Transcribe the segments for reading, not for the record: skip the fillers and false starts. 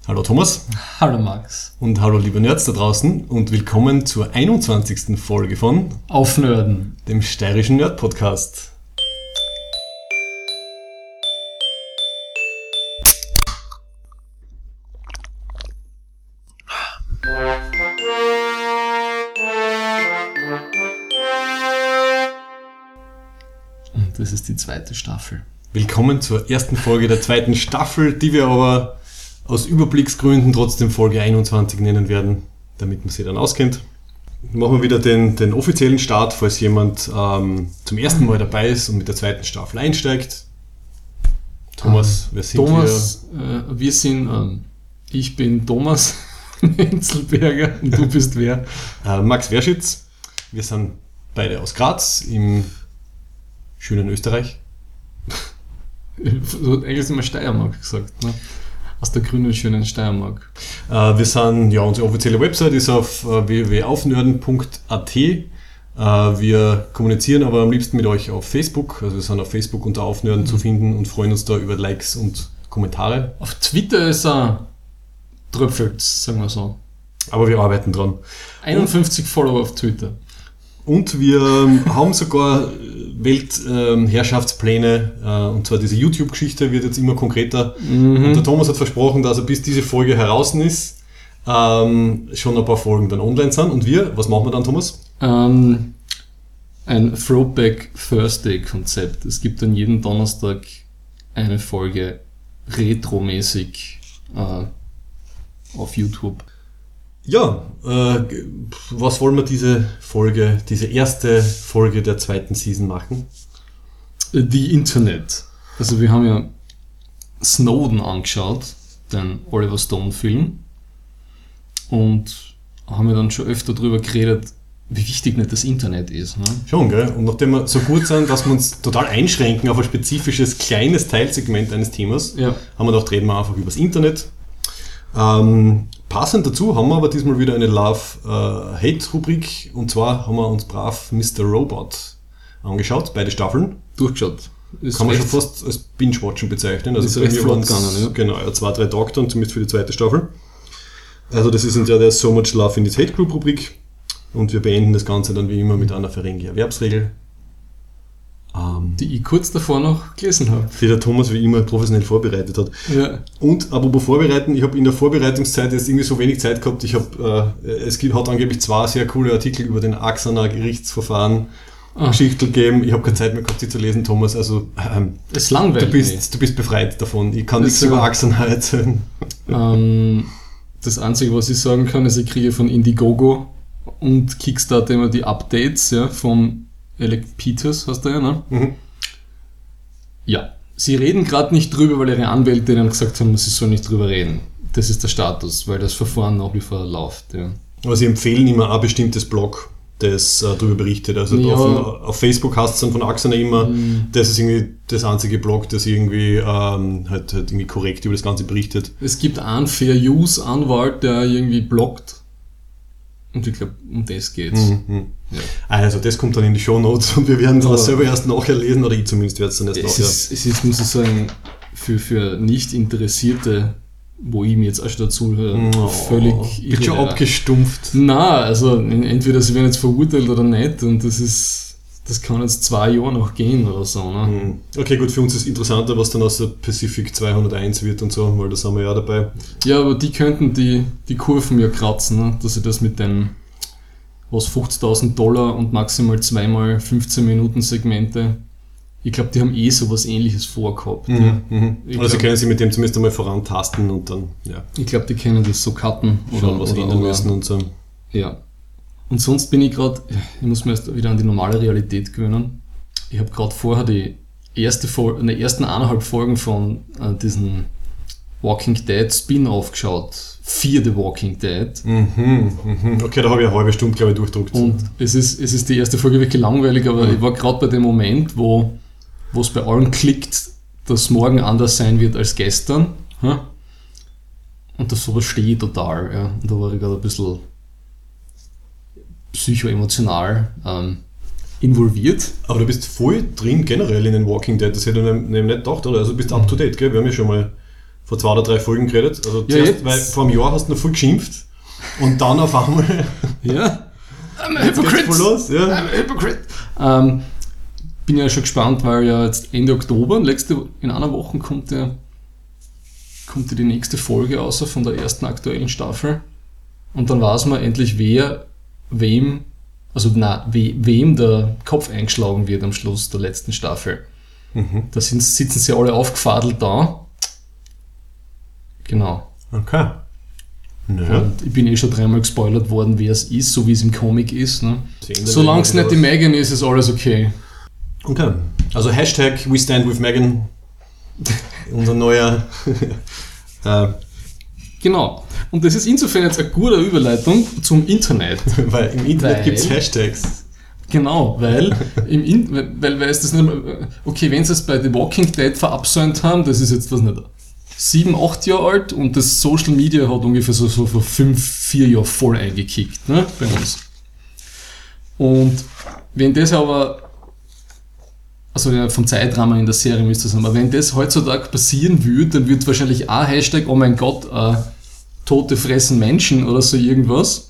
Hallo Thomas. Hallo Max. Und hallo liebe Nerds da draußen und willkommen zur 21. Folge von Aufnörden, dem steirischen Nerd-Podcast. Und das ist die zweite Staffel. Willkommen zur ersten Folge der zweiten Staffel, die wir aber aus Überblicksgründen trotzdem Folge 21 nennen werden, damit man sie dann auskennt. Machen wir wieder den offiziellen Start, falls jemand zum ersten Mal dabei ist und mit der zweiten Staffel einsteigt. Thomas, wer sind wir? Wir sind, ich bin Thomas Menzelberger und du bist wer? Max Werschitz. Wir sind beide aus Graz im schönen Österreich. Du hast eigentlich immer Steiermark gesagt, ne? Aus der grünen, schönen Steiermark. Wir sind, ja, unsere offizielle Website ist auf www.aufnörden.at. Wir kommunizieren aber am liebsten mit euch auf Facebook. Also wir sind auf Facebook unter Aufnörden zu finden und freuen uns da über Likes und Kommentare. Auf Twitter ist er tröpfelt, sagen wir so. Aber wir arbeiten dran. 51 Follower auf Twitter. Und wir haben sogar Weltherrschaftspläne, und zwar diese YouTube-Geschichte wird jetzt immer konkreter. Und der Thomas hat versprochen, dass er bis diese Folge heraus ist, schon ein paar Folgen dann online sind. Und wir, was machen wir dann, Thomas? Ein Throwback Thursday-Konzept. Es gibt dann jeden Donnerstag eine Folge retromäßig auf YouTube. Ja, was wollen wir diese erste Folge der zweiten Season machen? Die Internet. Also wir haben ja Snowden angeschaut, den Oliver Stone-Film, und haben ja dann schon öfter darüber geredet, wie wichtig nicht das Internet ist. Ne? Schon, gell? Und nachdem wir so gut sind, dass wir uns total einschränken auf ein spezifisches, kleines Teilsegment eines Themas, haben wir gedacht, reden wir einfach über das Internet. Passend dazu haben wir aber diesmal wieder eine Love-Hate-Rubrik, und zwar haben wir uns brav Mr. Robot angeschaut, beide Staffeln. Durchgeschaut. Kann man schon fast als Binge-Watchen bezeichnen. Also ist recht flott gegangen, ja. Genau, 2-3 Tage dann, zumindest für die zweite Staffel. Also das ist ja der So Much Love in This Hate Group Rubrik, und wir beenden das Ganze dann wie immer mit einer Ferengi-Erwerbsregel. Die ich kurz davor noch gelesen habe. Die der Thomas wie immer professionell vorbereitet hat. Ja. Und apropos Vorbereiten, ich habe in der Vorbereitungszeit jetzt irgendwie so wenig Zeit gehabt. Hat angeblich 2 sehr coole Artikel über den Axaner Gerichtsverfahren Geschichte gegeben. Ich habe keine Zeit mehr gehabt, sie zu lesen, Thomas. Also es ist langweilig. Du bist befreit davon. Ich kann nichts über Axaner erzählen. Das Einzige, was ich sagen kann, ist, ich kriege von Indiegogo und Kickstarter immer die Updates, ja, vom Alec Peters, hast du ja, ne? Mhm. Ja, sie reden gerade nicht drüber, weil ihre Anwälte ihnen gesagt haben, sie sollen nicht drüber reden. Das ist der Status, weil das Verfahren nach wie vor läuft. Ja. Aber sie empfehlen immer ein bestimmtes Blog, das darüber berichtet. Also ja. auf Facebook heißt es dann von Axaner immer, das ist irgendwie das einzige Blog, das irgendwie halt irgendwie korrekt über das Ganze berichtet. Es gibt einen Fair-Use-Anwalt, der irgendwie bloggt. Und ich glaube, um das geht's. Ja. Also das kommt dann in die Shownotes und wir werden es selber erst nachher lesen, oder ich zumindest werde es dann erst nachher. Es ist, muss ich sagen, für Nicht-Interessierte, wo ich mir jetzt auch schon dazu höre, völlig wird schon abgestumpft. Nein, also entweder sie werden jetzt verurteilt oder nicht, und das kann jetzt 2 Jahre noch gehen oder so. Ne? Okay, gut, für uns ist interessanter, was dann aus der Pacific 201 wird und so, weil da sind wir ja dabei. Ja, aber die könnten die Kurven ja kratzen, ne? Dass sie das mit den $50.000 und maximal 2x 15 Minuten Segmente, ich glaube, die haben sowas Ähnliches vorgehabt. Ja. Also können sie mit dem zumindest einmal vorantasten und dann, ja. Ich glaube, die können das so cutten oder was ändern müssen und so. Ja. Und sonst bin ich gerade, ich muss mir erst wieder an die normale Realität gewöhnen. Ich habe gerade vorher die ersten 1,5 Folgen von diesen Walking Dead Spin-Off geschaut. Für The Walking Dead. Okay, da habe ich eine halbe Stunde, glaube ich, durchdruckt. Und es ist die erste Folge wirklich langweilig, aber ich war gerade bei dem Moment, wo es bei allen klickt, dass morgen anders sein wird als gestern. Und das sowas stehe ich total. Ja. Und da war ich gerade ein bisschen psychoemotional involviert. Aber du bist voll drin generell in den Walking Dead, das hätte ich nicht gedacht, oder? Also du bist up to date, gell? Wir haben ja schon mal vor 2 oder 3 Folgen geredet. Also Ja, zuerst, jetzt. weil vor einem Jahr hast du noch voll geschimpft und dann auf einmal Ja. I'm a geht's voll los. Ja. I'm a hypocrite. Bin ja schon gespannt, weil ja jetzt Ende Oktober, in einer Woche kommt ja die nächste Folge außer von der ersten aktuellen Staffel. Und dann weiß man endlich, wem der Kopf eingeschlagen wird am Schluss der letzten Staffel. Da sitzen sie alle aufgefadelt da. Genau. Okay. Naja. Und ich bin schon 3-mal gespoilert worden, wer es ist, so wie es im Comic ist. Ne? Sehen Solange es wir nicht die was. Megan ist, ist alles okay. Okay. Also Hashtag We Stand With Megan. Unser neuer... Genau. Und das ist insofern jetzt eine gute Überleitung zum Internet. weil im Internet Weil- gibt es Hashtags. Genau, weil weil es das nicht mehr, okay, wenn sie es bei The Walking Dead verabsäumt haben, das ist jetzt was nicht 7, 8 Jahre alt und das Social Media hat ungefähr so vor 4 Jahren voll eingekickt, ne, bei uns. Und wenn das aber, also ja, vom Zeitrahmen in der Serie müsste das sein, aber wenn das heutzutage passieren würde, dann wird wahrscheinlich auch Hashtag, oh mein Gott, Tote fressen Menschen oder so irgendwas.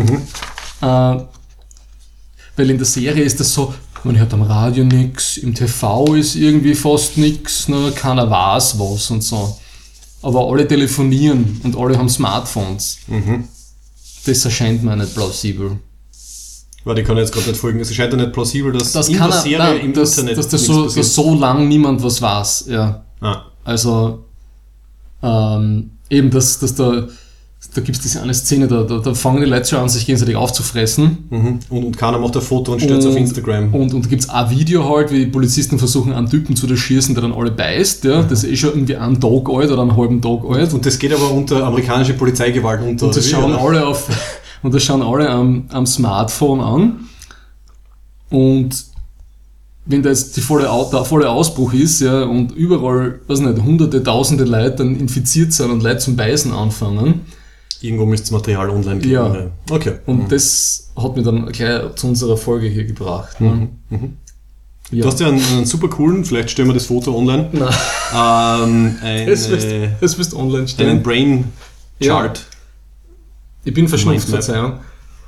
Weil in der Serie ist das so, man hört am Radio nichts, im TV ist irgendwie fast nichts, ne, keiner weiß was und so. Aber alle telefonieren und alle haben Smartphones. Das erscheint mir nicht plausibel. Warte, ich kann jetzt gerade nicht folgen. Es scheint ja nicht plausibel, dass Das in kann der Serie im dass Internet das nichts so, passiert. dass so lang niemand was weiß. Ja. Also eben, dass da gibt es diese eine Szene, da fangen die Leute schon an, sich gegenseitig aufzufressen. Und keiner macht ein Foto und stellt es auf Instagram. Und da gibt es ein Video halt, wie die Polizisten versuchen, einen Typen zu erschießen, der dann alle beißt. Ja. Das ist schon irgendwie einen Tag alt oder einen halben Tag alt. Und das geht aber unter amerikanische Polizeigewalt unter. Und das schauen alle am Smartphone an. Und wenn da jetzt der volle Ausbruch ist, ja, und überall, weiß nicht, hunderte, tausende Leute dann infiziert sind und Leute zum Beißen anfangen. Irgendwo müsste das Material online geben. Ja. Ne? Okay. Und das hat mich dann gleich zu unserer Folge hier gebracht. Ne? Ja. Du hast ja einen super coolen, vielleicht stellen wir das Foto online. Nein. Das wirst online stellen. Einen Brain Chart. Ich bin verschnupft, Mindmap. Verzeihung.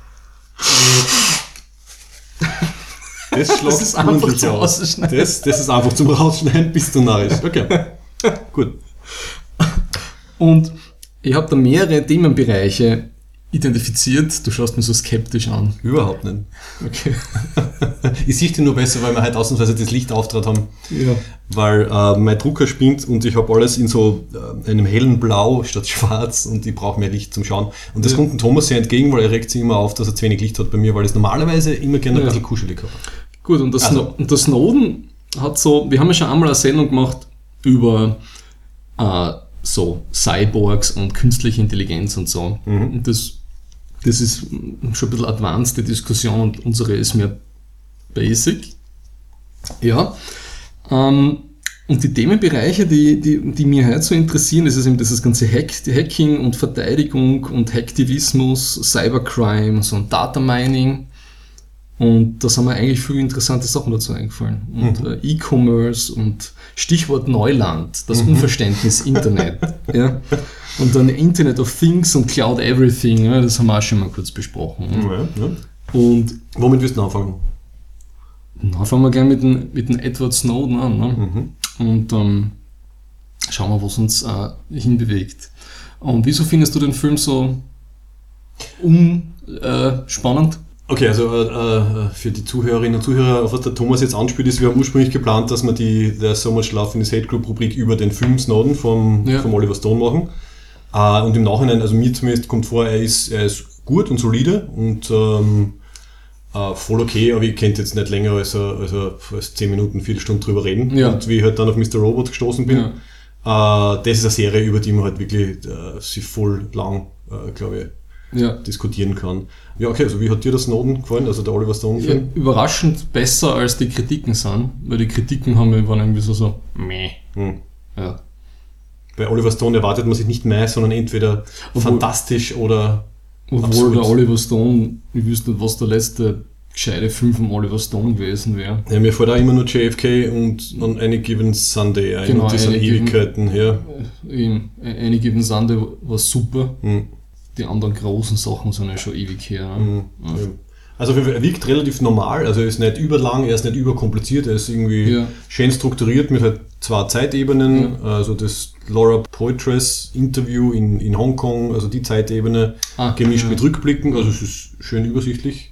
Das schlägt Das ist einfach ordentlich zum aus. Rausschneiden. Das ist einfach zum Rausschneiden, bist du narrisch. Okay. Gut. Und ich habe da mehrere Themenbereiche identifiziert. Du schaust mir so skeptisch an. Überhaupt nicht. Okay. Ich sehe dich nur besser, weil wir heute ausnahmsweise das Licht auftrat haben. Ja. Weil mein Drucker spinnt und ich habe alles in so einem hellen Blau statt schwarz und ich brauche mehr Licht zum Schauen. Und das kommt dem Thomas sehr entgegen, weil er regt sich immer auf, dass er zu wenig Licht hat bei mir, weil ich es normalerweise immer gerne ein bisschen kuschelig habe. Gut, und der Snowden hat so, wir haben ja schon einmal eine Sendung gemacht über so Cyborgs und künstliche Intelligenz und so. Und das ist schon ein bisschen advanced, die Diskussion, und unsere ist mehr basic. Ja. Und die Themenbereiche, die mir heute so interessieren, das ist eben das ganze Hacking und Verteidigung und Hacktivismus, Cybercrime, so ein Data Mining. Und da sind mir eigentlich viele interessante Sachen dazu eingefallen. Und E-Commerce und Stichwort Neuland, das Unverständnis Internet. Ja. Und dann Internet of Things und Cloud Everything, ja, das haben wir auch schon mal kurz besprochen. Ja. Und Womit wirst du anfangen? dann fangen wir gleich mit dem Edward Snowden an. Ne? Und schauen wir, was uns hinbewegt. Und wieso findest du den Film so spannend? Okay, also für die Zuhörerinnen und Zuhörer, auf was der Thomas jetzt anspielt, ist, wir haben ursprünglich geplant, dass wir der So Much Love in the Hate Group Rubrik über den Film Snowden vom Oliver Stone machen. Und im Nachhinein, also mir zumindest kommt vor, er ist gut und solide und voll okay, aber ich könnte jetzt nicht länger als 10 Minuten, Viertelstunde drüber reden. Ja. Und wie ich halt dann auf Mr. Robot gestoßen bin, das ist eine Serie, über die man halt wirklich sich voll lang, glaube ich, diskutieren kann. Ja, okay, also wie hat dir das Snowden gefallen, also der Oliver Stone-Film? Ja, überraschend besser als die Kritiken sind, weil die Kritiken waren irgendwie so meh. Ja. Bei Oliver Stone erwartet man sich nicht mehr, sondern entweder fantastisch oder Obwohl absurd. der Oliver Stone, ich wüsste nicht, was der letzte gescheite Film von Oliver Stone gewesen wäre. Ja, mir fällt auch immer nur JFK und On Any Given Sunday ein. Genau, und das sind Ewigkeiten her. Any Given Sunday war super. Die anderen großen Sachen sind ja schon ewig her. Ne? Ja. Also er wirkt relativ normal, also er ist nicht überlang, er ist nicht überkompliziert, er ist irgendwie schön strukturiert mit halt 2 Zeitebenen, also das Laura Poitras Interview in Hongkong, also die Zeitebene gemischt mit Rückblicken, also es ist schön übersichtlich.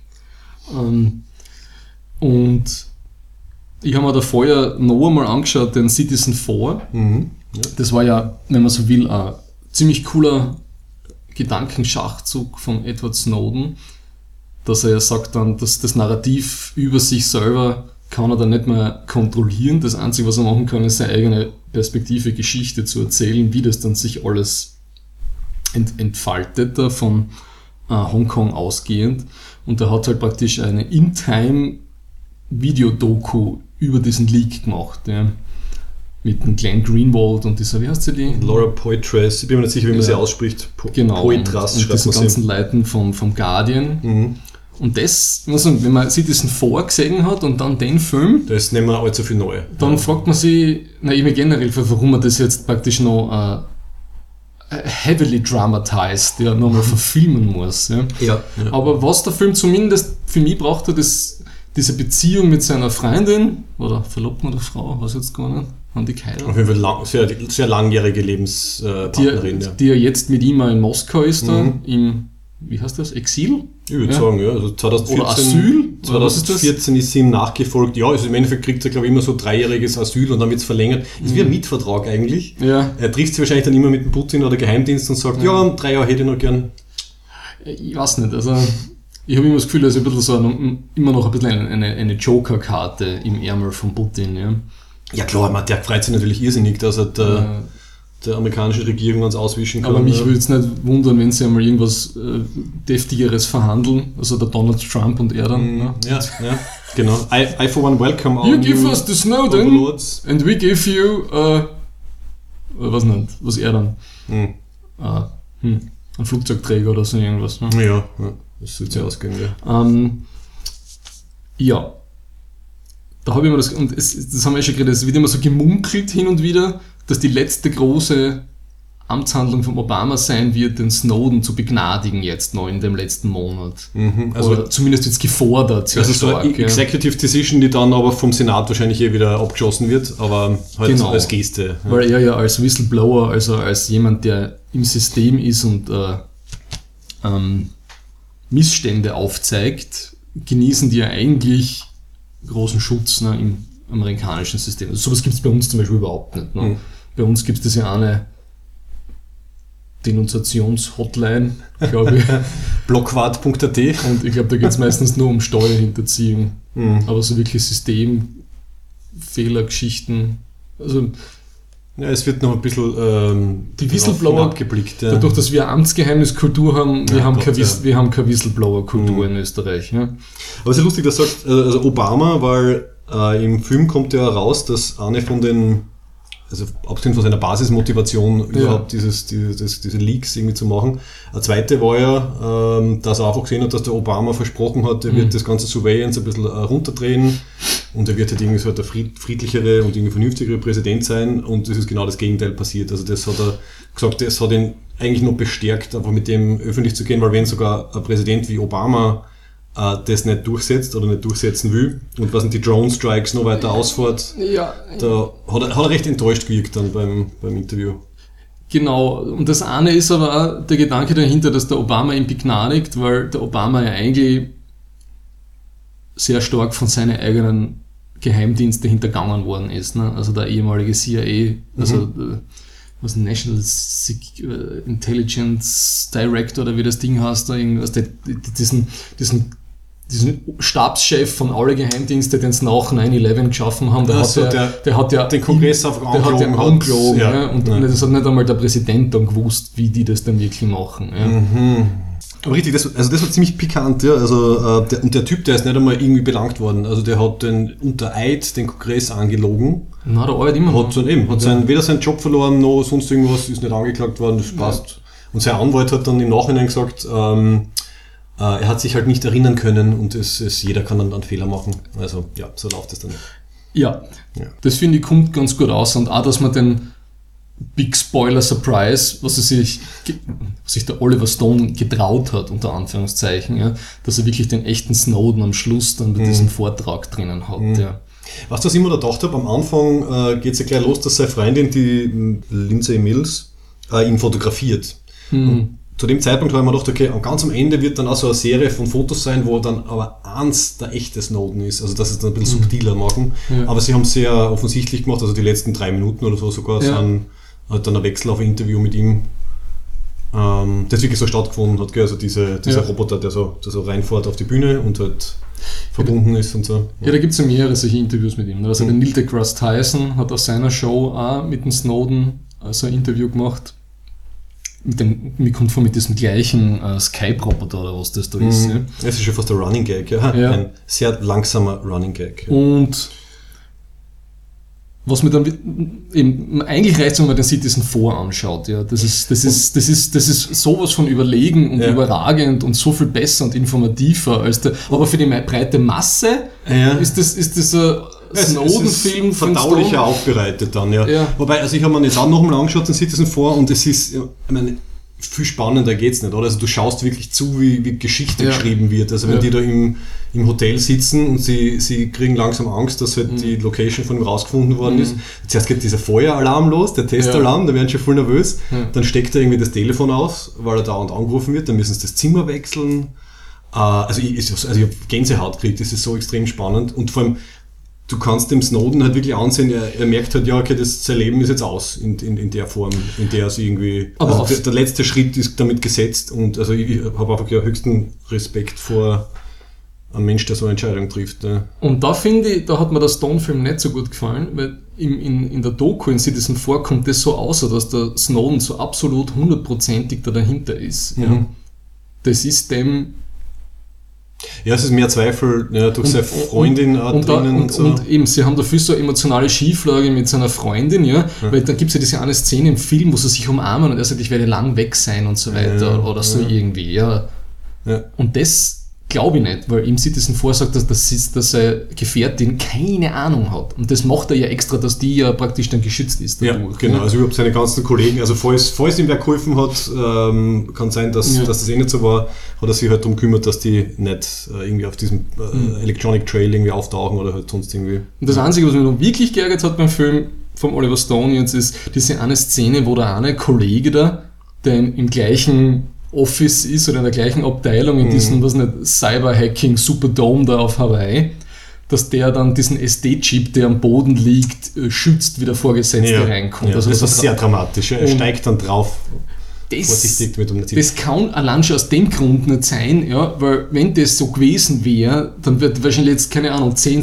Und ich habe mir da vorher noch einmal angeschaut, den Citizen 4. Das war ja, wenn man so will, ein ziemlich cooler Gedankenschachzug von Edward Snowden, dass er ja sagt dann, dass das Narrativ über sich selber kann er dann nicht mehr kontrollieren. Das Einzige, was er machen kann, ist seine eigene Perspektive, Geschichte zu erzählen, wie das dann sich alles entfaltet, da von Hongkong ausgehend. Und er hat halt praktisch eine In-Time-Video-Doku über diesen Leak gemacht. Ja. Mit dem Glenn Greenwald und dieser, wie heißt sie die? Laura Poitras, ich bin mir nicht sicher, wie man sie ausspricht. Genau, Poitras und diesen ganzen Leuten vom Guardian. Und das, wenn man Citizen 4 gesehen hat und dann den Film, da ist nicht mehr allzu viel neu. Dann fragt man sich, eben generell, warum man das jetzt praktisch noch heavily dramatized, nochmal verfilmen muss. Ja. Aber was der Film zumindest für mich braucht, ist diese Beziehung mit seiner Freundin oder Verlobten oder Frau, was jetzt gar nicht, haben die geheiratet. Auf jeden Fall sehr, sehr langjährige Lebenspartnerin. Die ja jetzt mit ihm in Moskau ist, da im, wie heißt das, Exil? Ich würde sagen, ja. Also 2014, oder Asyl? 2014 ist ihm nachgefolgt. Ja, also im Endeffekt kriegt er, glaube ich, immer so 3-jähriges Asyl und dann wird es verlängert. Ist wie ein Mietvertrag eigentlich. Ja. Er trifft sich wahrscheinlich dann immer mit dem Putin oder Geheimdienst und sagt, 3 Jahre hätte ich noch gern. Ich weiß nicht, also ich habe immer das Gefühl, er ist ein bisschen so immer noch ein bisschen eine Joker-Karte im Ärmel von Putin. Ja, ja klar, der freut sich natürlich irrsinnig, dass er der amerikanischen Regierung ans Auswischen kann. Aber mich würde es nicht wundern, wenn sie einmal irgendwas Deftigeres verhandeln, also der Donald Trump und er dann. Ne? Ja, genau. I for one welcome all you give us the Snowden overlords. And we give you was er dann? Ein Flugzeugträger oder so irgendwas. Ne? Ja, das sollte ja ausgehen, ja. Ja. Da habe ich mir das haben wir schon geredet, es wird immer so gemunkelt hin und wieder, dass die letzte große Amtshandlung von Obama sein wird, den Snowden zu begnadigen jetzt noch in dem letzten Monat. Also oder zumindest jetzt gefordert. Also so eine Executive Decision, die dann aber vom Senat wahrscheinlich wieder abgeschossen wird, aber halt als Geste. Ja. Weil er ja als Whistleblower, also als jemand, der im System ist und Missstände aufzeigt, genießen die ja eigentlich großen Schutz im amerikanischen System. Also sowas gibt es bei uns zum Beispiel überhaupt nicht. Ne? Bei uns gibt es ja eine Denunziations-Hotline, glaube ich. Blockwart.at. Und ich glaube, da geht es meistens nur um Steuerhinterziehung. Aber so wirklich Systemfehlergeschichten. Also ja, es wird noch ein bisschen die Whistleblower abgeblickt. Ja. Dadurch, dass wir Amtsgeheimniskultur haben, wir haben keine Whistleblower-Kultur in Österreich. Ja. Aber es ist lustig, dass du sagst, also Obama, weil im Film kommt ja raus, dass eine von den, also abgesehen von seiner Basismotivation überhaupt diese Leaks irgendwie zu machen. Eine zweite war ja, dass er einfach gesehen hat, dass der Obama versprochen hat, er wird das ganze Surveillance ein bisschen runterdrehen und er wird halt irgendwie so der friedlichere und irgendwie vernünftigere Präsident sein und das ist genau das Gegenteil passiert. Also das hat er gesagt, das hat ihn eigentlich noch bestärkt, einfach mit dem öffentlich zu gehen, weil wenn sogar ein Präsident wie Obama das nicht durchsetzt oder nicht durchsetzen will und was die Drone-Strikes noch weiter ausfährt, da hat er recht enttäuscht gewirkt dann beim Interview. Genau, und das eine ist aber auch der Gedanke dahinter, dass der Obama ihn begnadigt, weil der Obama ja eigentlich sehr stark von seinen eigenen Geheimdiensten hintergangen worden ist. Ne? Also der ehemalige CIA, also was National Intelligence Director oder wie das Ding heißt, da irgendwas, diesen Stabschef von allen Geheimdiensten, den es nach 9/11 geschaffen haben, der hat ja den Kongress angelogen. Ja, und das hat nicht einmal der Präsident dann gewusst, wie die das dann wirklich machen. Ja. Aber richtig, das war ziemlich pikant. Ja. Also, der Typ, der ist nicht einmal irgendwie belangt worden. Also der hat unter Eid den Kongress angelogen. Na, der arbeitet immer noch. Hat weder seinen Job verloren, noch sonst irgendwas, ist nicht angeklagt worden, das passt. Und sein Anwalt hat dann im Nachhinein gesagt, er hat sich halt nicht erinnern können und jeder kann dann Fehler machen. Also ja, so läuft es dann. Ja, das finde ich kommt ganz gut aus und auch, dass man den Big Spoiler Surprise, was sich der Oliver Stone getraut hat, unter Anführungszeichen, ja, dass er wirklich den echten Snowden am Schluss dann bei diesem Vortrag drinnen hat. Ja. Was ich immer gedacht habe, am Anfang geht es ja gleich los, dass seine Freundin, die Lindsay Mills, ihn fotografiert. Und zu dem Zeitpunkt habe ich mir gedacht, okay, ganz am Ende wird dann auch so eine Serie von Fotos sein, wo dann aber eins der echte Snowden ist, also dass sie es dann ein bisschen subtiler machen. Ja. Aber sie haben es sehr offensichtlich gemacht, also die letzten 3 Minuten oder so sogar, hat dann ein Wechsel auf ein Interview mit ihm, das wirklich so stattgefunden hat, gell? Also dieser Roboter, der so reinfährt auf die Bühne und halt verbunden ist und so. Ja, da gibt es ja mehrere solche Interviews mit ihm. Also der Neil deGrasse Tyson hat auf seiner Show auch mit dem Snowden so ein Interview gemacht. Mir kommt vor mit diesem gleichen Skype-Roboter oder was das da ist. Ja. Das ist schon fast ein Running Gag, ja. Ein sehr langsamer Running Gag. Ja. Und was mir dann eben, eigentlich reicht es, wenn man den Citizen 4 anschaut. Ja. Das ist sowas von überlegen und überragend und so viel besser und informativer als aber für die breite Masse ist das ein Snowden-Film verdaulicher aufbereitet dann, ja. Wobei, also ich habe mir jetzt auch nochmal angeschaut, den Citizen 4, und es ist, ich meine, viel spannender geht's nicht, oder? Also du schaust wirklich zu, wie Geschichte geschrieben wird. Also wenn die da im Hotel sitzen und sie kriegen langsam Angst, dass halt die Location von ihm rausgefunden worden ist. Zuerst geht dieser Feueralarm los, der Testalarm, da werden schon voll nervös. Dann steckt er irgendwie das Telefon aus, weil er dauernd angerufen wird, dann müssen sie das Zimmer wechseln. Also ich habe Gänsehaut gekriegt, das ist so extrem spannend. Und vor allem, du kannst dem Snowden halt wirklich ansehen, er merkt halt, ja, okay, sein Leben ist jetzt aus in der Form, in der es irgendwie, aber also der letzte Schritt ist damit gesetzt, und also ich habe einfach ja höchsten Respekt vor einem Mensch, der so eine Entscheidung trifft. Ja. Und da finde ich, da hat mir der Stone-Film nicht so gut gefallen, weil in der Doku in Citizen 4 kommt das so aus, dass der Snowden so absolut 100%ig da dahinter ist. Ja. Das ist dem... Ja, es ist mehr Zweifel durch seine Freundin drinnen und so. Und eben, sie haben dafür so eine emotionale Schieflage mit seiner Freundin, weil dann gibt es ja diese eine Szene im Film, wo sie sich umarmen und er sagt, ich werde lang weg sein und so weiter oder so irgendwie. Ja. Und das glaube ich nicht, weil ihm Citizen 4 sagt, dass seine Gefährtin keine Ahnung hat. Und das macht er ja extra, dass die ja praktisch dann geschützt ist dadurch. Ja, genau. Also überhaupt seine ganzen Kollegen, also falls ihm wer geholfen hat, kann sein, dass das nicht so war, hat er sich halt darum gekümmert, dass die nicht irgendwie auf diesem Electronic Trail irgendwie auftauchen oder halt sonst irgendwie. Und das Einzige, was mich noch wirklich geärgert hat beim Film vom Oliver Stone jetzt, ist diese eine Szene, wo der eine Kollege da, der im gleichen Office ist oder in der gleichen Abteilung in diesem, Cyber-Hacking Superdome da auf Hawaii, dass der dann diesen SD-Chip, der am Boden liegt, schützt, wie der Vorgesetzte reinkommt. Ja, also das ist sehr dramatisch. Er steigt dann drauf. Das kann allein schon aus dem Grund nicht sein, weil wenn das so gewesen wäre, dann wird wahrscheinlich jetzt, keine Ahnung, 10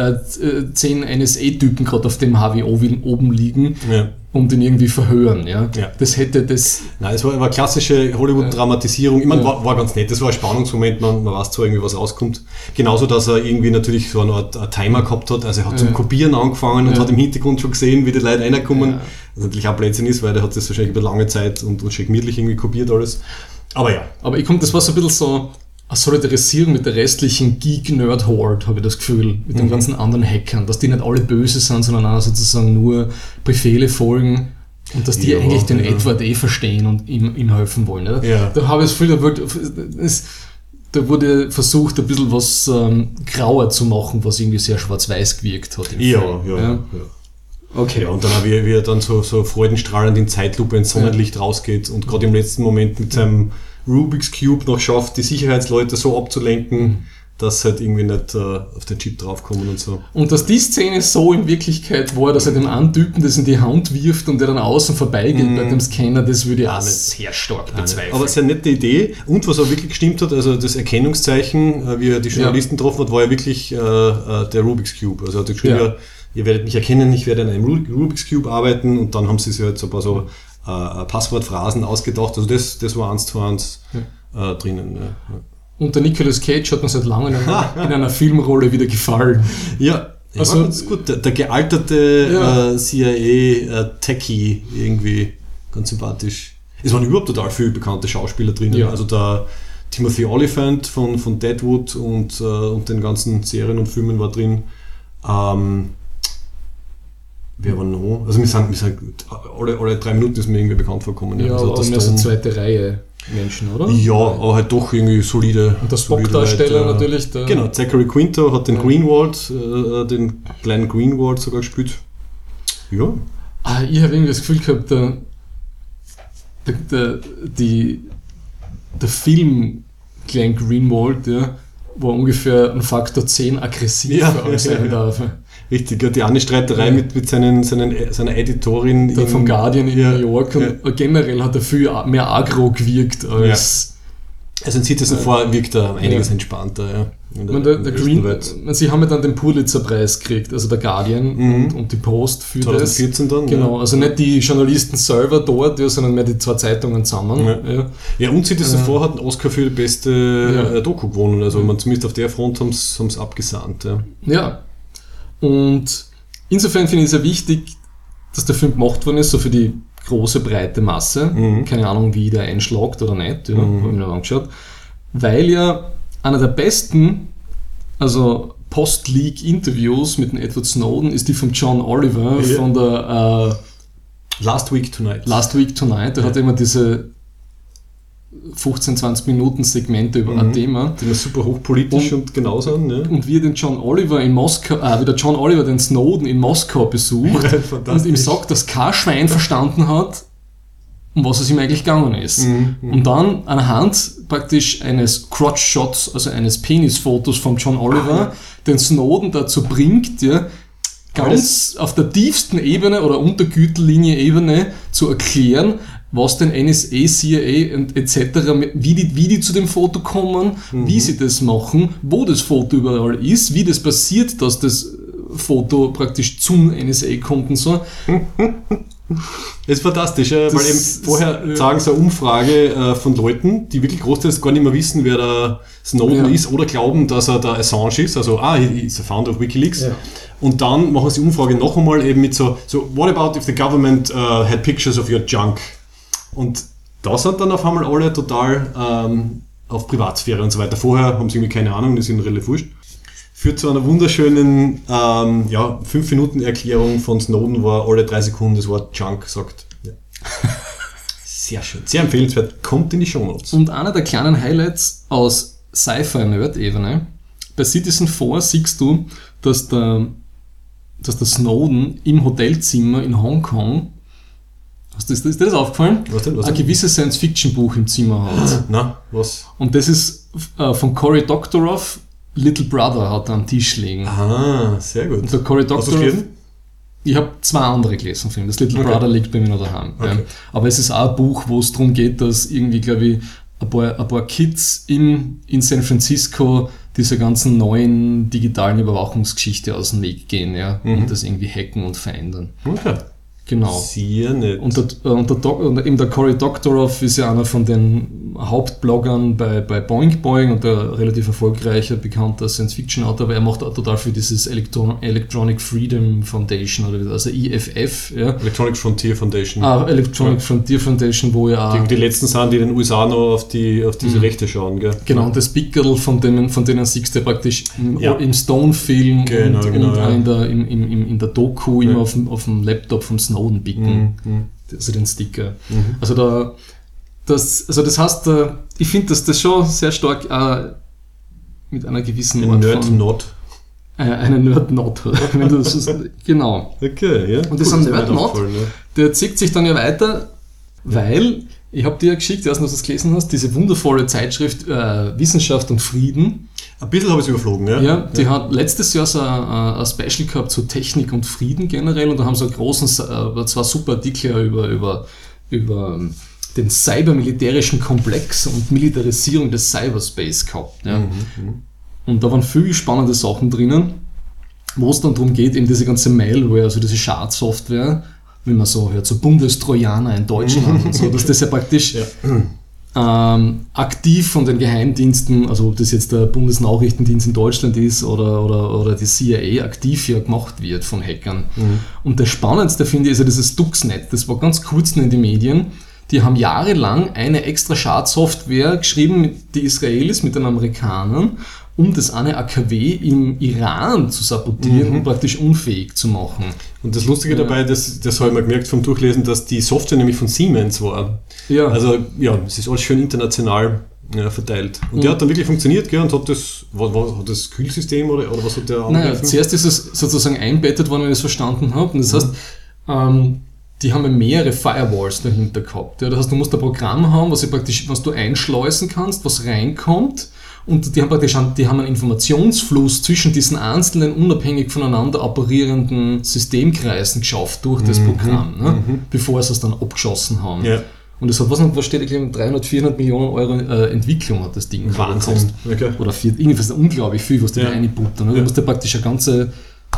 NSA-Typen gerade auf dem HWO oben liegen und ihn irgendwie verhören. Ja. Das hätte das... Nein, es war eine klassische Hollywood-Dramatisierung. Ich meine, war ganz nett, das war ein Spannungsmoment, man weiß zwar irgendwie, was rauskommt. Genauso, dass er irgendwie natürlich so eine Art Timer gehabt hat, also er hat zum Kopieren angefangen und hat im Hintergrund schon gesehen, wie die Leute reinkommen. Was natürlich auch Blödsinn ist, weil der hat das wahrscheinlich über lange Zeit und schön gemütlich irgendwie kopiert alles. Aber ja. Aber das war so ein bisschen so eine Solidarisierung mit der restlichen Geek-Nerd-Horde, habe ich das Gefühl, mit den ganzen anderen Hackern, dass die nicht alle böse sind, sondern auch sozusagen nur Befehle folgen und dass die eigentlich den Edward verstehen und ihm helfen wollen. Oder? Ja. Da habe ich das Gefühl, da wurde versucht, ein bisschen was grauer zu machen, was irgendwie sehr schwarz-weiß gewirkt hat. Ja. Okay. Ja, und dann auch wie er dann so freudenstrahlend in Zeitlupe ins Sonnenlicht rausgeht und gerade im letzten Moment mit seinem Rubik's Cube noch schafft, die Sicherheitsleute so abzulenken, dass halt irgendwie nicht auf den Chip draufkommen und so. Und dass die Szene so in Wirklichkeit war, dass er dem einen Typen das in die Hand wirft und der dann außen vorbeigeht bei dem Scanner, das würde ich auch sehr stark bezweifeln. Aber es ist eine nette Idee. Und was auch wirklich gestimmt hat, also das Erkennungszeichen, wie er die Journalisten getroffen hat, war ja wirklich der Rubik's Cube. Also er hat geschrieben, ihr werdet mich erkennen, ich werde an einem Rubik's Cube arbeiten, und dann haben sie sich halt so ein paar so Passwortphrasen ausgedacht. Also das war 1:1 drinnen. Ja. Und der Nicolas Cage hat mir seit langem in einer Filmrolle wieder gefallen. Ja, also ganz gut. Der gealterte CIA-Techie irgendwie ganz sympathisch. Es waren überhaupt total viele bekannte Schauspieler drinnen. Ja. Also der Timothy Olyphant von Deadwood und den ganzen Serien und Filmen war drin. Wer war noch? Also wir sind alle 3 Minuten ist mir irgendwie bekannt vorgekommen. Ja, also das ist eine zweite Reihe Menschen, oder? Ja, aber halt doch irgendwie solide. Und der Spock-Darsteller natürlich. Genau, Zachary Quinto hat den Greenwald, den kleinen Greenwald sogar gespielt. Ja. Ich habe irgendwie das Gefühl gehabt, der Film Glenn Greenwald, ja, war ungefähr ein Faktor 10 aggressiver als sein darf. Richtig, ja, die eine Streiterei mit seiner Editorin vom Guardian in New York und generell hat er viel mehr aggro gewirkt als... Also in Citizen 4 wirkt er einiges entspannter. Ja, sie haben ja dann den Pulitzer-Preis gekriegt, also der Guardian und die Post für 2014 das. Dann. Genau, also nicht die Journalisten selber dort, sondern mehr die 2 Zeitungen zusammen. Ja, und Citizen 4 hat einen Oscar für die beste Doku gewonnen, also man zumindest auf der Front haben sie abgesandt. Ja, und insofern finde ich es sehr wichtig, dass der Film gemacht worden ist, so für die große, breite Masse. Keine Ahnung, wie der einschlagt oder nicht, habe ich mir noch angeschaut. Weil ja einer der besten, also Post-Leak-Interviews mit dem Edward Snowden ist die von John Oliver von der Last Week Tonight. Der hat immer diese 15-20 Minuten Segmente über ein Thema. Die super hochpolitisch und genau sind. Ja. Und wie der John Oliver den Snowden in Moskau besucht und ihm sagt, dass kein Schwein verstanden hat, um was es ihm eigentlich gegangen ist. Und dann anhand praktisch eines Crotch-Shots, also eines Penisfotos von John Oliver, den Snowden dazu bringt, ganz auf der tiefsten Ebene oder Untergürtellinie-Ebene zu erklären, was denn NSA, CIA und etc., wie die zu dem Foto kommen, wie sie das machen, wo das Foto überall ist, wie das passiert, dass das Foto praktisch zum NSA kommt und so. Das ist fantastisch, weil eben vorher sagen sie eine Umfrage von Leuten, die wirklich großteils gar nicht mehr wissen, wer der Snowden ist oder glauben, dass er der Assange ist, also he is a founder of WikiLeaks. Ja. Und dann machen sie die Umfrage noch einmal eben mit so what about if the government had pictures of your junk? Und da sind dann auf einmal alle total auf Privatsphäre und so weiter. Vorher haben sie irgendwie keine Ahnung, die sind relativ wurscht. Führt zu einer wunderschönen 5-Minuten-Erklärung von Snowden, wo er alle 3 Sekunden das Wort Junk sagt. Ja. Sehr schön, sehr empfehlenswert. Kommt in die Shownotes. Und einer der kleinen Highlights aus Sci-Fi-Nerd-Ebene. Bei Citizen 4 siehst du, dass der Snowden im Hotelzimmer in Hongkong, ist dir das aufgefallen? Was denn? Ein gewisses Science-Fiction-Buch im Zimmer hat. Na, was? Und das ist von Cory Doctorow, Little Brother hat er am Tisch liegen. Ah, sehr gut. Und der Cory Doctorow, ich habe 2 andere gelesen von ihm. Das Little Brother liegt bei mir noch daheim. Okay. Ja. Aber es ist auch ein Buch, wo es darum geht, dass irgendwie, glaube ich, ein paar Kids in San Francisco diese ganzen neuen digitalen Überwachungsgeschichte aus dem Weg gehen, und das irgendwie hacken und verändern. Okay. Genau. Sehr nett. Und eben der Cory Doctorow ist ja einer von den Hauptbloggern bei Boing Boing und der relativ erfolgreiche, bekannter Science-Fiction-Autor, aber er macht auch total für dieses Electronic Freedom Foundation, also EFF. Ja. Electronic Frontier Foundation. Electronic Frontier Foundation, wo ja... Die letzten sind, die in den USA noch auf diese Rechte schauen, gell? Genau, und das Pickerl von denen siehst du praktisch im Stone-Film und in der Doku immer auf dem Laptop vom Snowden picken, also den Sticker. Also das heißt, ich finde, dass das schon sehr stark mit einer gewissen Art Nerd-Not. Eine Nerd-Not. Genau. Okay, ja. Und das ist ein Nerd-Not, der zieht sich dann ja weiter, weil, ich habe dir ja geschickt, erst, dass du es gelesen hast, diese wundervolle Zeitschrift Wissenschaft und Frieden. Ein bisschen habe ich es überflogen, ja. Ja, die hat letztes Jahr so ein Special gehabt zu Technik und Frieden generell und da haben sie einen großen, 2 super Artikel über den cybermilitärischen Komplex und Militarisierung des Cyberspace gehabt. Ja. Und da waren viele spannende Sachen drinnen, wo es dann darum geht, eben diese ganze Malware, also diese Schadsoftware, wie man so hört, so Bundestrojaner in Deutschland und so, dass das ja praktisch aktiv von den Geheimdiensten, also ob das jetzt der Bundesnachrichtendienst in Deutschland ist oder die CIA, aktiv ja gemacht wird von Hackern. Und das Spannendste, finde ich, ist ja dieses Stuxnet. Das war ganz kurz in den Medien. die haben jahrelang eine extra Schadsoftware geschrieben, die Israelis mit den Amerikanern, um das eine AKW im Iran zu sabotieren und praktisch unfähig zu machen. Und das Lustige dabei, das habe ich mal gemerkt vom Durchlesen, dass die Software nämlich von Siemens war. Ja. Also ja, es ist alles schön international verteilt. Und der hat dann wirklich funktioniert, gell, und hat das Kühlsystem oder was hat der angegriffen? Zuerst ist es sozusagen einbettet worden, wenn ich es verstanden habe. Und das heißt, die haben ja mehrere Firewalls dahinter gehabt. Ja. Das heißt, du musst ein Programm haben, was du einschleusen kannst, was reinkommt. Und die haben einen Informationsfluss zwischen diesen einzelnen, unabhängig voneinander operierenden Systemkreisen geschafft durch das Programm, bevor sie es dann abgeschossen haben. Ja. Und das hat, was steht, ich glaube, 300, 400 Millionen Euro Entwicklung hat das Ding. Wahnsinn. Okay. Oder irgendwas unglaublich viel, was die da reinbuttern. Du musst ja praktisch ein ganzes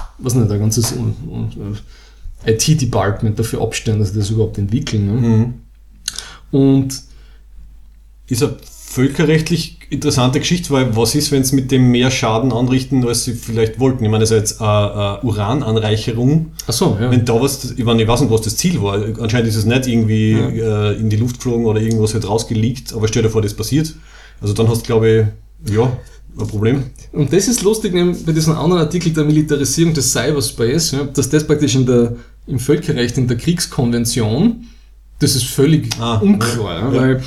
IT-Department dafür abstellen, dass sie das überhaupt entwickeln. Und ist eine völkerrechtlich interessante Geschichte, weil was ist, wenn es mit dem mehr Schaden anrichten, als sie vielleicht wollten? Ich meine, das ist jetzt Urananreicherung. Ach so, ja. Wenn da was, ich weiß nicht, was das Ziel war. Anscheinend ist es nicht irgendwie in die Luft geflogen oder irgendwas halt rausgeleakt, aber stell dir vor, das passiert. Also dann hast du, glaube ich, ein Problem. Und das ist lustig bei diesem anderen Artikel der Militarisierung des Cyberspace, dass das praktisch im Völkerrecht, in der Kriegskonvention, das ist völlig unklar, weil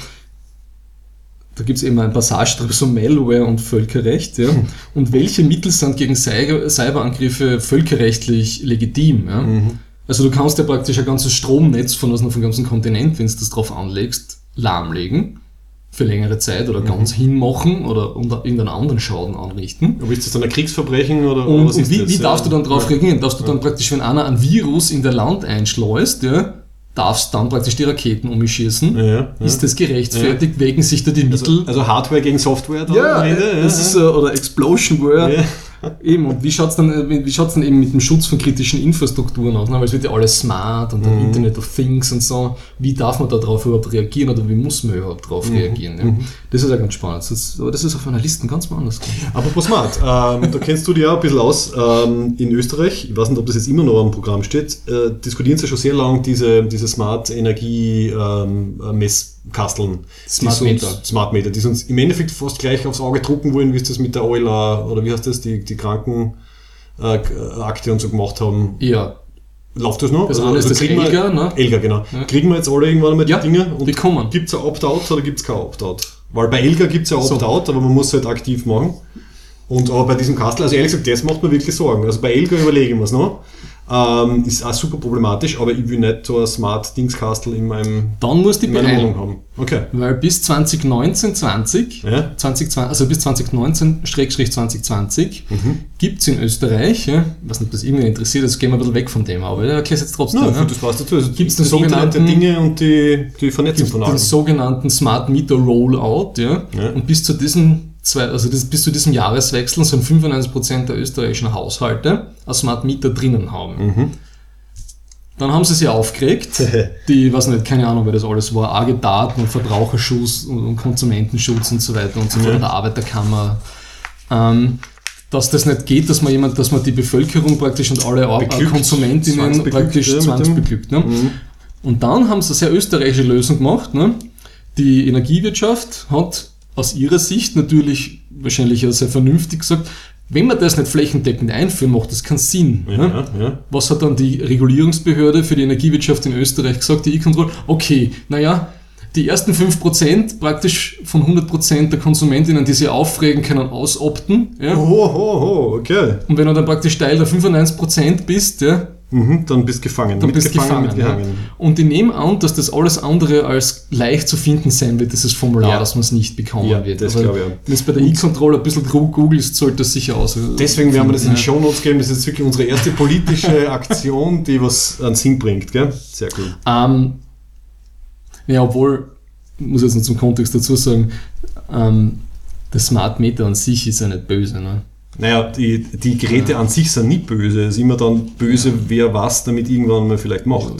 da gibt es eben ein Passage drüber, so Malware und Völkerrecht. Ja? Und welche Mittel sind gegen Cyberangriffe völkerrechtlich legitim? Ja? Also du kannst ja praktisch ein ganzes Stromnetz von einem ganzen Kontinent, wenn du das drauf anlegst, lahmlegen für längere Zeit oder ganz hinmachen oder irgendeinen anderen Schaden anrichten. Aber ist das dann ein Kriegsverbrechen oder was ist das? Wie darfst du dann darauf reagieren? Darfst du dann praktisch, wenn einer ein Virus in der Land einschleust, darfst dann praktisch die Raketen umschießen? Ist das gerechtfertigt? Wägen sich da die Mittel? Also Hardware gegen Software? Das ist oder Explosionware. Ja. Eben, und wie schaut's dann eben mit dem Schutz von kritischen Infrastrukturen aus? Ne? Weil es wird ja alles smart und Internet of Things und so. Wie darf man da drauf überhaupt reagieren oder wie muss man überhaupt drauf reagieren? Ja? Das ist ja ganz spannend. Aber das ist auf einer Liste ganz anders. Apropos smart, da kennst du dich ja ein bisschen aus. In Österreich, ich weiß nicht, ob das jetzt immer noch am Programm steht, diskutieren sie schon sehr lange diese Smart Energie Messkasteln. Smart Meter, die uns im Endeffekt fast gleich aufs Auge drucken wollen, wie es das mit der Euler oder wie heißt das, die Krankenakte und so gemacht haben. Ja. Läuft das noch? Das andere ist das Elga, ne? Elga, genau. Ja. Kriegen wir jetzt alle irgendwann einmal die Dinge? Und die kommen. Gibt es ein Opt-out oder gibt es kein Opt-out? Weil bei Elga gibt es ja Opt-out, aber man muss es halt aktiv machen. Aber bei diesem Kastel, also ehrlich gesagt, das macht mir wirklich Sorgen. Also bei Elga überlege ich mir es noch. Ist auch super problematisch, aber ich will nicht so ein Smart-Dings-Kastel in meinem Dann musst du die Wohnung haben. Okay. Weil bis 2019-20, also bis 2019-2020 gibt es in Österreich, ich weiß nicht, ob das irgendwie interessiert, das gehen wir ein bisschen weg vom Thema, aber ich erkläre es jetzt trotzdem. Das passt dazu. Also gibt es den sogenannten Dinge und die Vernetzung von allen. Den sogenannten Smart Meter Rollout, und bis zu diesem Jahreswechsel sollen 95% der österreichischen Haushalte ein Smart Meter drinnen haben. Dann haben sie sich aufgeregt, die, weiß nicht, keine Ahnung, wer das alles war, arge Daten und Verbraucherschutz und Konsumentenschutz und so weiter und so fort, der Arbeiterkammer, dass das nicht geht, dass man die Bevölkerung praktisch und alle Konsumentinnen praktisch zwangsbeglückt. Ne? Und dann haben sie eine sehr österreichische Lösung gemacht. Ne? Die Energiewirtschaft hat aus ihrer Sicht natürlich wahrscheinlich sehr vernünftig gesagt, wenn wir das nicht flächendeckend einführen, macht das keinen Sinn. Ja. Was hat dann die Regulierungsbehörde für die Energiewirtschaft in Österreich gesagt, die E-Control? Okay, die ersten 5% praktisch von 100% der Konsumentinnen, die sich aufregen können, ausopten. Ja. Okay. Und wenn du dann praktisch Teil der 95% bist, dann bist du gefangen. Und ich nehme an, dass das alles andere als leicht zu finden sein wird, dieses Formular, dass man es nicht bekommen wird. Das glaube ich auch. Wenn es bei der E-Control ein bisschen googelst, sollte das sicher aus. Deswegen werden wir das in die Shownotes geben. Das ist jetzt wirklich unsere erste politische Aktion, die was an Sinn bringt. Gell? Sehr cool. Obwohl, ich muss jetzt noch zum Kontext dazu sagen, der Smart Meter an sich ist ja nicht böse. Ne? Naja, die Geräte an sich sind nicht böse. Es ist immer dann böse, wer was damit irgendwann mal vielleicht macht.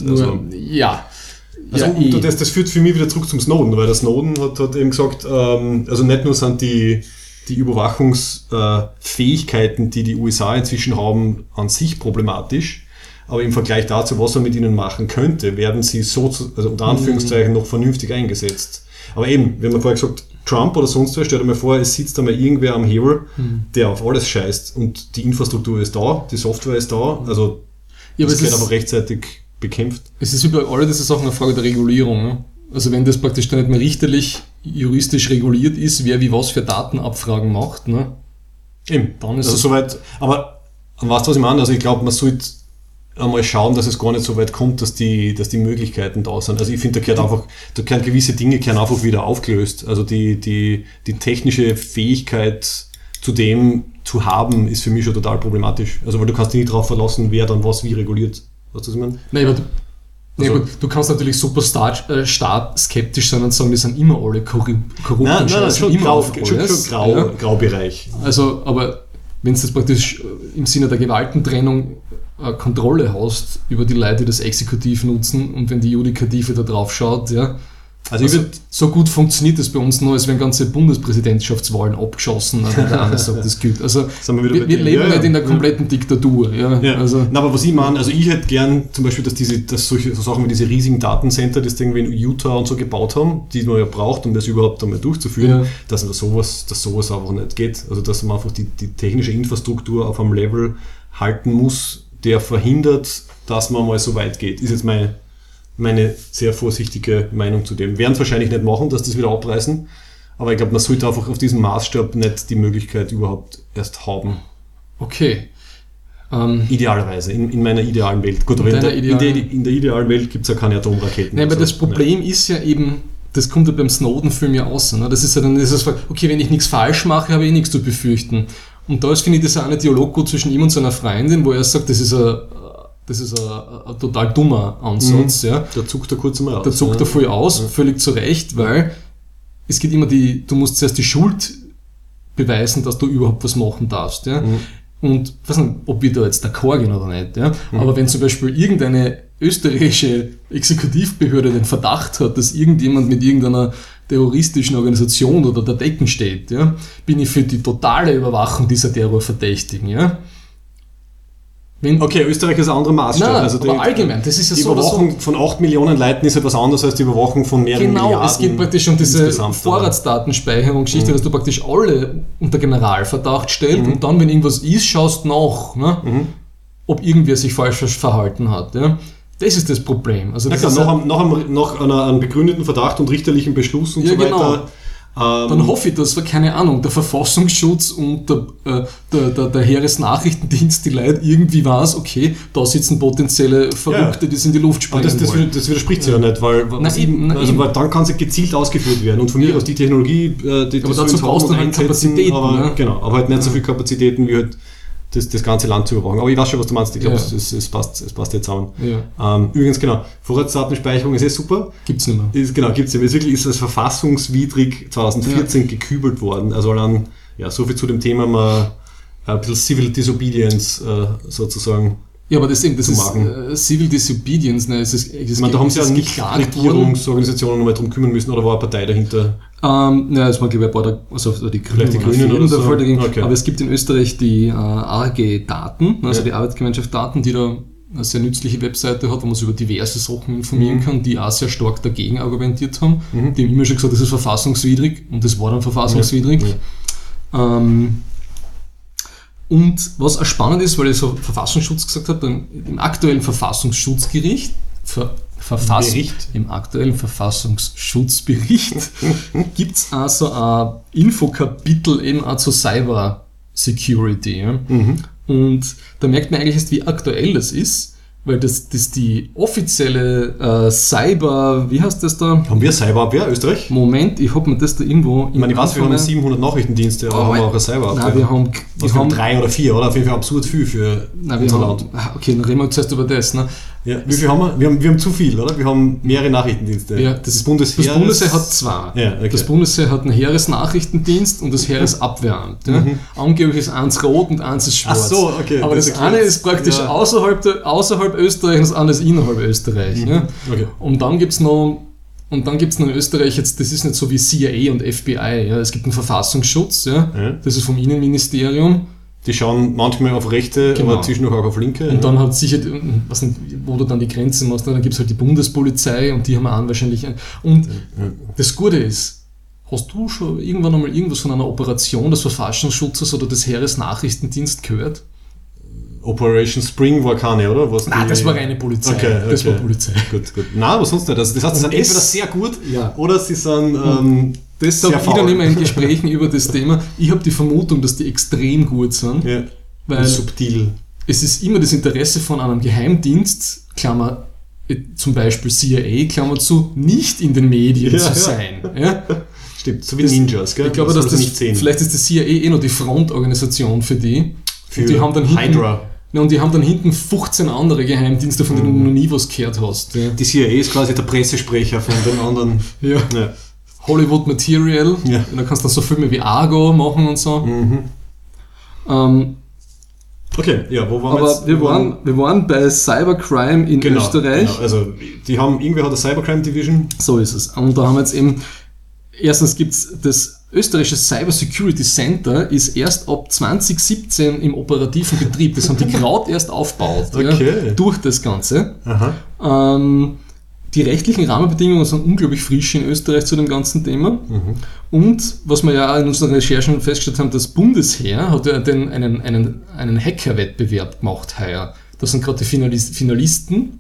Das führt für mich wieder zurück zum Snowden, weil der Snowden hat eben gesagt, also nicht nur sind die Überwachungsfähigkeiten, die USA inzwischen haben, an sich problematisch, aber im Vergleich dazu, was er mit ihnen machen könnte, werden sie also unter Anführungszeichen noch vernünftig eingesetzt. Aber eben, wenn man vorher gesagt, Trump oder sonst wer, stell dir mal vor, es sitzt einmal irgendwer am Hebel, der auf alles scheißt und die Infrastruktur ist da, die Software ist da, also das wird aber rechtzeitig bekämpft. Es ist über alle diese Sachen eine Frage der Regulierung. Ne? Also wenn das praktisch dann nicht mehr richterlich, juristisch reguliert ist, wer wie was für Datenabfragen macht, ne? Eben, dann ist es soweit, aber weißt du, was ich meine? Also ich glaube, man sollte einmal schauen, dass es gar nicht so weit kommt, dass die Möglichkeiten da sind. Also ich finde, da können gewisse Dinge einfach wieder aufgelöst. Also die technische Fähigkeit zu dem zu haben, ist für mich schon total problematisch. Also weil du kannst dich nicht darauf verlassen, wer dann was wie reguliert. Weißt du, was ich meine? Nein, aber du kannst natürlich super skeptisch sein und sagen, wir sind immer alle korrupt. Nein, schon Graubereich. Also, aber wenn du jetzt praktisch im Sinne der Gewaltentrennung Kontrolle hast über die Leute, die das Exekutiv nutzen und wenn die Judikative da drauf schaut, ja. Also so gut funktioniert das bei uns nur, als wenn ganze Bundespräsidentschaftswahlen abgeschossen, also der eine sagt, das gilt. Also wir leben nicht in der kompletten Diktatur. Ja. Also, nein, aber was ich meine, also ich hätte gern zum Beispiel, dass solche Sachen wie diese riesigen Datencenter, die irgendwie in Utah und so gebaut haben, die man ja braucht, um das überhaupt einmal durchzuführen, dass sowas einfach nicht geht. Also dass man einfach die technische Infrastruktur auf einem Level halten muss, der verhindert, dass man mal so weit geht. Ist jetzt meine sehr vorsichtige Meinung zu dem. Werden es wahrscheinlich nicht machen, dass das wieder abreißen, aber ich glaube, man sollte einfach auf diesem Maßstab nicht die Möglichkeit überhaupt erst haben. Okay. Idealerweise, in meiner idealen Welt. Gut, aber in der idealen Welt gibt es ja keine Atomraketen. Nein, aber das Problem ist ja eben, das kommt ja beim Snowden-Film ja aus. Ne? Das ist ja dann dieses, okay, wenn ich nichts falsch mache, habe ich nichts zu befürchten. Und da finde ich das eine Dialog gut zwischen ihm und seiner Freundin, wo er sagt, das ist ein total dummer Ansatz. Ja. Da zuckt er kurz mal aus. Da zuckt er voll aus, völlig zu Recht, weil es geht immer du musst zuerst die Schuld beweisen, dass du überhaupt was machen darfst. Ja. Und ich weiß nicht, ob wir da jetzt d'accord gehen oder nicht. Ja. Aber wenn zum Beispiel irgendeine österreichische Exekutivbehörde den Verdacht hat, dass irgendjemand mit irgendeiner terroristischen Organisation oder der Decken steht, ja, bin ich für die totale Überwachung dieser Terrorverdächtigen. Ja. Okay, Österreich ist ein anderer Maßstab. Nein, also aber allgemein, das ist ja die so. Die Überwachung von 8 Millionen Leuten ist etwas anderes als die Überwachung von mehreren Milliarden. Genau, es geht praktisch um diese Vorratsdatenspeicherung-Geschichte, dass du praktisch alle unter Generalverdacht stellst und dann, wenn irgendwas ist, schaust nach, ne, ob irgendwer sich falsch verhalten hat. Ja. Das ist das Problem. Also das nach einem begründeten Verdacht und richterlichen Beschluss und so weiter. Genau. Dann hoffe ich, dass, keine Ahnung, der Verfassungsschutz und der Heeresnachrichtendienst die Leute irgendwie weiß, okay, da sitzen potenzielle Verrückte, die es in die Luft sprengen wollen. Das widerspricht sich ja nicht, weil dann kann sie gezielt ausgeführt werden. Und von mir aus die Technologie, aber dazu brauchst du halt Kapazitäten. Aber halt nicht so viele Kapazitäten wie halt das ganze Land zu überwachen. Aber ich weiß schon, was du meinst. Ich glaube, es passt jetzt zusammen. Ja. Übrigens, genau, Vorratsdatenspeicherung ist super. Gibt's nicht mehr. Gibt's nicht mehr. Es ist als verfassungswidrig 2014 gekübelt worden. Also dann, so viel zu dem Thema mal ein bisschen Civil Disobedience sozusagen. Ja, aber das ist Civil Disobedience, ne? Da haben sie ja nicht Regierungsorganisationen nochmal drum kümmern müssen, oder war eine Partei dahinter? Es waren, glaube ich, die Grünen oder so. Okay. Aber es gibt in Österreich die AG Daten, also die Arbeitsgemeinschaft Daten, die da eine sehr nützliche Webseite hat, wo man sich über diverse Sachen informieren kann, die auch sehr stark dagegen argumentiert haben. Die haben immer schon gesagt, das ist verfassungswidrig, und das war dann verfassungswidrig. Und was auch spannend ist, weil ich so Verfassungsschutz gesagt habe, dann im aktuellen Verfassungsschutzgericht, im aktuellen Verfassungsschutzbericht gibt es also ein Infokapitel eben auch zur Cyber Security. Ja? Und da merkt man eigentlich erst, wie aktuell das ist, weil das die offizielle Cyber, wie heißt das da? Haben wir Cyberabwehr, Österreich? Moment, ich habe mir das da irgendwo... Ich weiß, wir haben 700 Nachrichtendienste, aber haben wir auch eine Cyberabwehr. Nein, wir haben 3 oder 4, oder? Auf jeden Fall absurd viel für unser Land. Okay, dann reden wir zuerst über das. Ne? Ja, wie viel haben wir? Wir haben zu viel, oder? Wir haben mehrere Nachrichtendienste. Ja, das Bundesheer hat 2. Ja, okay. Das Bundesheer hat einen Heeresnachrichtendienst und das Heeresabwehramt. Ja? Angeblich ist eins rot und eins ist schwarz. Ach so, okay. Aber das eine ist praktisch außerhalb Österreich und das andere ist innerhalb Österreich. Ja? Okay. Und dann gibt's noch in Österreich jetzt, das ist nicht so wie CIA und FBI. Ja? Es gibt einen Verfassungsschutz, das ist vom Innenministerium. Die schauen manchmal auf rechte, Genau. aber zwischendurch auch auf linke. Und dann hat sicher, was nicht, wo du dann die Grenzen machst, dann gibt es halt die Bundespolizei und die haben auch wahrscheinlich. Und das Gute ist, hast du schon irgendwann einmal irgendwas von einer Operation des Verfassungsschutzes oder des Heeresnachrichtendienst gehört? Operation Spring war keine, oder? Nein, das war reine Polizei. Okay. Das war Polizei. Gut. Nein, aber sonst nicht. Also das heißt, sie sind entweder sehr gut oder sie sind Das sehr sage ich dann faul. immer in Gesprächen über das Thema. Ich habe die Vermutung, dass die extrem gut sind, Ja. weil Subtil. es ist immer das Interesse von einem Geheimdienst, Klammer, zum Beispiel CIA, Klammer zu, nicht in den Medien zu sein. Ja? Stimmt, so wie Ninjas, gell? Ich glaube, Das dass soll das, sie nicht sehen. vielleicht ist die CIA noch die Frontorganisation für die. Für und die haben dann hinten, Hydra. Ja, und die haben dann hinten 15 andere Geheimdienste, von denen du noch nie was gehört hast. Ja. Die CIA ist quasi der Pressesprecher von den anderen. Ja. Ja. Hollywood Material. Ja. Und da kannst du dann so Filme wie Argo machen und so. Okay, ja, wo waren wir Aber jetzt? wir waren bei Cybercrime in Österreich. Genau. Also, irgendwer hat eine Cybercrime Division. So ist es. Und da haben wir jetzt eben, erstens gibt es das österreichische Cyber Security Center, ist erst ab 2017 im operativen Betrieb. Das haben die gerade erst aufgebaut. Okay. Ja, durch das Ganze. Aha. Die rechtlichen Rahmenbedingungen sind unglaublich frisch in Österreich zu dem ganzen Thema. Und was wir ja auch in unseren Recherchen festgestellt haben, das Bundesheer hat ja einen Hacker-Wettbewerb gemacht heuer. Das sind gerade die Finalisten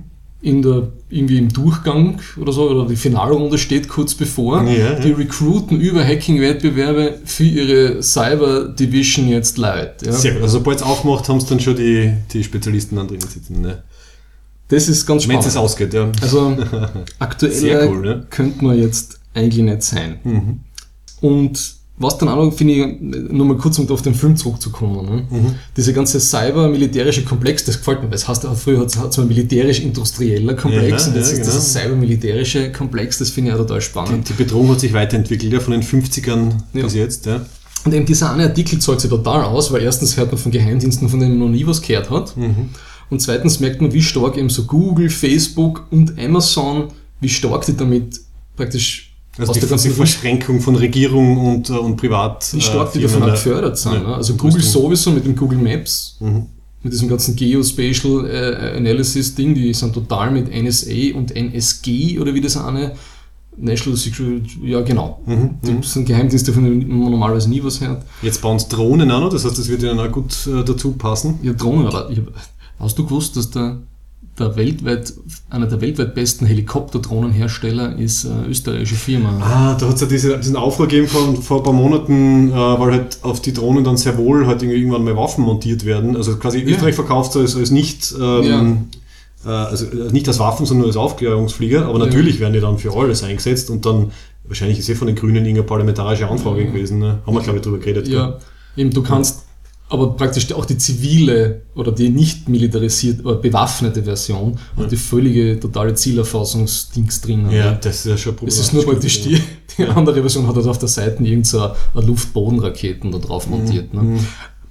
irgendwie im Durchgang oder so, oder die Finalrunde steht kurz bevor. Ja, die recruiten über Hacking-Wettbewerbe für ihre Cyber-Division jetzt Leute. Ja. Sehr gut. Also sobald es aufmacht, haben es dann schon die Spezialisten dann drinnen sitzen. Ne? Das ist ganz Wenn spannend. es ausgeht, ja. Also Sehr aktuell cool, ne? könnte man jetzt eigentlich nicht sein. Und was dann auch noch, finde ich, nur mal kurz um auf den Film zurückzukommen, ne? Dieser ganze cyber-militärische Komplex, das gefällt mir, weil es heißt, früher hat es einen militärisch-industrieller Komplex und jetzt ist das cyber-militärische Komplex, das finde ich auch total spannend. Die Bedrohung hat sich weiterentwickelt, ja, von den 50ern bis jetzt. Ja. Und eben dieser eine Artikel zahlt sich total aus, weil erstens hört man von Geheimdiensten, von denen man noch nie was gehört hat. Und zweitens merkt man, wie stark eben so Google, Facebook und Amazon, wie stark die damit praktisch Also aus der die ganzen Verschränkung von Regierung und Privat. wie stark die davon auch gefördert sind. Ja, Ne? Also Google sowieso mit dem Google Maps, mit diesem ganzen Geospatial Analysis Ding, die sind total mit NSA und NSG oder wie das eine National Security, ja genau. Die sind Geheimdienste, von denen man normalerweise nie was hört. Jetzt bauen es Drohnen auch noch, das heißt, das wird ja dann auch gut dazu passen. Ja, Drohnen, aber hast du gewusst, dass einer der weltweit besten Helikopterdrohnenhersteller ist eine österreichische Firma? Da hat es ja diesen Aufruhr gegeben vor ein paar Monaten, weil halt auf die Drohnen dann sehr wohl halt irgendwann mal Waffen montiert werden. Also quasi Österreich verkauft es als nicht, also nicht als Waffen, sondern nur als Aufklärungsflieger, aber natürlich werden die dann für alles eingesetzt und dann, wahrscheinlich ist von den Grünen irgendeine parlamentarische Anfrage gewesen, ne? Haben wir glaube ich drüber geredet. Ja, eben du kannst aber praktisch auch die zivile oder die nicht militarisierte oder bewaffnete Version hat die völlige, totale Zielerfassungsdings drin. Ja, das ist ja schon Es ist nur praktisch die andere Version hat halt auf der Seite irgend so eine Luftbodenraketen da drauf montiert. Ne?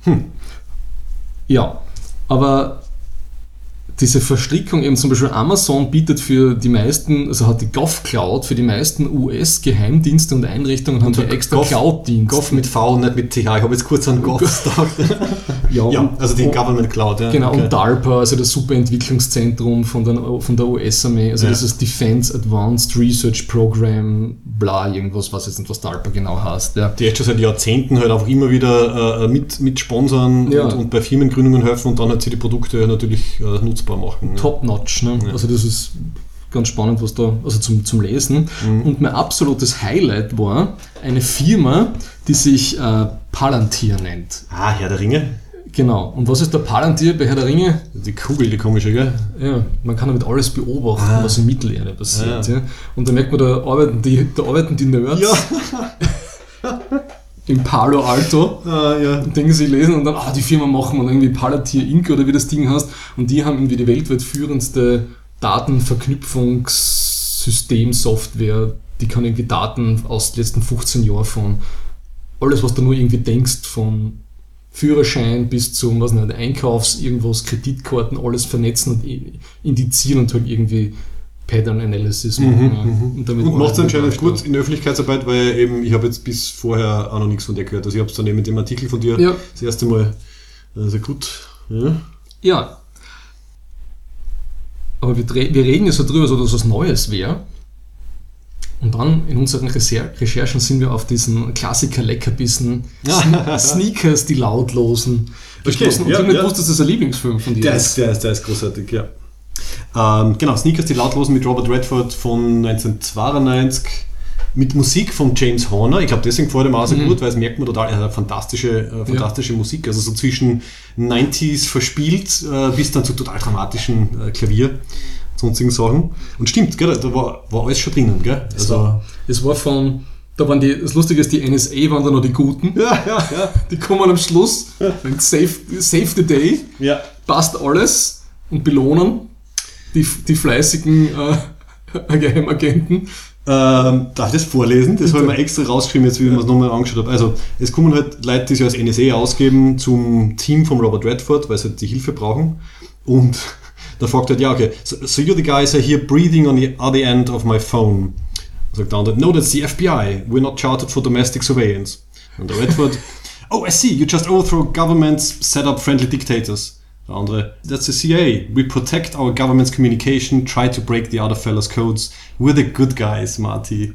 Ja, aber diese Verstrickung eben zum Beispiel Amazon bietet für die meisten, also hat die GovCloud für die meisten US-Geheimdienste und Einrichtungen haben die extra Cloud-Dienst. Gov mit V, nicht mit TH. Ich habe jetzt kurz an Gov gesagt. Ja, also die Government Cloud. Ja. Genau, und DARPA, also das Superentwicklungszentrum von der US-Armee, also das ist Defense Advanced Research Program, bla, irgendwas, was jetzt nicht, was DARPA genau heißt. Ja. Die jetzt schon seit Jahrzehnten halt auch immer wieder mit sponsern und bei Firmengründungen helfen und dann halt sie die Produkte natürlich nutzbar machen. Top-notch, ne? Ja. Also das ist ganz spannend, was da, also zum Lesen. Und mein absolutes Highlight war eine Firma, die sich Palantir nennt. Herr der Ringe? Genau. Und was ist der Palantir bei Herr der Ringe? Die Kugel, die komische, gell? Ja, man kann damit alles beobachten, was in Mittelerde passiert. Ja. Und da merkt man, da arbeiten die Nerds. Ja. Im Palo Alto, Dinge sie lesen und dann, die Firma machen und irgendwie Palantir Inc. oder wie das Ding heißt. Und die haben irgendwie die weltweit führendste Datenverknüpfungssystem-Software, die kann irgendwie Daten aus den letzten 15 Jahren von alles, was du nur irgendwie denkst, von Führerschein bis zum, was nicht, Einkaufs-, irgendwas, Kreditkarten, alles vernetzen und indizieren und halt irgendwie Pattern Analysis machen. Und macht es anscheinend gut in der Öffentlichkeitsarbeit, weil eben ich habe jetzt bis vorher auch noch nichts von dir gehört. Also ich habe es dann eben mit dem Artikel von dir das erste Mal. Also gut. Ja. Aber wir reden ja so drüber, so dass was Neues wäre. Und dann in unseren Recherchen sind wir auf diesen Klassiker-Leckerbissen Sneakers, die Lautlosen gestoßen. Und ich habe nicht gewusst, dass das ein Lieblingsfilm von dir ist. Der ist großartig, ja. Genau, Sneakers, die Lautlosen mit Robert Redford von 1992 mit Musik von James Horner. Ich glaube, deswegen gefällt ihm auch so gut, weil es merkt man total, er hat eine fantastische Musik, also so zwischen 90s verspielt bis dann zu total dramatischen Klavier, sonstigen Sachen. Und stimmt, gell, da war alles schon drinnen, gell? Also, es war von, da waren das Lustige ist, die NSA waren da noch die Guten. Ja. Die kommen am Schluss, save the day, passt alles und belohnen die fleißigen Geheimagenten. Darf ich das vorlesen? Das habe ich mir extra rausgeschrieben, jetzt wie ich mir das nochmal angeschaut habe. Also es kommen halt Leute, die sich als NSA ausgeben, zum Team von Robert Redford, weil sie halt die Hilfe brauchen. Und da fragt halt, okay, so you're the guys are here breathing on the other end of my phone. Sagt der andere, no, that's the FBI. We're not chartered for domestic surveillance. Und der Redford, oh, I see, you just overthrow governments, set up friendly dictators. Der andere, that's the CIA. We protect our government's communication, try to break the other fellas' codes. We're the good guys, Marty.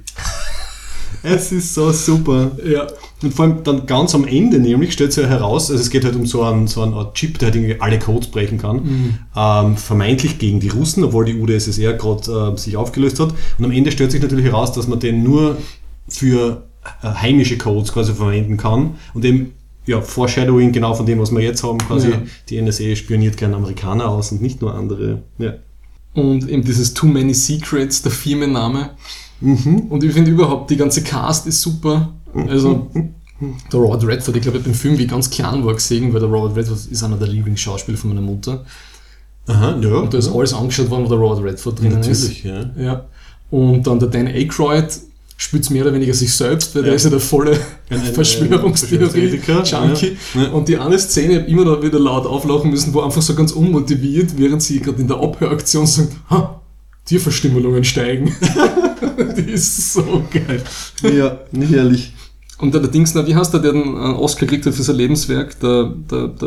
Es ist so super. Ja. Und vor allem dann ganz am Ende nämlich stellt sich heraus, also es geht halt um so eine Art Chip, der halt irgendwie alle Codes brechen kann, vermeintlich gegen die Russen, obwohl die UdSSR gerade sich aufgelöst hat. Und am Ende stellt sich natürlich heraus, dass man den nur für heimische Codes quasi verwenden kann und eben Foreshadowing genau von dem, was wir jetzt haben, quasi die NSA spioniert gerne Amerikaner aus und nicht nur andere. Ja. Und eben dieses Too Many Secrets, der Firmenname. Und ich finde überhaupt, die ganze Cast ist super. Also der Robert Redford, ich glaube, ich habe den Film, wie ich ganz klein war, gesehen, weil der Robert Redford ist einer der Lieblingsschauspieler von meiner Mutter. Aha, ja. Und da ist alles angeschaut worden, wo der Robert Redford drinnen ist. Natürlich, ja. Und dann der Dan Aykroyd spielt mehr oder weniger sich selbst, weil der ist ja der volle Verschwörungstheorie-Junkie. Ja. Und die eine Szene, ich habe immer noch wieder laut auflachen müssen, wo einfach so ganz unmotiviert, während sie gerade in der Abhöraktion sagt, Tierverstümmelungen steigen. Die ist so geil. Ja, nicht ehrlich. Und der Dings, wie heißt der den Oscar gekriegt hat für sein Lebenswerk? Warte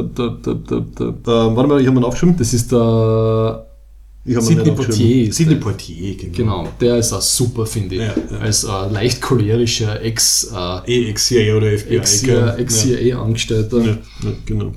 mal, ich habe mir aufgeschrieben. Das ist der Sidney Poitier. Sidney Poitier, genau. Der ist auch super, finde ich. Ja. Als leicht cholerischer Ex-CIA oder FBI. Ex-CIA-Angestellter. Ja, genau.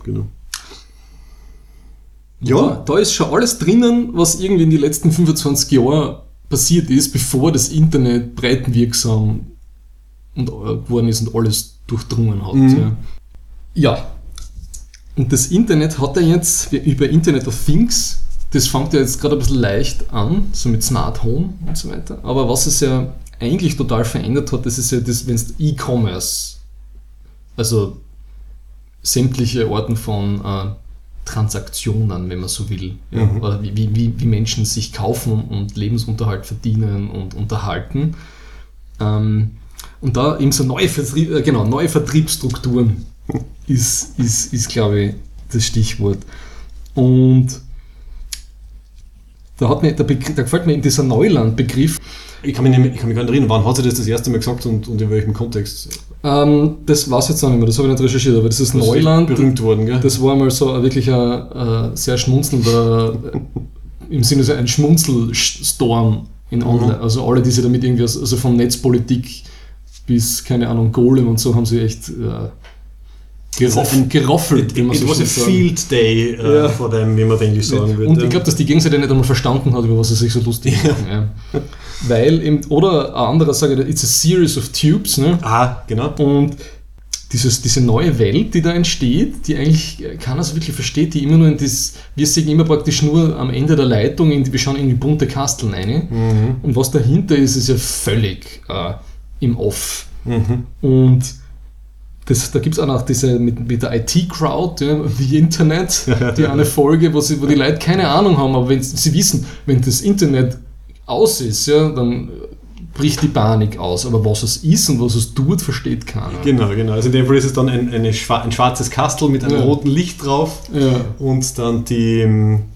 Ja, da ist schon alles drinnen, was irgendwie in den letzten 25 Jahren passiert ist, bevor das Internet breitenwirksam geworden ist und alles durchdrungen hat. Ja. Und das Internet hat ja jetzt über Internet of Things, das fängt ja jetzt gerade ein bisschen leicht an, so mit Smart Home und so weiter. Aber was es ja eigentlich total verändert hat, das ist ja das, wenn es E-Commerce, also sämtliche Arten von Transaktionen, wenn man so will, oder wie Menschen sich kaufen und Lebensunterhalt verdienen und unterhalten. Und da eben so neue Vertriebsstrukturen ist, glaube ich, das Stichwort. Und da gefällt mir dieser Neuland-Begriff. Ich kann mich gar nicht erinnern, wann hat sie das erste Mal gesagt und in welchem Kontext? Das weiß ich jetzt auch nicht mehr, das habe ich nicht recherchiert, aber das ist Neuland. Berühmt worden, gell? Das war mal so wirklich ein sehr schmunzelnder, im Sinne so ein Schmunzelstorm in Online. Also alle, die sich damit irgendwie, also von Netzpolitik bis, keine Ahnung, Golem und so, haben sie echt geroffelt. It was a field day vor dem, wie man Englisch sagen würde. Und ich glaube, dass die Gegenseite nicht einmal verstanden hat, über was sie sich so lustig machen. Ja. Weil eben, oder ein anderer sagt, it's a series of tubes. Ne? Genau. Und diese neue Welt, die da entsteht, die eigentlich keiner so wirklich versteht, die immer nur wir sehen immer praktisch nur am Ende der Leitung, wir schauen in die bunte Kasteln rein. Und was dahinter ist ja völlig im Off. Und da gibt es auch noch diese mit der IT-Crowd, die Internet, die eine Folge, wo die Leute keine Ahnung haben, aber wenn sie wissen, wenn das Internet aus ist, dann bricht die Panik aus. Aber was es ist und was es tut, versteht keiner. Genau. Also in dem Fall ist es dann ein schwarzes Kastel mit einem roten Licht drauf und dann die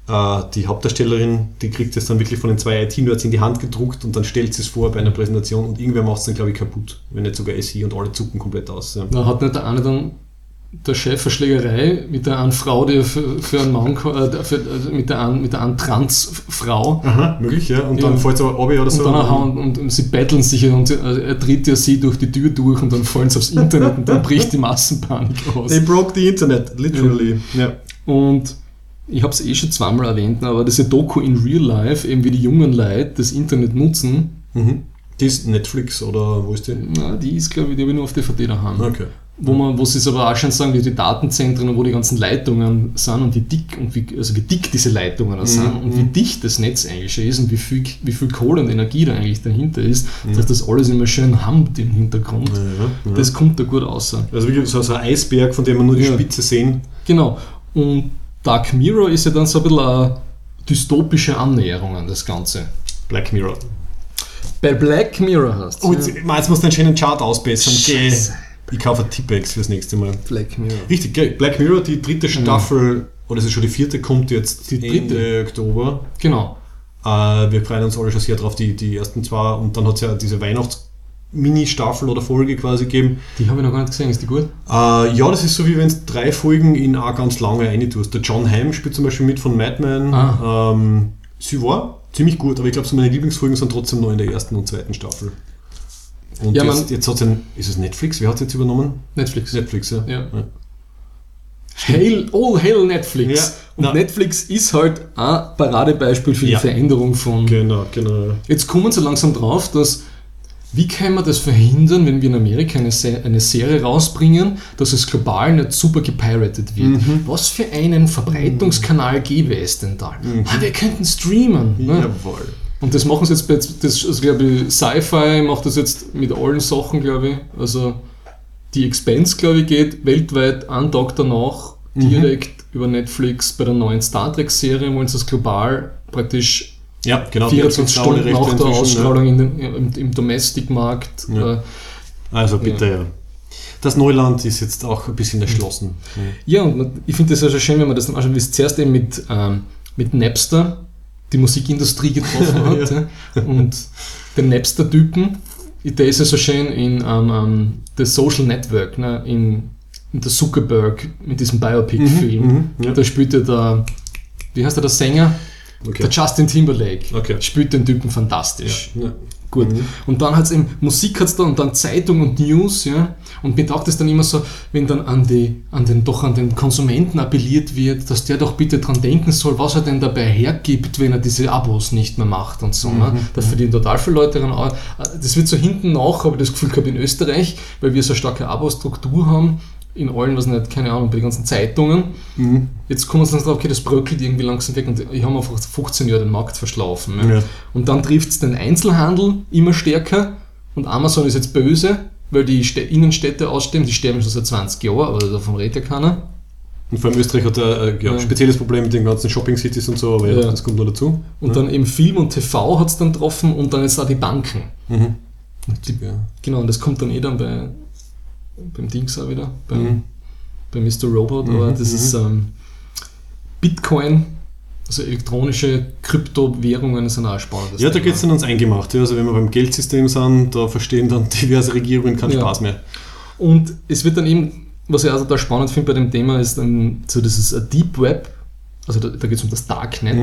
die Hauptdarstellerin, die kriegt es dann wirklich von den 2 IT-Nerds in die Hand gedruckt und dann stellt sie es vor bei einer Präsentation und irgendwer macht es dann, glaube ich, kaputt. Wenn nicht sogar sie und alle zucken komplett aus. Ja. Da hat nicht der eine dann der Chef eine Schlägerei mit der einen Frau, die für einen Mann, mit der einen Transfrau. Aha, möglich, ja. Und dann fällt es aber runter oder so. Und sie betteln sich und er tritt ja sie durch die Tür durch und dann fallen sie aufs Internet und dann bricht die Massenpanik aus. They broke the Internet, literally. Ja. Und ich habe es schon zweimal erwähnt, aber diese Doku in Real Life, eben wie die jungen Leute das Internet nutzen. Mhm. Die ist Netflix oder wo ist die? Na, die ist, glaube ich, die habe ich nur auf DVD daheim. Okay. Wo sie es aber auch schon sagen, wie die Datenzentren und wo die ganzen Leitungen sind und wie dick diese Leitungen sind und wie dicht das Netz eigentlich schon ist und wie viel Kohle und Energie da eigentlich dahinter ist, dass das alles immer schön hammt im Hintergrund. Ja. Das kommt da gut raus. Also wirklich so ein Eisberg, von dem man nur die Spitze sehen. Genau. Und Dark Mirror ist ja dann so ein bisschen eine dystopische Annäherung an das Ganze. Black Mirror. Bei Black Mirror hast du. Oh, jetzt musst du einen schönen Chart ausbessern. Ich kaufe Tippex fürs nächste Mal. Black Mirror. Richtig, geil. Black Mirror, die 3. Staffel, oder es ist schon die 4., kommt jetzt Ende Oktober. Genau. Wir freuen uns alle schon sehr drauf, die ersten 2. Und dann hat es ja diese Weihnachts-Mini-Staffel oder Folge quasi gegeben. Die habe ich noch gar nicht gesehen, ist die gut? Ja, das ist so, wie wenn du 3 Folgen in auch ganz lange rein tust. Der John Hamm spielt zum Beispiel mit von Mad Men. Sie war ziemlich gut, aber ich glaube, so meine Lieblingsfolgen sind trotzdem noch in der 1. und 2. Staffel. Und ja, jetzt hat es ist es Netflix? Wer hat es jetzt übernommen? Netflix, ja. Hail Netflix. Ja, und Netflix ist halt ein Paradebeispiel für die Veränderung von... Genau. Jetzt kommen sie langsam drauf, dass... Wie kann man das verhindern, wenn wir in Amerika eine Serie rausbringen, dass es global nicht super gepiratet wird? Was für einen Verbreitungskanal gäbe es denn da? Wir könnten streamen. Ne? Jawohl. Und das machen sie jetzt bei, glaube ich, Sci-Fi macht das jetzt mit allen Sachen, glaube ich. Also die Expanse, glaube ich, geht weltweit einen Tag danach direkt über Netflix bei der neuen Star Trek-Serie, wollen sie es global praktisch 24 Stunden nach der Ausstrahlung im Domestic-Markt. Ja. Also bitte, ja. Das Neuland ist jetzt auch ein bisschen erschlossen. Ja, und ich finde das ja schon schön, wenn man das dann anschaut, wie es zuerst eben mit Napster die Musikindustrie getroffen hat. Und den Napster-Typen, der ist ja so schön in The Social Network, ne, in der Zuckerberg mit diesem Biopic-Film. Da spielt der Sänger? Der Justin Timberlake spielt den Typen fantastisch. Ja. Gut. Und dann hat es eben Musik hat's da und dann Zeitung und News, und mir taugt es dann immer so, wenn dann an den Konsumenten appelliert wird, dass der doch bitte dran denken soll, was er denn dabei hergibt, wenn er diese Abos nicht mehr macht und so. Da verdienen total viele Leute daran. Das wird so hinten nach, habe ich das Gefühl gehabt, in Österreich, weil wir so eine starke Abo-Struktur haben, in allen, was nicht, keine Ahnung, bei den ganzen Zeitungen. Jetzt kommen wir uns drauf, okay, das bröckelt irgendwie langsam weg und ich habe einfach 15 Jahre den Markt verschlafen. Ja. Und dann trifft es den Einzelhandel immer stärker und Amazon ist jetzt böse, weil die Innenstädte aussterben, die sterben schon seit 20 Jahren, aber davon redet ja keiner. Und vor allem Österreich hat ein spezielles Problem mit den ganzen Shopping-Cities und so, aber das kommt noch dazu. Und dann eben Film und TV hat es dann getroffen und dann jetzt auch die Banken. Genau, und das kommt dann dann beim Dings auch wieder, bei Mr. Robot, aber das ist Bitcoin, also elektronische Kryptowährungen sind auch spannend. Ja, da geht es dann ans Eingemachte. Also wenn wir beim Geldsystem sind, da verstehen dann diverse Regierungen keinen Spaß mehr. Und es wird dann eben, was ich also da spannend finde bei dem Thema, ist dann so dieses Deep Web, also da geht es um das Darknet.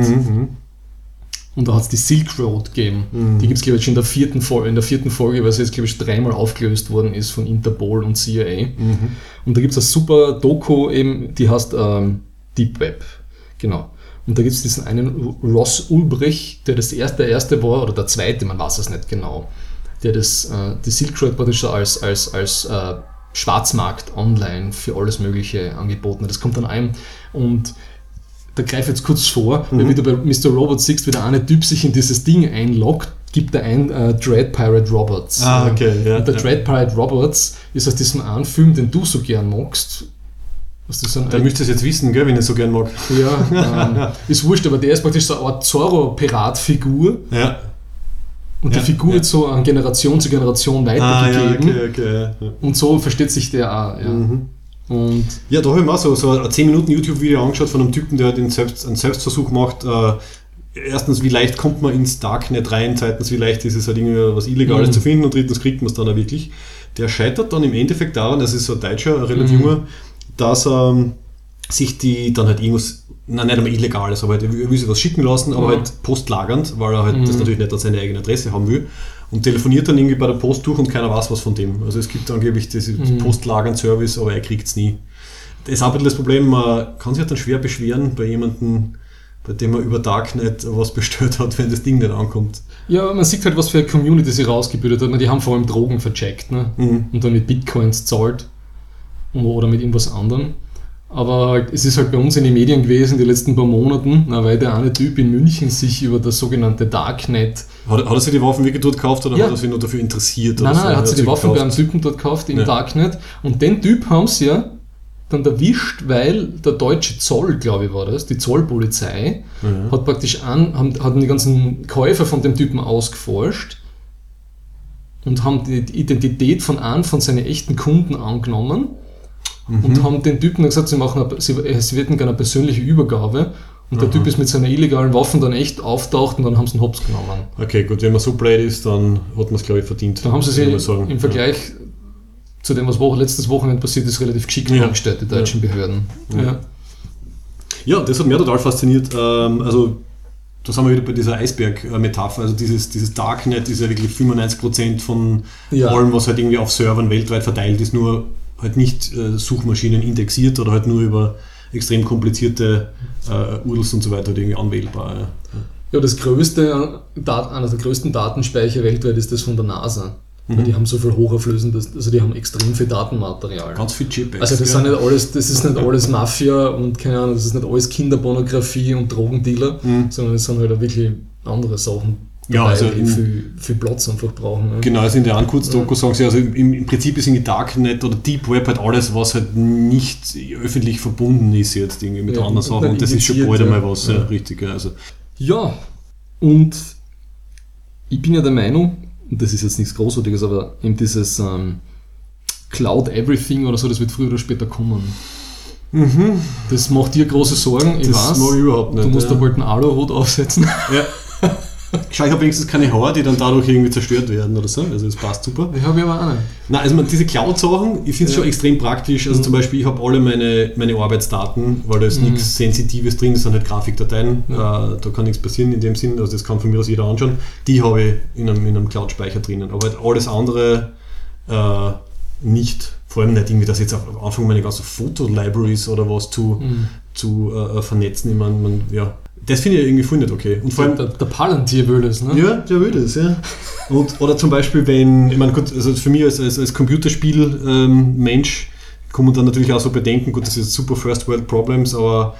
Und da hat es die Silk Road gegeben. Die gibt es, glaube ich, schon in der vierten Folge, weil sie jetzt, glaube ich, 3-mal aufgelöst worden ist von Interpol und CIA. Und da gibt es eine super Doku, eben, die heißt Deep Web. Genau. Und da gibt es diesen einen Ross Ulbricht, der der erste war, oder der zweite, man weiß es nicht genau, der die Silk Road praktisch als Schwarzmarkt online für alles Mögliche angeboten hat. Das kommt dann ein und da greife ich jetzt kurz vor, weil du bei Mr. Robot siehst, wie der eine Typ sich in dieses Ding einloggt, gibt er ein Dread Pirate Roberts. Und der Dread Pirate Roberts ist aus diesem einen Film, den du so gern magst. Da müsst ihr es jetzt wissen, gell, wenn ihr so gern mag. Ja, ist wurscht, aber der ist praktisch so eine Art Zorro-Pirat-Figur. Ja. Und die Figur wird so an Generation zu Generation weitergegeben. Und so versteht sich der auch. Und ja, da habe ich mir auch so ein 10 Minuten YouTube-Video angeschaut von einem Typen, der halt einen Selbstversuch macht. Erstens, wie leicht kommt man ins Darknet rein, zweitens, wie leicht ist es halt irgendwie was Illegales zu finden und drittens, kriegt man es dann auch wirklich. Der scheitert dann im Endeffekt daran, das ist so ein Deutscher, ein relativ junger, dass sich die dann halt irgendwas, nein, nicht einmal Illegales, aber halt, er will sich was schicken lassen, aber halt postlagernd, weil er halt das natürlich nicht an seine eigene Adresse haben will und telefoniert dann irgendwie bei der Post durch und keiner weiß was von dem. Also es gibt angeblich diesen Postlagernd-Service, aber er kriegt es nie. Das ist auch ein bisschen das Problem, man kann sich halt dann schwer beschweren bei jemandem, bei dem man über Darknet was bestellt hat, wenn das Ding nicht ankommt. ja, man sieht halt, was für eine Community sie rausgebildet hat. Die haben vor allem Drogen vercheckt, ne? Und dann mit Bitcoins zahlt oder mit irgendwas anderem. Aber es ist halt bei uns in den Medien gewesen, die letzten paar Monaten, weil der eine Typ in München sich über das sogenannte Darknet... Hat er sich die Waffen wirklich dort gekauft oder Ja. hat er sich nur dafür interessiert? Nein, oder so? er hat sich die Waffen gekauft. bei einem Typen dort gekauft im Darknet. Und den Typ haben sie ja dann erwischt, weil der deutsche Zoll, glaube ich war das, die Zollpolizei, hat praktisch hat die ganzen Käufer von dem Typen ausgeforscht und haben die Identität von einem von seinen echten Kunden angenommen und haben den Typen dann gesagt, sie hätten gerne eine persönliche Übergabe. Und der Typ ist mit seiner illegalen Waffen dann echt auftaucht und dann haben sie einen Hops genommen. Okay, gut, wenn man so blöd ist, dann hat man es, glaube ich, verdient. Da haben sie sich muss man sagen. im Vergleich zu dem, was letztes Wochenende passiert ist, relativ geschickt angestellt, die deutschen Behörden. Ja, das hat mich total fasziniert. Also, da sind wir wieder bei dieser Eisberg-Metapher. Also dieses Darknet ist ja wirklich 95% von allem, was halt irgendwie auf Servern weltweit verteilt ist, nur halt nicht Suchmaschinen indexiert oder halt nur über extrem komplizierte URLs und so weiter halt irgendwie anwählbar. Ja, einer der größten Datenspeicher weltweit ist das von der NASA. Weil die haben so viel hochauflösendes, also die haben extrem viel Datenmaterial. Ganz viel JPEGs. Also das ist nicht alles Mafia und keine Ahnung, das ist nicht alles Kinderpornografie und Drogendealer, sondern es sind halt auch wirklich andere Sachen dabei, also die viel Platz einfach brauchen. Ne? Genau, also in der Kurzdoku sagen sie, also im Prinzip ist in Darknet oder Deep Web halt alles, was halt nicht öffentlich verbunden ist jetzt irgendwie mit anderen Sachen und das ist schon bald einmal was, richtig. Also. Ja, und ich bin ja der Meinung, und das ist jetzt nichts Großartiges, aber eben dieses Cloud Everything oder so, das wird früher oder später kommen. Das macht dir große Sorgen, ich das weiß. mag ich überhaupt nicht. Du musst da bald einen Aluhut aufsetzen. Ja. Schau, ich habe wenigstens keine Haare, die dann dadurch irgendwie zerstört werden oder so. Also das passt super. Ich habe aber auch nicht. Nein, also diese Cloud-Sachen, ich finde es schon extrem praktisch. Also zum Beispiel, ich habe alle meine Arbeitsdaten, weil da ist nichts Sensitives drin, das sind halt Grafikdateien. Da kann nichts passieren in dem Sinn, also das kann von mir aus jeder anschauen. Die habe ich in einem Cloud-Speicher drinnen. Aber halt alles andere nicht. Vor allem nicht irgendwie, dass jetzt anfangen meine ganzen Foto-Libraries oder was zu vernetzen. Ich meine, ja. Das finde ich irgendwie voll nicht okay. Und vor allem, der Palantir will das, ne? Ja, der will das, ja. Oder zum Beispiel, wenn, ich meine, gut, also für mich als Computerspiel-Mensch kann man dann natürlich auch so bedenken, gut, das ist super First World Problems, aber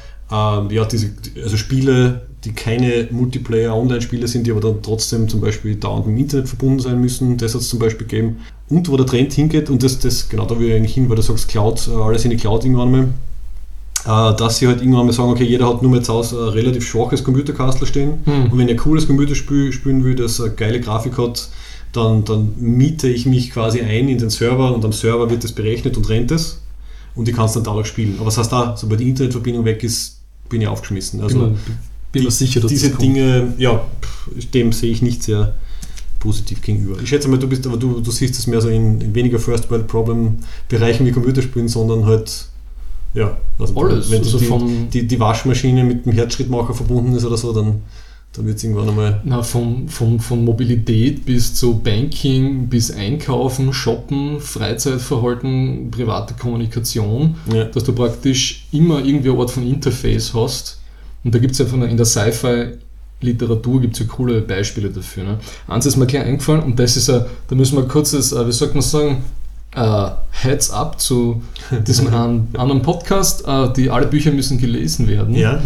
also Spiele, die keine Multiplayer-Online-Spiele sind, die aber dann trotzdem zum Beispiel dauernd mit dem Internet verbunden sein müssen, das hat es zum Beispiel gegeben. Und wo der Trend hingeht, und das genau da will ich eigentlich hin, weil du sagst Cloud, alles in die Cloud irgendwann mal, dass sie halt irgendwann mal sagen, okay, jeder hat nur mehr zu Hause ein relativ schwaches Computerkastel stehen und wenn ich ein cooles Computerspiel spielen will, das eine geile Grafik hat, dann miete ich mich quasi ein in den Server und am Server wird das berechnet und rennt es und ich kann es dann dadurch spielen. Aber das heißt da, sobald die Internetverbindung weg ist, bin ich aufgeschmissen. Also bin mir sicher, dass diese das kommt. Dinge, ja, dem sehe ich nicht sehr positiv gegenüber. Ich schätze mal, du siehst es mehr so in weniger First World Problem Bereichen wie Computerspielen, sondern halt ja, also alles. Wenn also die Waschmaschine mit dem Herzschrittmacher verbunden ist oder so, dann wird es irgendwann einmal... Na, von Mobilität bis zu Banking, bis Einkaufen, Shoppen, Freizeitverhalten, private Kommunikation, dass du praktisch immer irgendwie eine Art von Interface hast. Und da gibt es ja in der Sci-Fi-Literatur gibt es ja coole Beispiele dafür. Ne? Eins ist mir gleich eingefallen und das ist da müssen wir kurzes, wie sagt man sagen, Heads up zu diesem anderen Podcast, die alle Bücher müssen gelesen werden. Ja.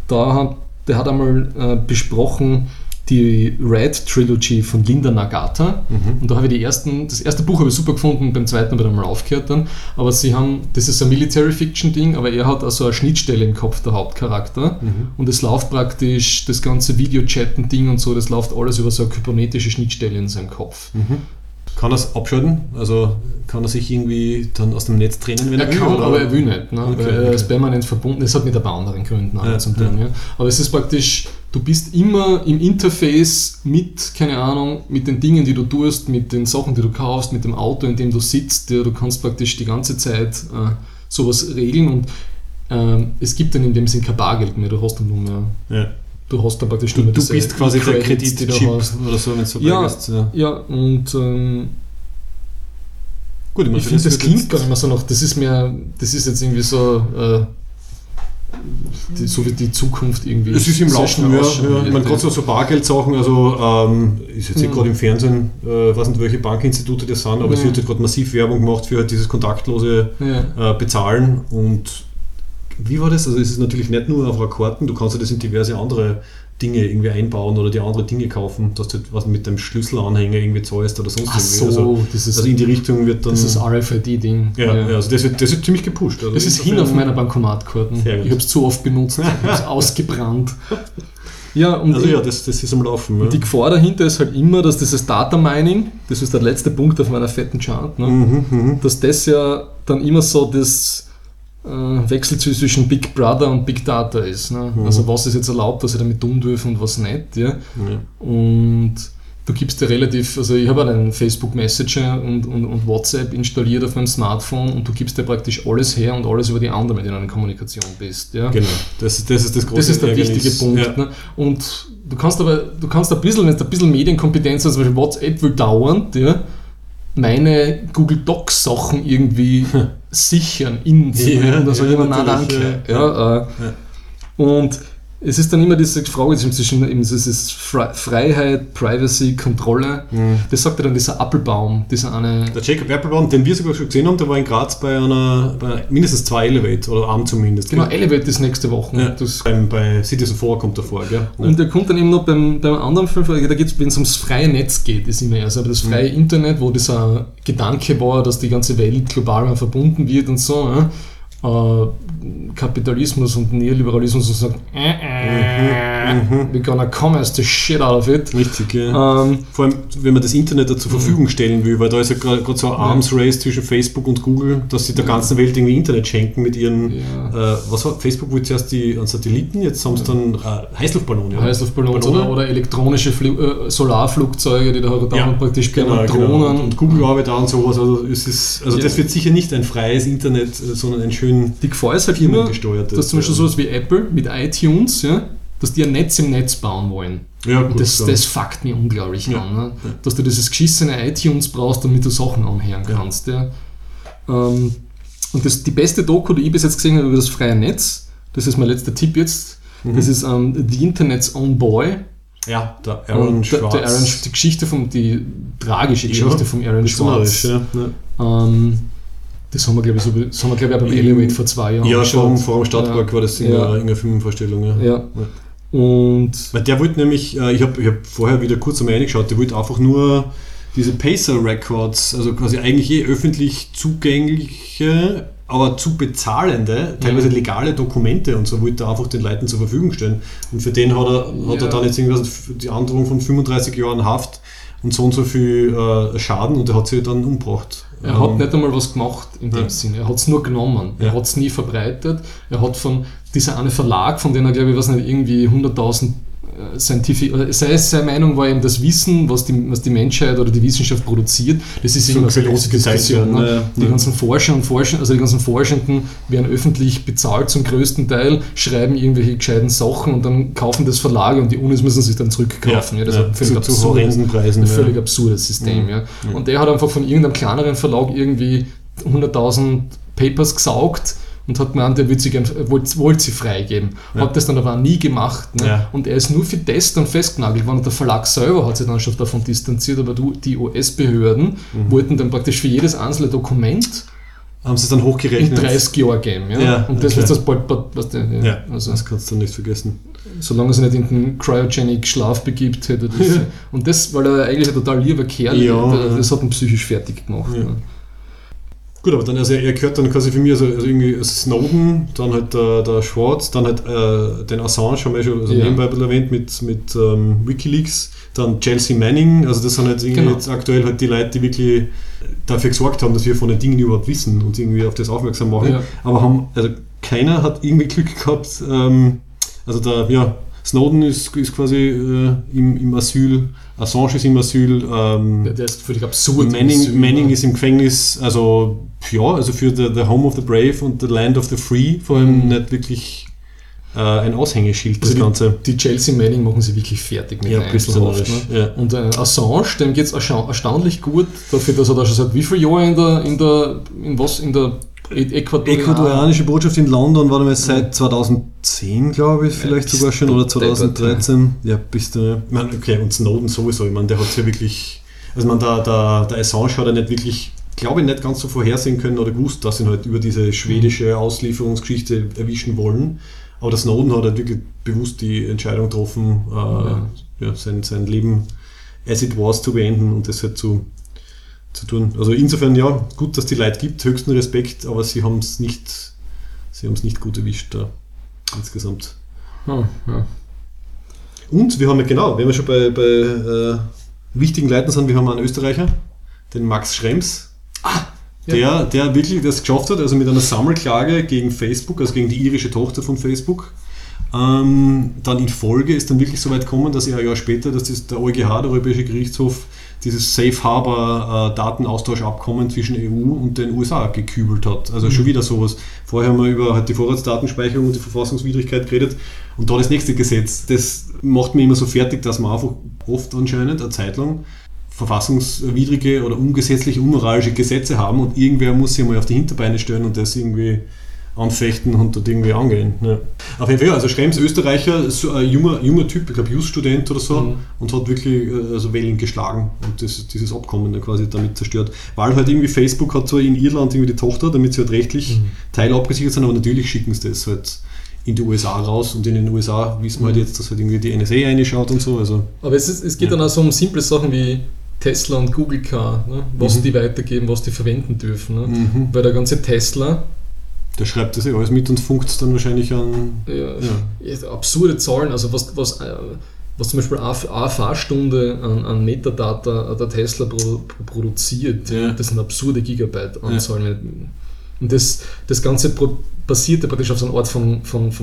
Der hat einmal besprochen die Red Trilogy von Linda Nagata und da habe ich das erste Buch habe ich super gefunden, beim zweiten habe ich einmal aufgehört dann, aber das ist ein Military Fiction Ding, aber er hat also eine Schnittstelle im Kopf, der Hauptcharakter und es läuft praktisch, das ganze Videochatten Ding und so, das läuft alles über so eine kybernetische Schnittstelle in seinem Kopf. Kann er es abschalten? Also kann er sich irgendwie dann aus dem Netz trennen, wenn er kann, oder? Aber er will nicht, ne? Okay, weil er ist permanent verbunden. Das hat mit ein paar anderen Gründen zum tun. Ja. Aber es ist praktisch, du bist immer im Interface mit, keine Ahnung, mit den Dingen, die du tust, mit den Sachen, die du kaufst, mit dem Auto, in dem du sitzt. Ja, du kannst praktisch die ganze Zeit sowas regeln und es gibt dann in dem Sinn kein Bargeld mehr, du hast dann nur mehr. Ja. Du hast dann praktisch du bist quasi der Kreditchip oder so, wenn du so bist. Ja, und gut, ich finde, das klingt gar nicht mehr so nach, das ist jetzt irgendwie so so wie die Zukunft irgendwie. Es ist im Laufen, ja. Man kann so Bargeldsachen, also ist jetzt gerade im Fernsehen, weiß nicht, welche Bankinstitute das sind, aber es wird gerade massiv Werbung gemacht für dieses kontaktlose Bezahlen. Und wie war das? Also es ist natürlich nicht nur auf einer Karte, du kannst ja das in diverse andere Dinge irgendwie einbauen oder dir andere Dinge kaufen, dass du was mit deinem Schlüsselanhänger irgendwie zahlst oder sonst irgendwie. So, also in die Richtung wird dann... Das ist RFID-Ding. Ja, also das wird ziemlich gepusht. Also das ist hin auf meiner Bankomatkarten. Ich habe es zu oft benutzt, ich habe es ausgebrannt. Ja, und das ist am Laufen. Ja. Die Gefahr dahinter ist halt immer, dass dieses Data Mining, das ist der letzte Punkt auf meiner fetten Chart, ne, dass das ja dann immer so das Wechsel zwischen Big Brother und Big Data ist. Ne? Also was ist jetzt erlaubt, was ich damit tun dürfen und was nicht. Ja? Und du gibst dir relativ, also ich habe einen Facebook Messenger und WhatsApp installiert auf meinem Smartphone und du gibst dir praktisch alles her und alles über die anderen, mit denen du in Kommunikation bist. Ja? Genau, das ist das große Das ist der wichtige Punkt. Ja. Ne? Und du kannst ein bisschen, wenn du ein bisschen Medienkompetenz hast, zum Beispiel WhatsApp will dauernd, ja, meine Google Docs Sachen irgendwie sichern in sich und dann sage ich immer, nein, danke. Ja. Und es ist dann immer diese Frage zwischen eben dieses Freiheit, Privacy, Kontrolle. Das sagt ja dann dieser Appelbaum, dieser eine... Der Jacob Appelbaum, den wir sogar schon gesehen haben, der war in Graz bei mindestens 2 Elevate, oder am zumindest. Genau, Elevate ist nächste Woche. Ja, bei Citizen 4 kommt er vor, gell? Und der kommt dann eben noch beim anderen Film, da geht es, wenn es ums freie Netz geht, ist immer erst, aber das freie Internet, wo dieser Gedanke war, dass die ganze Welt global verbunden wird und so, ja? Kapitalismus und Neoliberalismus und sagt, we're gonna commerce the shit out of it. Richtig, ja. Vor allem, wenn man das Internet da zur Verfügung stellen will, weil da ist ja gerade so ein Arms Race zwischen Facebook und Google, dass sie der ganzen Welt irgendwie Internet schenken mit ihren, was war, Facebook wollte zuerst die Satelliten, jetzt haben sie dann Heißluftballone. Ja. Heißluftballone oder elektronische Solarflugzeuge, die da praktisch Drohnen. Genau. Und Google arbeitet auch und sowas, also das wird sicher nicht ein freies Internet, sondern ein schön die Gefahr ist halt immer, dass zum Beispiel sowas wie Apple mit iTunes, ja, dass die ein Netz im Netz bauen wollen. Ja, gut, und das fuckt mich unglaublich an. Ne? Ja. Dass du dieses geschissene iTunes brauchst, damit du Sachen anhören kannst. Ja. Und die beste Doku, die ich bis jetzt gesehen habe über das freie Netz, das ist mein letzter Tipp jetzt, das ist The Internet's Own Boy. Ja, der Aaron Schwartz. Die tragische Geschichte von Aaron Schwartz. Das haben wir, glaube ich, auch beim Elevate vor 2 Jahren. Ja, vor dem Stadtpark war das in einer Filmvorstellung. Ja. Und weil der wollte nämlich, ich hab vorher wieder kurz einmal reingeschaut, der wollte einfach nur diese Pacer Records, also quasi eigentlich öffentlich zugängliche, aber zu bezahlende, teilweise legale Dokumente und so wollte er einfach den Leuten zur Verfügung stellen. Und für den hat er dann jetzt irgendwas, die Androhung von 35 Jahren Haft und so viel Schaden und er hat sich dann umgebracht. Er hat nicht einmal was gemacht in dem Sinn. Er hat es nur genommen. Er hat es nie verbreitet. Er hat von dieser eine Verlag, von dem er, glaube ich, irgendwie 100.000 seine Meinung war eben das Wissen, was die Menschheit oder die Wissenschaft produziert, das ist immer so eine große Diskussion. Ne? Die ganzen Forscher und die ganzen Forschenden werden öffentlich bezahlt zum größten Teil, schreiben irgendwelche gescheiten Sachen und dann kaufen das Verlage und die Unis müssen sich dann zurückkaufen. Das ist ein völlig absurdes System. Ja. Und der hat einfach von irgendeinem kleineren Verlag irgendwie 100.000 Papers gesaugt und hat gemeint, er wollte sie freigeben. Hat das dann aber auch nie gemacht. Ne? Ja. Und er ist nur für das dann festgenagelt worden. Und der Verlag selber hat sich dann schon davon distanziert, aber die US-Behörden wollten dann praktisch für jedes einzelne Dokument haben sie es dann hochgerechnet? In 30 Jahren geben. Ja? Und das ist das bald, also, das kannst du nicht vergessen. Solange er sich nicht in den Cryogenic Schlaf begibt hätte. Und das, weil er eigentlich ein total lieber Kerl ist, das hat ihn psychisch fertig gemacht. Ja. Ne? Gut, aber dann, also er gehört dann quasi für mich, also irgendwie Snowden, dann halt der Schwarz, dann halt den Assange, haben wir ja schon nebenbei ein bisschen erwähnt, mit Wikileaks, dann Chelsea Manning, also das sind halt irgendwie jetzt aktuell halt die Leute, die wirklich dafür gesorgt haben, dass wir von den Dingen überhaupt wissen und irgendwie auf das aufmerksam machen. Ja. Aber keiner hat irgendwie Glück gehabt, also Snowden ist quasi im Asyl, Assange ist im Asyl, der ist völlig absurd. Manning ist im Gefängnis, also für the Home of the Brave und the Land of the Free vor allem nicht wirklich ein Aushängeschild, das Ganze. Die Chelsea Manning machen sie wirklich fertig mit Einzelhaft. Ne? Ja. Und Assange, dem geht es erstaunlich gut, dafür, dass er da schon seit wie vielen Jahren in der Ecuadorianische Botschaft in London war damals seit 2010, glaube ich, vielleicht sogar schon, oder 2013. Ja, bist du. Okay, und Snowden sowieso, ich meine, der hat es ja wirklich. Also der Assange hat ja nicht wirklich, glaube ich, nicht ganz so vorhersehen können oder gewusst, dass ihn halt über diese schwedische Auslieferungsgeschichte erwischen wollen. Aber der Snowden hat halt wirklich bewusst die Entscheidung getroffen, sein Leben as it was zu beenden und das halt zu tun. Also insofern, ja, gut, dass die Leute gibt, höchsten Respekt, aber sie haben es nicht gut erwischt da insgesamt. Ja. Und wir haben wenn wir schon bei wichtigen Leuten sind, wir haben einen Österreicher, den Max Schrems, der wirklich das geschafft hat, also mit einer Sammelklage gegen Facebook, also gegen die irische Tochter von Facebook. Dann in Folge ist dann wirklich so weit gekommen, dass ein Jahr später, dass das der EuGH, der Europäische Gerichtshof, dieses Safe Harbor Datenaustauschabkommen zwischen EU und den USA gekübelt hat. Also schon wieder sowas. Vorher haben wir über halt die Vorratsdatenspeicherung und die Verfassungswidrigkeit geredet und da das nächste Gesetz. Das macht mich immer so fertig, dass man einfach oft anscheinend eine Zeit lang verfassungswidrige oder ungesetzliche, unmoralische Gesetze haben und irgendwer muss sich mal auf die Hinterbeine stellen und das irgendwie anfechten und dort irgendwie angehen. Ja. Auf jeden Fall, also Schrems, Österreicher, so ein junger Typ, ich glaube Just-Student oder so, und hat wirklich Wellen geschlagen und dieses Abkommen dann quasi damit zerstört. Weil halt irgendwie Facebook hat zwar in Irland irgendwie die Tochter, damit sie halt rechtlich Teil abgesichert sind, aber natürlich schicken sie das halt in die USA raus und in den USA wissen wir halt jetzt, dass halt irgendwie die NSA reinschaut und so. Also, aber es geht dann auch so um simple Sachen wie Tesla und Google Car, ne? Was die weitergeben, was die verwenden dürfen. Ne? Weil der ganze Tesla, der schreibt das alles mit und funkt es dann wahrscheinlich an. Absurde Zahlen, also was zum Beispiel eine Fahrstunde an Metadata der Tesla produziert, das sind absurde Gigabyte-Anzahlen. Und das Ganze basiert ja praktisch auf so einer Art von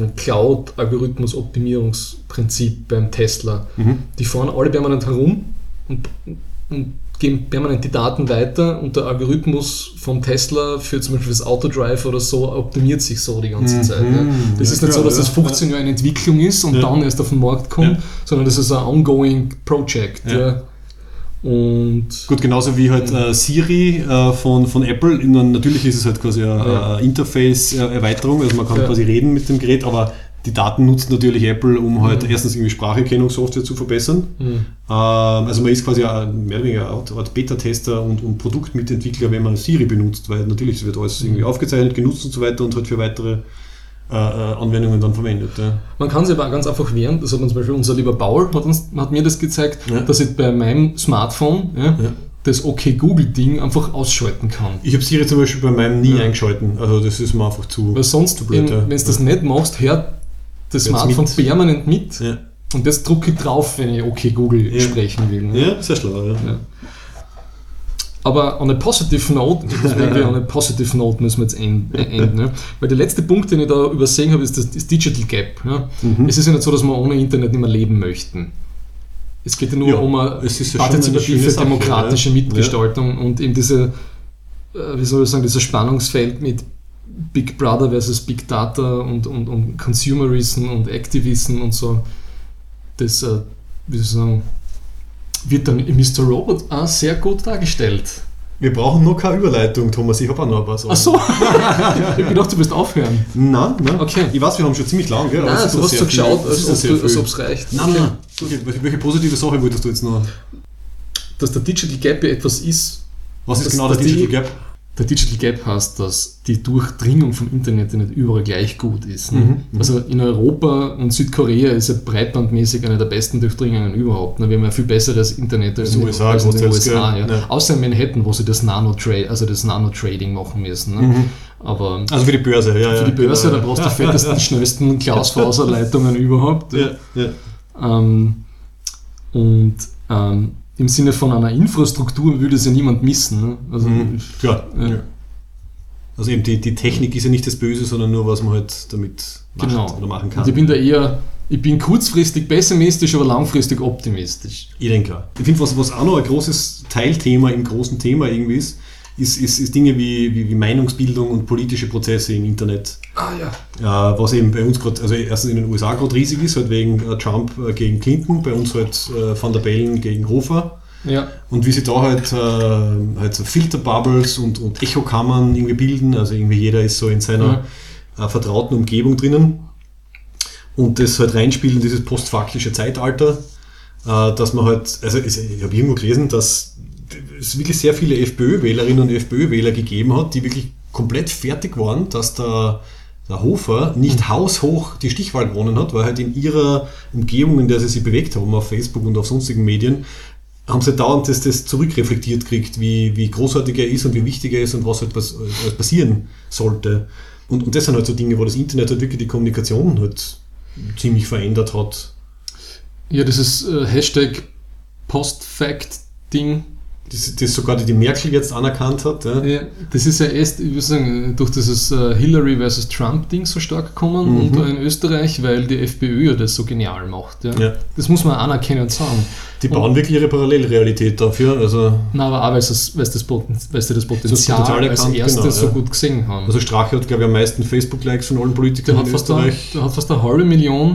Cloud-Algorithmus-Optimierungsprinzip beim Tesla. Die fahren alle permanent herum und geben permanent die Daten weiter und der Algorithmus vom Tesla für zum Beispiel das Autodrive oder so optimiert sich so die ganze Zeit. Ja. Das ist nicht so, dass das 15 Jahre in Entwicklung ist und dann erst auf den Markt kommt, sondern das ist ein ongoing Project. Ja. Und gut, genauso wie halt Siri von Apple. Natürlich ist es halt quasi eine Interface-Erweiterung, also man kann quasi reden mit dem Gerät, aber die Daten nutzt natürlich Apple, um halt erstens irgendwie Spracherkennungssoftware zu verbessern. Also man ist quasi mehr oder weniger eine Art Beta-Tester und Produktmitentwickler, wenn man Siri benutzt, weil natürlich wird alles irgendwie aufgezeichnet, genutzt und so weiter und halt für weitere Anwendungen dann verwendet. Ja. Man kann es aber auch ganz einfach wehren, das hat uns zum Beispiel unser lieber Bauer hat mir das gezeigt, dass ich bei meinem Smartphone das OK-Google-Ding einfach ausschalten kann. Ich habe Siri zum Beispiel bei meinem nie eingeschalten, also das ist mir einfach zu weil sonst, blöd. Wenn du das nicht machst, hört das Smartphone permanent mit und das drücke ich drauf, wenn ich OK-Google sprechen will. Ne? Ja, sehr schlau. Ja. Aber on a positive note, müssen wir jetzt enden. Ne? Weil der letzte Punkt, den ich da übersehen habe, ist das Digital Gap. Ja? Es ist ja nicht so, dass wir ohne Internet nicht mehr leben möchten. Es geht ja nur um eine partizipative, demokratische Mitgestaltung und eben diese, dieser Spannungsfeld mit Big Brother versus Big Data und Consumerism und Activism und so. Das, wird dann in Mr. Robot auch sehr gut dargestellt. Wir brauchen noch keine Überleitung, Thomas. Ich habe auch noch ein paar Sachen. Ach so. Ich habe gedacht, du wirst aufhören. Nein. Okay. Ich weiß, wir haben schon ziemlich lang, gell? Nein, du hast so geschaut, als ob es reicht. Nein. Okay. Welche positive Sache wolltest du jetzt noch? Dass der Digital Gap ja etwas ist. Was ist genau der Digital Gap? der Digital Gap heißt, dass die Durchdringung vom Internet nicht überall gleich gut ist. Ne? Also in Europa und Südkorea ist ja breitbandmäßig eine der besten Durchdringungen überhaupt. Ne? Wir haben ja viel besseres Internet als in den USA. Ja. Ja. Außer in Manhattan, wo sie das Nano-Trading machen müssen. Ne? Aber also für die Börse, Für die Börse, da brauchst du die fettesten, schnellsten Glasfaserleitungen überhaupt. Ja. Im Sinne von einer Infrastruktur würde es ja niemand missen. Ne? Also, klar. Ja. Also eben die Technik ist ja nicht das Böse, sondern nur, was man halt damit macht oder machen kann. Und ich bin kurzfristig pessimistisch, aber langfristig optimistisch. Ich denke klar. Ich finde, was auch noch ein großes Teilthema im großen Thema irgendwie ist Dinge wie Meinungsbildung und politische Prozesse im Internet. Was eben bei uns gerade, also erstens in den USA gerade riesig ist, halt wegen Trump gegen Clinton, bei uns halt Van der Bellen gegen Hofer. Ja. Und wie sie da halt so Filterbubbles und Echokammern irgendwie bilden, also irgendwie jeder ist so in seiner vertrauten Umgebung drinnen und das halt reinspielen in dieses postfaktische Zeitalter, dass man halt, also ich habe irgendwo gelesen, dass es wirklich sehr viele FPÖ-Wählerinnen und FPÖ-Wähler gegeben hat, die wirklich komplett fertig waren, dass der Hofer nicht haushoch die Stichwahl gewonnen hat, weil halt in ihrer Umgebung, in der sie sich bewegt haben, auf Facebook und auf sonstigen Medien, haben sie dauernd das zurückreflektiert gekriegt, wie großartig er ist und wie wichtig er ist und was halt passieren sollte. Und das sind halt so Dinge, wo das Internet halt wirklich die Kommunikation halt ziemlich verändert hat. Ja, dieses Hashtag Postfact-Ding, das sogar die Merkel jetzt anerkannt hat. Ja, das ist ja erst, ich würde sagen, durch dieses Hillary versus Trump-Ding so stark gekommen und in Österreich, weil die FPÖ ja das so genial macht. Ja. Ja. Das muss man anerkennen und sagen. Die bauen wirklich ihre Parallelrealität dafür. Also nein, aber auch, weil sie das Potenzial als erstes so gut gesehen haben. Also Strache hat, glaube ich, am meisten Facebook-Likes von allen Politikern in Österreich. Der hat fast eine halbe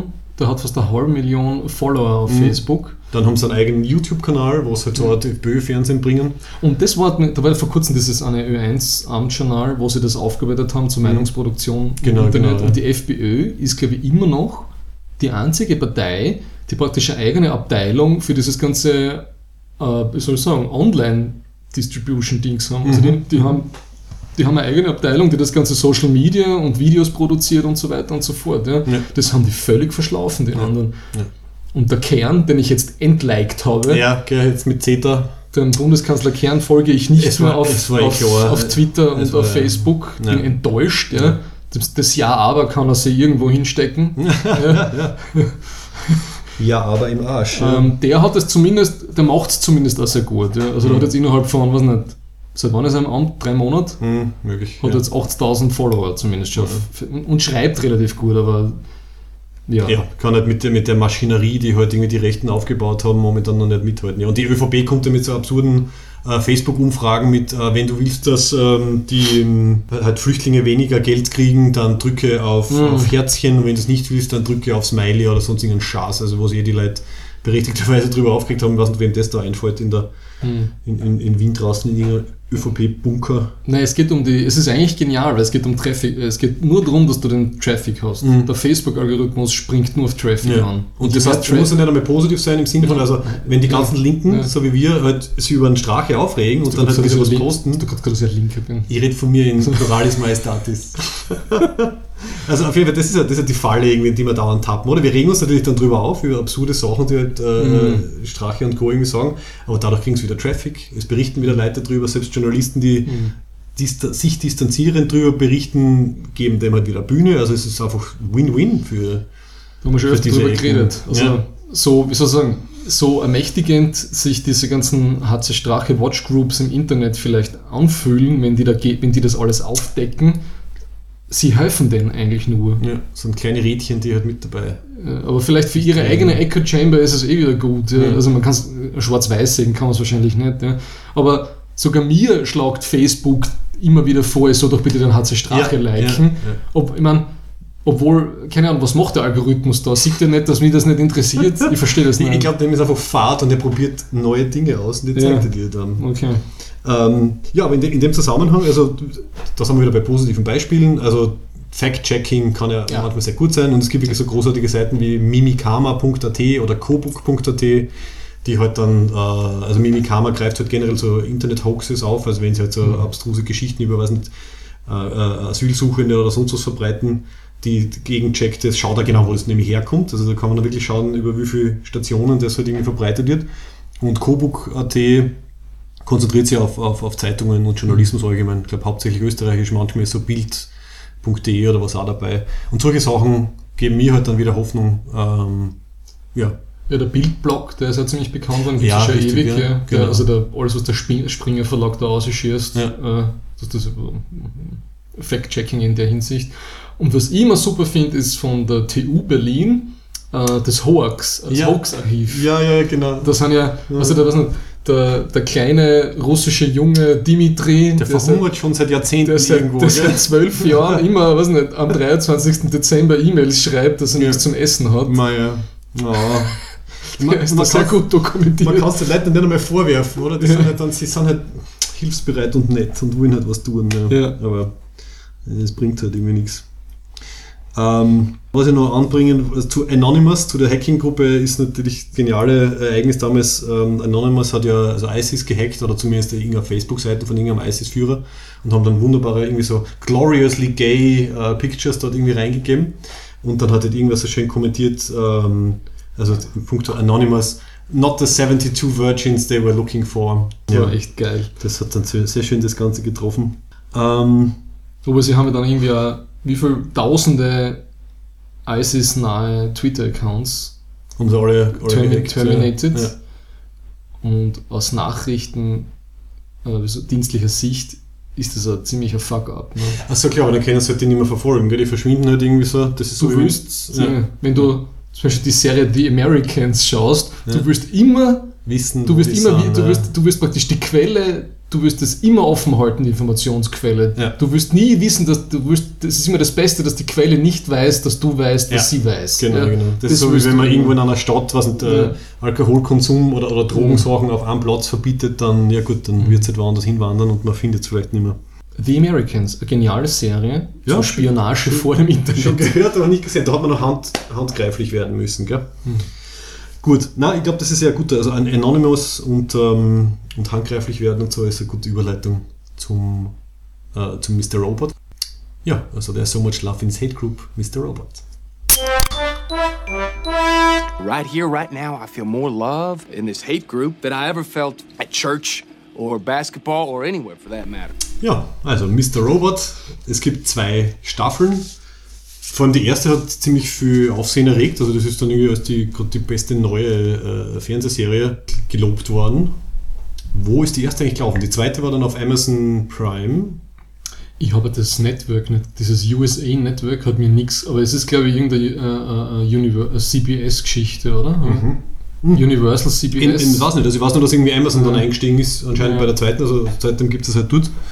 Million Follower auf Facebook. Dann haben sie einen eigenen YouTube-Kanal, wo sie halt so ein FPÖ-Fernsehen bringen. Und da war vor kurzem dieses eine Ö1-Abendjournal, wo sie das aufgearbeitet haben zur Meinungsproduktion im Internet. Genau. Und die FPÖ ist, glaube ich, immer noch die einzige Partei, die praktisch eine eigene Abteilung für dieses ganze, Online-Distribution-Dings haben. Also die haben eine eigene Abteilung, die das ganze Social Media und Videos produziert und so weiter und so fort. Ja. Ja. Das haben die völlig verschlafen, die anderen. Ja. Und der Kern, den ich jetzt entliked habe, jetzt mit CETA. Den Bundeskanzler Kern folge ich nicht mehr auf Twitter und auf Facebook. Bin enttäuscht. Ja. Das Ja, aber kann er sich irgendwo hinstecken. Ja, aber im Arsch. Der macht es zumindest auch sehr gut. Ja. Also der hat jetzt innerhalb von, weiß nicht, seit wann ist er im Amt? 3 Monate? Möglich. Hat jetzt 80.000 Follower zumindest schon. Und schreibt relativ gut, aber kann halt mit der Maschinerie, die halt irgendwie die Rechten aufgebaut haben, momentan noch nicht mithalten. Ja. Und die ÖVP kommt ja mit so absurden Facebook-Umfragen mit, wenn du willst, dass die halt Flüchtlinge weniger Geld kriegen, dann drücke auf Herzchen, und wenn du es nicht willst, dann drücke auf Smiley oder sonst irgendeinen Schaß, also wo sich die Leute berechtigterweise darüber aufgeregt haben, ich weiß nicht, wem das da einfällt in Wien draußen in irgendeiner ÖVP-Bunker. Nein, es ist eigentlich genial, weil es geht um Traffic, es geht nur darum, dass du den Traffic hast. Der Facebook-Algorithmus springt nur auf Traffic an. Und das heißt, muss ja nicht einmal positiv sein im Sinne von, also wenn die ganzen Linken, so wie wir, halt sich über einen Strache aufregen und dann halt wieder was posten. Du kannst gerade sehr Linke bin. Ich rede von mir in Pluralis Majestatis. Also auf jeden Fall, das ist ja die Falle, irgendwie, in die wir dauernd tappen, oder? Wir regen uns natürlich dann drüber auf, über absurde Sachen, die halt Strache und Co. irgendwie sagen, aber dadurch kriegen sie wieder Traffic, es berichten wieder Leute drüber, selbst Journalisten, die sich distanzierend drüber berichten, geben dem halt wieder Bühne, also es ist einfach Win-Win für da haben wir schon öfter drüber geredet. Also so ermächtigend sich diese ganzen HC Strache Watchgroups im Internet vielleicht anfühlen, wenn die das alles aufdecken. Sie helfen denen eigentlich nur. Ja, so ein kleine Rädchen, die halt mit dabei. Aber vielleicht für ihre eigene Echo Chamber ist es wieder gut. Ja. Also man kann es schwarz-weiß sehen, kann man es wahrscheinlich nicht. Ja. Aber sogar mir schlagt Facebook immer wieder vor, ich soll doch bitte den HC Strache liken. Ja. Ich meine, obwohl, keine Ahnung, was macht der Algorithmus da? Sieht er nicht, dass mich das nicht interessiert? Ich verstehe das nicht. Ich glaube, dem ist einfach Fahrt und er probiert neue Dinge aus und die zeigt er dir dann. Okay. Aber in dem Zusammenhang, also da sind wir wieder bei positiven Beispielen, also Fact-Checking kann ja manchmal sehr gut sein und es gibt wirklich so großartige Seiten wie mimikama.at oder kobook.at, die halt dann, also Mimikama greift halt generell so Internet-Hoaxes auf, also wenn sie halt so abstruse Geschichten über, weiß nicht, Asylsuchende oder sonst was verbreiten, die gegencheckt ist, schaut er genau, wo das nämlich herkommt. Also da kann man dann wirklich schauen, über wie viele Stationen das halt irgendwie verbreitet wird. Und Kobuk.at konzentriert sich auf Zeitungen und Journalismus allgemein. Ich glaube hauptsächlich österreichisch, manchmal ist so Bild.de oder was auch dabei. Und solche Sachen geben mir halt dann wieder Hoffnung. Ja, der Bildblog, der ist ja ziemlich bekannt worden, gibt es schon ewig. Ja, genau. Also alles, was der Springer Verlag da ausschießt, das Fact-Checking in der Hinsicht. Und was ich immer super finde, ist von der TU Berlin das Hoax, das Hoax-Archiv. Ja, genau. Das sind also der kleine russische Junge Dimitri, der verhungert schon seit Jahrzehnten irgendwo. Der seit 12 Jahren immer, am 23. Dezember E-Mails schreibt, dass er nichts zum Essen hat. Ist das sehr gut dokumentiert. Man kann es den Leuten nicht einmal vorwerfen, oder? Sie sind halt hilfsbereit und nett und wollen halt was tun. Ja. Aber das bringt halt irgendwie nichts. Was ich noch anbringen, zu Anonymous, zu der Hacking-Gruppe, ist natürlich das geniale Ereignis damals. Anonymous hat ja also ISIS gehackt, oder zumindest irgendeine Facebook-Seite von irgendeinem ISIS-Führer, und haben dann wunderbare, irgendwie so gloriously gay Pictures dort irgendwie reingegeben. Und dann hat halt irgendwas so schön kommentiert, also in puncto Anonymous, not the 72 virgins they were looking for. Ja, echt geil. Das hat dann sehr schön das Ganze getroffen. Aber sie haben ja dann irgendwie auch, wie viele tausende ISIS-nahe Twitter-Accounts haben sie alle terminated. Ja. Und aus Nachrichten, dienstlicher Sicht, ist das ein ziemlicher Fuck-up. Ne? Achso, klar, aber dann können sie halt die nicht mehr verfolgen, gell? Die verschwinden halt irgendwie so. Das ist so wenn du zum Beispiel die Serie The Americans schaust, du wirst immer wissen, du wirst praktisch die Quelle, du wirst das immer offen halten, die Informationsquelle. Ja. Du wirst nie wissen, das ist immer das Beste, dass die Quelle nicht weiß, dass du weißt, dass sie weiß. Genau. Das ist so, wie wenn man irgendwo in einer Stadt Alkoholkonsum oder Drogensachen auf einem Platz verbietet, dann wird es halt woanders hinwandern und man findet es vielleicht nicht mehr. The Americans, eine geniale Serie zur Spionage vor dem Internet. Schon gehört, aber nicht gesehen. Da hat man noch handgreiflich werden müssen. Gell? Gut, ich glaube, das ist sehr gut. Also ein Anonymous und handgreiflich werden und so ist eine gute Überleitung zum Mr. Robot. Ja, also there's so much love in his hate group, Mr. Robot. Right here, right now, I feel more love in this hate group than I ever felt at church or basketball or anywhere for that matter. Ja, also Mr. Robot. Es gibt 2 Staffeln. Vor allem die erste hat ziemlich viel Aufsehen erregt. Also das ist dann irgendwie als die beste neue Fernsehserie gelobt worden. Wo ist die erste eigentlich gelaufen? Die zweite war dann auf Amazon Prime. Ich habe das Network nicht, dieses USA-Network hat mir nichts, aber es ist, glaube ich, irgendeine CBS-Geschichte, oder? Universal CBS. Ich weiß nicht, also ich weiß nur, dass irgendwie Amazon dann eingestiegen ist, anscheinend bei der zweiten, also seitdem gibt es halt dort.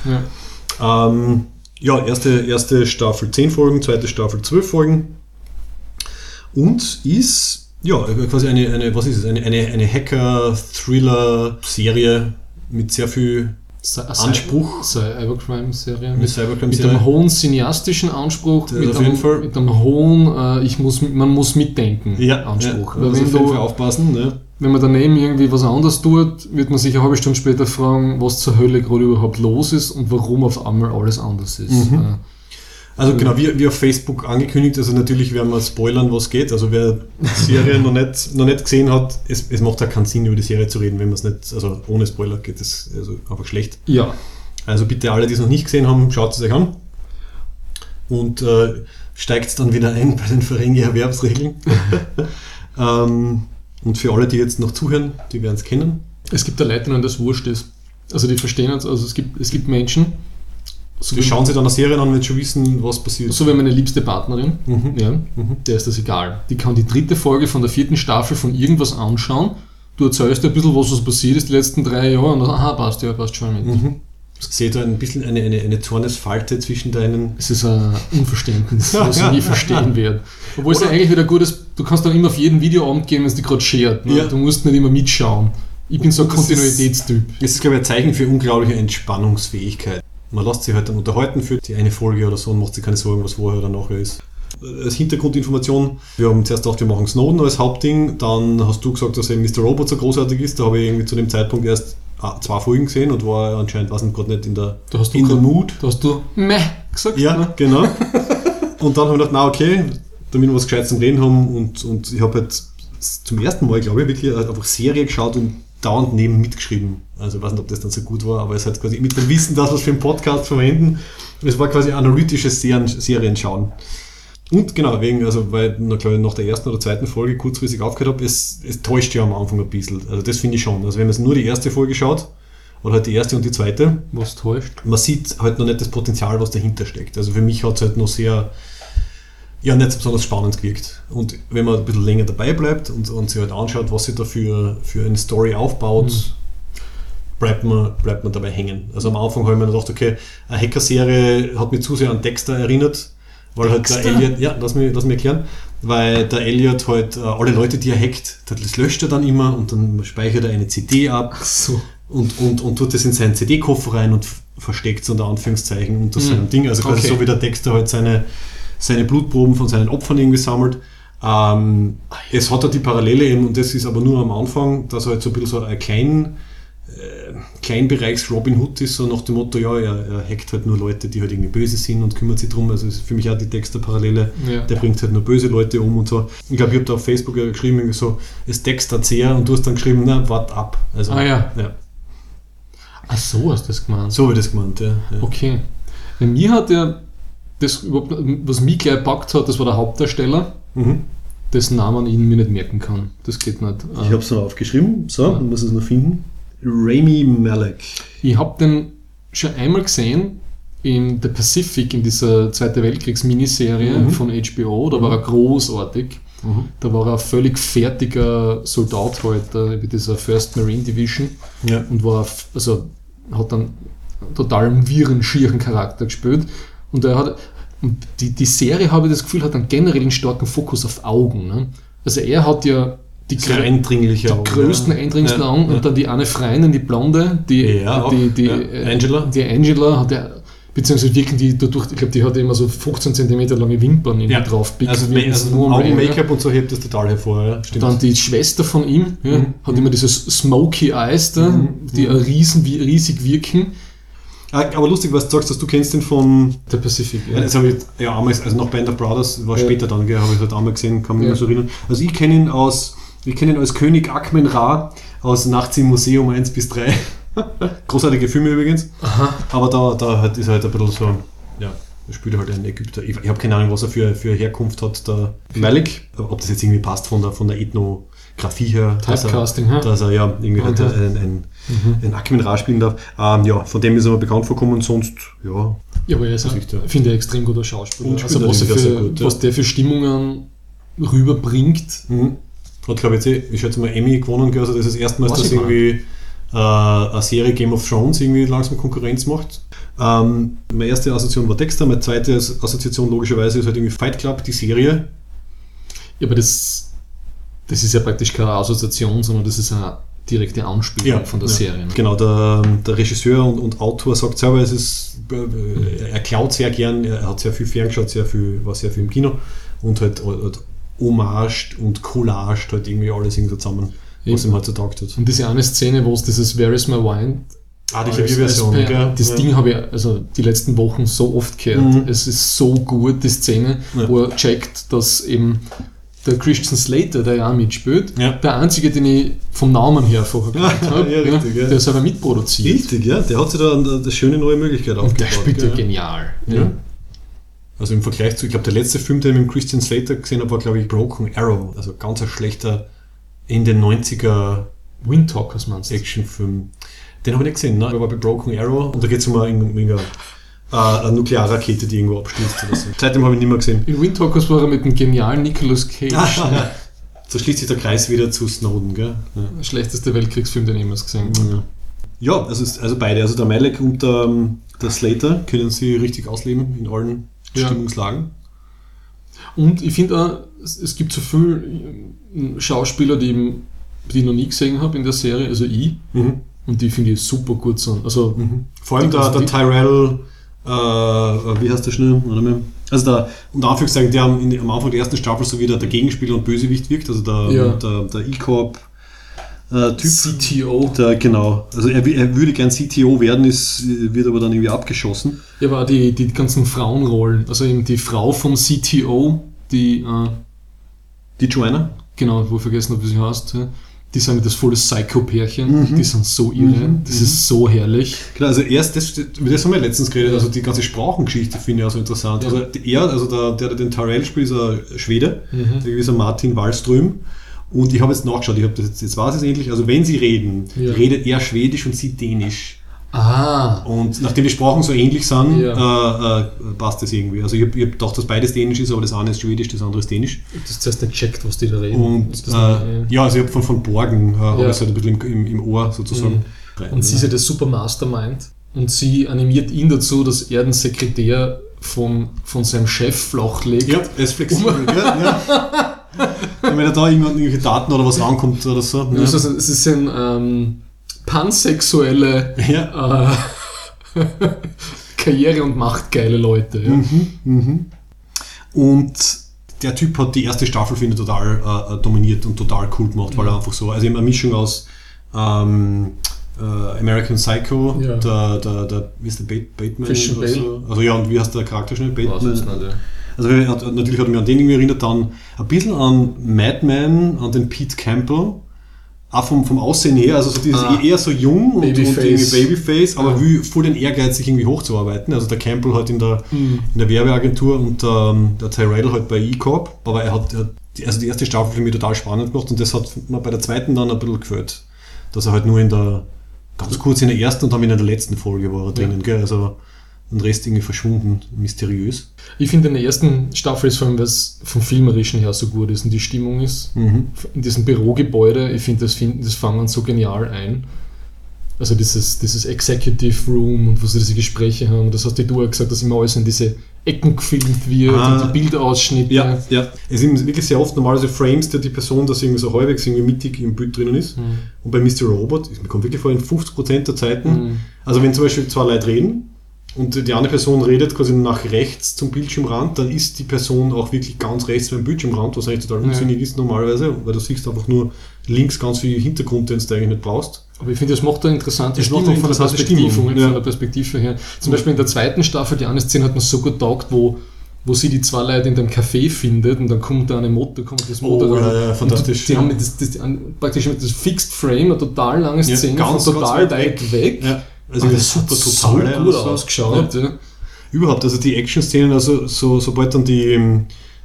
Erste Staffel 10 Folgen, zweite Staffel 12 Folgen und ist quasi eine Hacker-Thriller-Serie mit sehr viel Anspruch. Cybercrime-Serie. Mit einem hohen cineastischen Anspruch, mit einem hohen man muss mitdenken Anspruch. Man muss auf jeden Fall aufpassen. Ne? Wenn man daneben irgendwie was anderes tut, wird man sich eine halbe Stunde später fragen, was zur Hölle gerade überhaupt los ist und warum auf einmal alles anders ist. Also genau, wie auf Facebook angekündigt, also natürlich werden wir spoilern, was geht. Also wer die Serie noch nicht gesehen hat, es macht ja keinen Sinn, über die Serie zu reden, wenn man es nicht, also ohne Spoiler geht es also einfach schlecht. Ja. Also bitte alle, die es noch nicht gesehen haben, schaut es euch an. Und steigt dann wieder ein bei den Ferengi-Erwerbsregeln. Und für alle, die jetzt noch zuhören, die werden es kennen. Es gibt da Leute, denen das wurscht ist. Also die verstehen es, also es gibt Menschen, die schauen sich dann eine Serie an, wenn sie schon wissen, was passiert. So wie meine liebste Partnerin, der ist das egal. Die kann die 3. Folge von der 4. Staffel von irgendwas anschauen, du erzählst dir ein bisschen, was passiert ist die letzten 3 Jahre und dann, passt schon mit. Ich sehe da ein bisschen eine Zornesfalte zwischen deinen... Es ist ein Unverständnis, was ich nie verstehen werde. Obwohl es ja eigentlich wieder gut ist, du kannst dann immer auf jeden Videoabend gehen, wenn es dich gerade schert. Ne? Ja. Du musst nicht immer mitschauen. Ich bin so ein Kontinuitätstyp. Das ist, glaube ich, ein Zeichen für unglaubliche Entspannungsfähigkeit. Man lässt sich halt dann unterhalten für die eine Folge oder so und macht sich keine Sorgen, was vorher oder nachher ist. Als Hintergrundinformation, wir haben zuerst gedacht, wir machen Snowden als Hauptding, dann hast du gesagt, dass eben Mr. Robot so großartig ist, da habe ich irgendwie zu dem Zeitpunkt erst 2 Folgen gesehen und war anscheinend, weiß nicht, gerade nicht in der Mood. Da hast du meh gesagt. Ja, ne? genau. Und dann habe ich gedacht, na okay, damit wir was Gescheites zum Reden haben und ich habe halt zum ersten Mal, glaube ich, wirklich einfach Serie geschaut und dauernd neben mitgeschrieben. Also ich weiß nicht, ob das dann so gut war, aber es hat quasi mit dem Wissen, das was für einen Podcast verwenden, es war quasi analytisches Serien schauen. Und genau, weil ich glaube ich, nach der ersten oder zweiten Folge kurzfristig aufgehört habe, es täuscht ja am Anfang ein bisschen. Also das finde ich schon. Also wenn man nur die erste Folge schaut, oder halt die erste und die zweite, was täuscht, man sieht halt noch nicht das Potenzial, was dahinter steckt. Also für mich hat es halt noch sehr, ja, nicht so besonders spannend gewirkt. Und wenn man ein bisschen länger dabei bleibt und sich halt anschaut, was sich da für eine Story aufbaut, bleibt man dabei hängen. Also am Anfang habe ich mir gedacht, okay, eine Hacker-Serie hat mich zu sehr an Dexter erinnert, weil halt der Elliot, ja, lass mich erklären, weil der Elliot halt alle Leute, die er hackt, das löscht er dann immer und dann speichert er eine CD ab und tut das in seinen CD-Koffer rein und versteckt es unter Anführungszeichen unter seinem Ding. Also quasi so wie der Dexter halt seine Blutproben von seinen Opfern irgendwie sammelt. Es hat da die Parallele eben, und das ist aber nur am Anfang, dass er halt so ein bisschen so ein Kleinbereichs Robin Hood ist, so nach dem Motto, ja, er hackt halt nur Leute, die halt irgendwie böse sind und kümmert sich drum. Also ist für mich auch die Dexter-Parallele, der bringt halt nur böse Leute um und so. Ich glaube, ich habe da auf Facebook geschrieben, irgendwie so, es Dexter sehr, und du hast dann geschrieben, na, wart ab. Also, ja. Ach so, hast du das gemeint? So habe ich das gemeint, ja. Okay. Bei mir hat ja das überhaupt, was mich gleich gepackt hat, das war der Hauptdarsteller, dessen Namen ich mir nicht merken kann. Das geht nicht. Ich habe es noch aufgeschrieben, so, ich muss es noch finden. Rami Malek. Ich habe den schon einmal gesehen in The Pacific, in dieser Zweite Weltkriegs-Miniserie von HBO, da war er großartig. Da war er ein völlig fertiger Soldat halt bei dieser First Marine Division und hat dann total einen wirren, schieren Charakter gespielt. Und die Serie, habe ich das Gefühl, hat einen generell einen starken Fokus auf Augen. Ne? Also er hat ja die größten, eindringlichsten Augen und dann die eine Freundin, die Blonde, die Angela. Die Angela hat ja, beziehungsweise wirken die dadurch, ich glaube, die hat immer so 15 cm lange Wimpern irgendwie drauf. Also Augen-Make-up und so hebt das total hervor. Ja. Stimmt. Dann die Schwester von ihm hat immer dieses Smoky Eyes da, die riesig wirken. Aber lustig, was du sagst, dass du kennst den von The Pacific. Ja. Das habe ich einmal, also nach Band of Brothers, war später dann, habe ich halt einmal gesehen, kann mich nicht so erinnern. Also ich kenne ihn als König Akmen Ra aus Nachts im Museum 1 bis 3. Großartige Filme übrigens. Aha. Aber da ist er halt ein bisschen so, ja, da spielt er halt ein Ägypter. Ich habe keine Ahnung, was er für Herkunft hat, der Malik. Ob das jetzt irgendwie passt von der Ethnografie her. Typecasting, dass er ja irgendwie halt ein Akmen Ra spielen darf. Ja, von dem ist er mal bekannt vorkommen und sonst, ja. Ja, aber er ist finde ich, extrem guter Schauspieler. Also was der für Stimmungen rüberbringt. Hat, glaube ich, ich schätze mal, Emmy gewonnen. Also das ist das erste Mal, dass irgendwie eine Serie Game of Thrones irgendwie langsam Konkurrenz macht. Meine erste Assoziation war Dexter, meine zweite Assoziation logischerweise ist halt irgendwie Fight Club, die Serie. Ja, aber das ist ja praktisch keine Assoziation, sondern das ist eine direkte Anspielung von der Serie. Ne? Genau, der Regisseur und Autor sagt selber, er klaut sehr gern, er hat sehr viel ferngeschaut, war sehr viel im Kino und halt homaged und collaged halt irgendwie alles irgendwie zusammen, was ihm halt so taugt hat. Und diese eine Szene, wo es dieses Where is my wine? Die Klavierversion, gell? Das Ding habe ich also die letzten Wochen so oft gehört. Es ist so gut, die Szene, wo er checkt, dass eben der Christian Slater, der ja auch mitspielt, der einzige, den ich vom Namen her vorher gehört habe, der ist aber mitproduziert. Richtig, ja, der hat sich da eine schöne neue Möglichkeit aufgebaut. Und der spielt ja genial. Ja. Also im Vergleich zu, ich glaube, der letzte Film, den ich mit Christian Slater gesehen habe, war, glaube ich, Broken Arrow. Also ganz ein schlechter in den 90er Windtalkers meinst du? Actionfilm. Den habe ich nicht gesehen, ne? Ich war bei Broken Arrow und da geht es um eine Nuklearrakete, die irgendwo abstürzt oder so. Seitdem habe ich nicht mehr gesehen. In Windtalkers war er mit dem genialen Nicolas Cage. So schließt sich der Kreis wieder zu Snowden, gell? Ja. Der schlechteste Weltkriegsfilm, den ich jemals gesehen habe. Ja, also beide, also der Malek und der Slater können sie richtig ausleben in allen Stimmungslagen. Und ich finde auch, es gibt so viele Schauspieler, die ich noch nie gesehen habe in der Serie, also ich. Und die finde ich super gut sind. Also vor allem der Tyrell, wie heißt der schnell? Also der, unter Anführungszeichen, der am Anfang der ersten Staffel so wie der Gegenspieler und Bösewicht wirkt, also der E-Corp Typ. CTO. Genau. Also er würde gern CTO werden, wird aber dann irgendwie abgeschossen. Ja, aber die ganzen Frauenrollen, also eben die Frau vom CTO, die Joanna? Genau, wo ich vergessen habe, wie sie heißt, die sind das volle Psycho-Pärchen, die sind so irre, das ist so herrlich. Genau, also das haben wir letztens geredet, also die ganze Sprachengeschichte finde ich auch so interessant. Ja. Also der den Tyrell spielt, ist ein Schwede, der gewisser Martin Wallström. Und ich habe jetzt nachgeschaut, jetzt weiß ich es endlich, also wenn sie reden, redet er Schwedisch und sie Dänisch. Ah. Und nachdem die Sprachen so ähnlich sind, passt das irgendwie. Also ich hab gedacht, dass beides Dänisch ist, aber das eine ist Schwedisch, das andere ist Dänisch. Das ist zuerst nicht checkt, was die da reden. Und also ich habe von Borgen, habe ich halt ein bisschen im Ohr sozusagen. Und sie ist ja der super Mastermind und sie animiert ihn dazu, dass er den Sekretär von seinem Chef flachlegt. Ja, er ist flexibel. Ja. Wenn da irgendwelche Daten oder was rankommt oder so. Ja. Also, es sind pansexuelle Karriere- und machtgeile Leute. Ja. Und der Typ hat die erste Staffel, finde ich, total dominiert und total cool gemacht, weil er einfach so, also eben eine Mischung aus American Psycho, der wie ist der Bateman Christian oder Bale. so. Also ja, und wie heißt der Charakter schnell? Bateman. Nicht, Also natürlich hat er mich an den irgendwie erinnert, dann ein bisschen an Madman, an den Pete Campbell, auch vom Aussehen her, also so dieses eher so jung und irgendwie Babyface, aber wie voll den Ehrgeiz, sich irgendwie hochzuarbeiten. Also der Campbell halt in der Werbeagentur und der Tyrell halt bei E-Corp, aber er hat die erste Staffel für mich total spannend gemacht und das hat mir bei der zweiten dann ein bisschen gefällt, dass er halt nur ganz kurz in der ersten und dann in der letzten Folge war er drinnen, gell? Also den Rest irgendwie verschwunden, mysteriös. Ich finde, in der ersten Staffel ist vor allem, was vom Filmerischen her so gut ist und die Stimmung ist. In diesem Bürogebäude, ich finde, das fangen so genial ein. Also dieses Executive Room und wo sie diese Gespräche haben. Das hast du auch gesagt, dass immer alles in diese Ecken gefilmt wird und die Bildausschnitte. Ja. Es sind wirklich sehr oft normalerweise Frames, die Person, dass irgendwie so halbwegs irgendwie mittig im Bild drinnen ist. Und bei Mr. Robot, mir kommt wirklich vor, in 50% der Zeiten, also wenn zum Beispiel zwei Leute reden, und die andere Person redet quasi nach rechts zum Bildschirmrand, dann ist die Person auch wirklich ganz rechts beim Bildschirmrand, was eigentlich total unsinnig ist normalerweise, weil du siehst einfach nur links ganz viel Hintergrund, den du eigentlich nicht brauchst. Aber ich finde, das macht eine interessante Stimmung von der Perspektive her. Zum Beispiel in der zweiten Staffel, die eine Szene hat mir so gut taugt, wo sie die zwei Leute in dem Café findet und dann kommt da eine Motor, fantastisch. Die haben praktisch mit das Fixed Frame, eine total lange Szene, ganz total weit weg. Ja. Also das super total so gut ausgeschaut. Ja. Überhaupt, also die Action-Szenen, also sobald dann die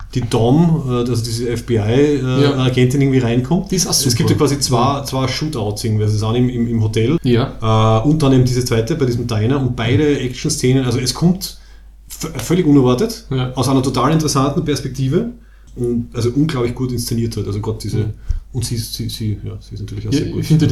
Dom, also diese FBI-Agentin irgendwie reinkommt, die ist auch super. Es gibt ja quasi zwei Shootouts irgendwie, also das eine im Hotel und dann eben diese zweite bei diesem Diner und beide Action-Szenen, also es kommt völlig unerwartet, aus einer total interessanten Perspektive und also unglaublich gut inszeniert wird, also Gott, diese und sie ist natürlich auch sehr gut. Ich finde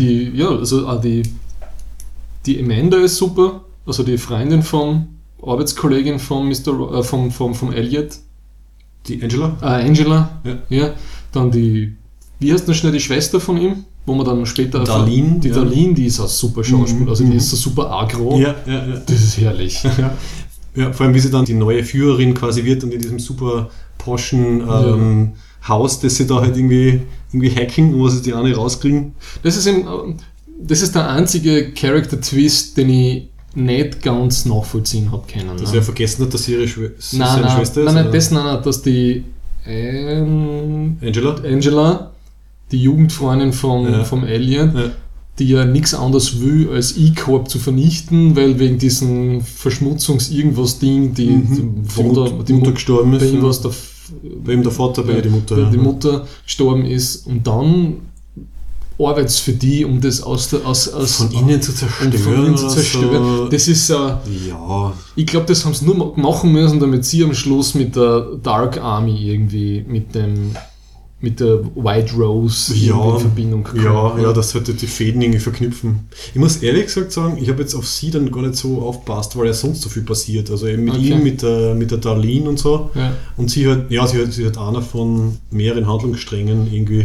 die Amanda ist super, also die Freundin von Arbeitskollegin von vom Elliot. Die Angela? Angela, ja. Dann wie heißt denn schnell die Schwester von ihm, wo man dann später Darlene. Darlene, die ist auch super Schauspiel, also die ist so super aggro. Ja. Das ist herrlich. Ja, vor allem wie sie dann die neue Führerin quasi wird und in diesem super Porschen Haus, das sie da halt irgendwie hacken, wo sie die eine rauskriegen. Das ist der einzige Character-Twist, den ich nicht ganz nachvollziehen habe können. Dass er vergessen hat, dass sie seine Schwester ist? Nein, dass die Angela, die Jugendfreundin vom Elliot, die ja nichts anderes will, als E-Corp zu vernichten, weil wegen diesem Verschmutzungs-Irgendwas-Ding die Mutter gestorben ist. Bei ihm der Vater, bei ihr die Mutter. Die Mutter gestorben ist und dann arbeitet für die, um das von innen zu zerstören. So. Das ist ich glaube, das haben sie nur machen müssen, damit sie am Schluss mit der Dark Army irgendwie mit der White Rose in Verbindung kommen. Ja, das sollte die Fäden irgendwie verknüpfen. Ich muss ehrlich gesagt sagen, ich habe jetzt auf sie dann gar nicht so aufgepasst, weil ja sonst so viel passiert. Also eben mit ihm, mit der Darlene und so. Ja. Und sie hat einer von mehreren Handlungssträngen irgendwie.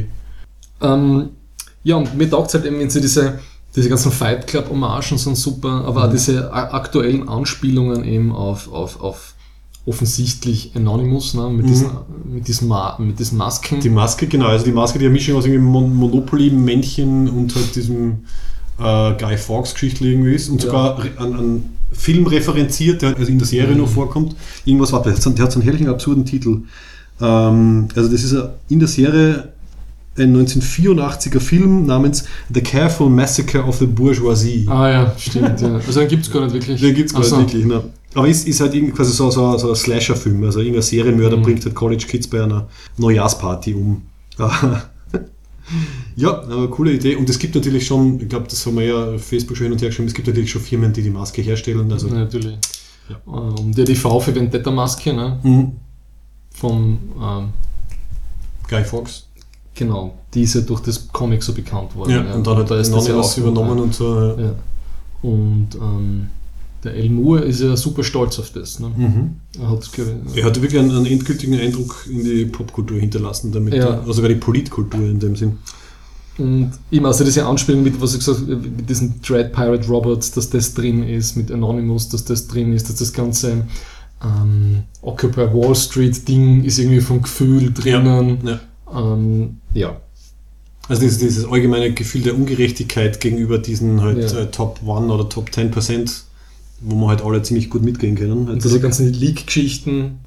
Und mir taugt es halt eben, wenn sie diese ganzen Fight Club Hommagen sind super, aber auch diese aktuellen Anspielungen eben auf offensichtlich Anonymous, ne? mit diesen Masken. Die Maske, genau, also die Maske, die eine Mischung aus irgendwie Monopoly-Männchen und halt diesem Guy Fawkes-Geschichte irgendwie ist und sogar an Film referenziert, der also in der Serie noch vorkommt. Irgendwas war, der hat so einen herrlichen, absurden Titel. Also das ist in der Serie ein 1984er Film namens The Careful Massacre of the Bourgeoisie. Ah ja, stimmt. Ja. Also den gibt es gar nicht wirklich. Den gibt es gar nicht wirklich, ne. Aber ist halt irgendwie quasi so ein Slasher-Film. Also irgendein Serienmörder bringt halt College Kids bei einer Neujahrsparty um. Ja, aber coole Idee. Und es gibt natürlich schon, ich glaube, das haben wir ja auf Facebook schon hin und her geschrieben, es gibt natürlich schon Firmen, die Maske herstellen. Also, natürlich. Ja. Der DV für Vendetta-Maske, ne? Vom Guy Fawkes. Genau, die ist ja durch das Comic so bekannt worden. Ja, und dann hat er Anonymous übernommen und so. Ja. Und der El Moore ist ja super stolz auf das. Ne? Er hat wirklich einen endgültigen Eindruck in die Popkultur hinterlassen, damit also sogar die Politkultur in dem Sinn. Und eben, also diese Anspielung mit, was ich gesagt habe, mit diesen Dread Pirate Roberts, dass das drin ist, mit Anonymous, dass das drin ist, dass das ganze Occupy Wall Street Ding ist irgendwie vom Gefühl drinnen. Ja. Also dieses allgemeine Gefühl der Ungerechtigkeit gegenüber diesen halt Top 1 oder Top 10%, wo wir halt alle ziemlich gut mitgehen können. Und diese ganzen Leak-Geschichten.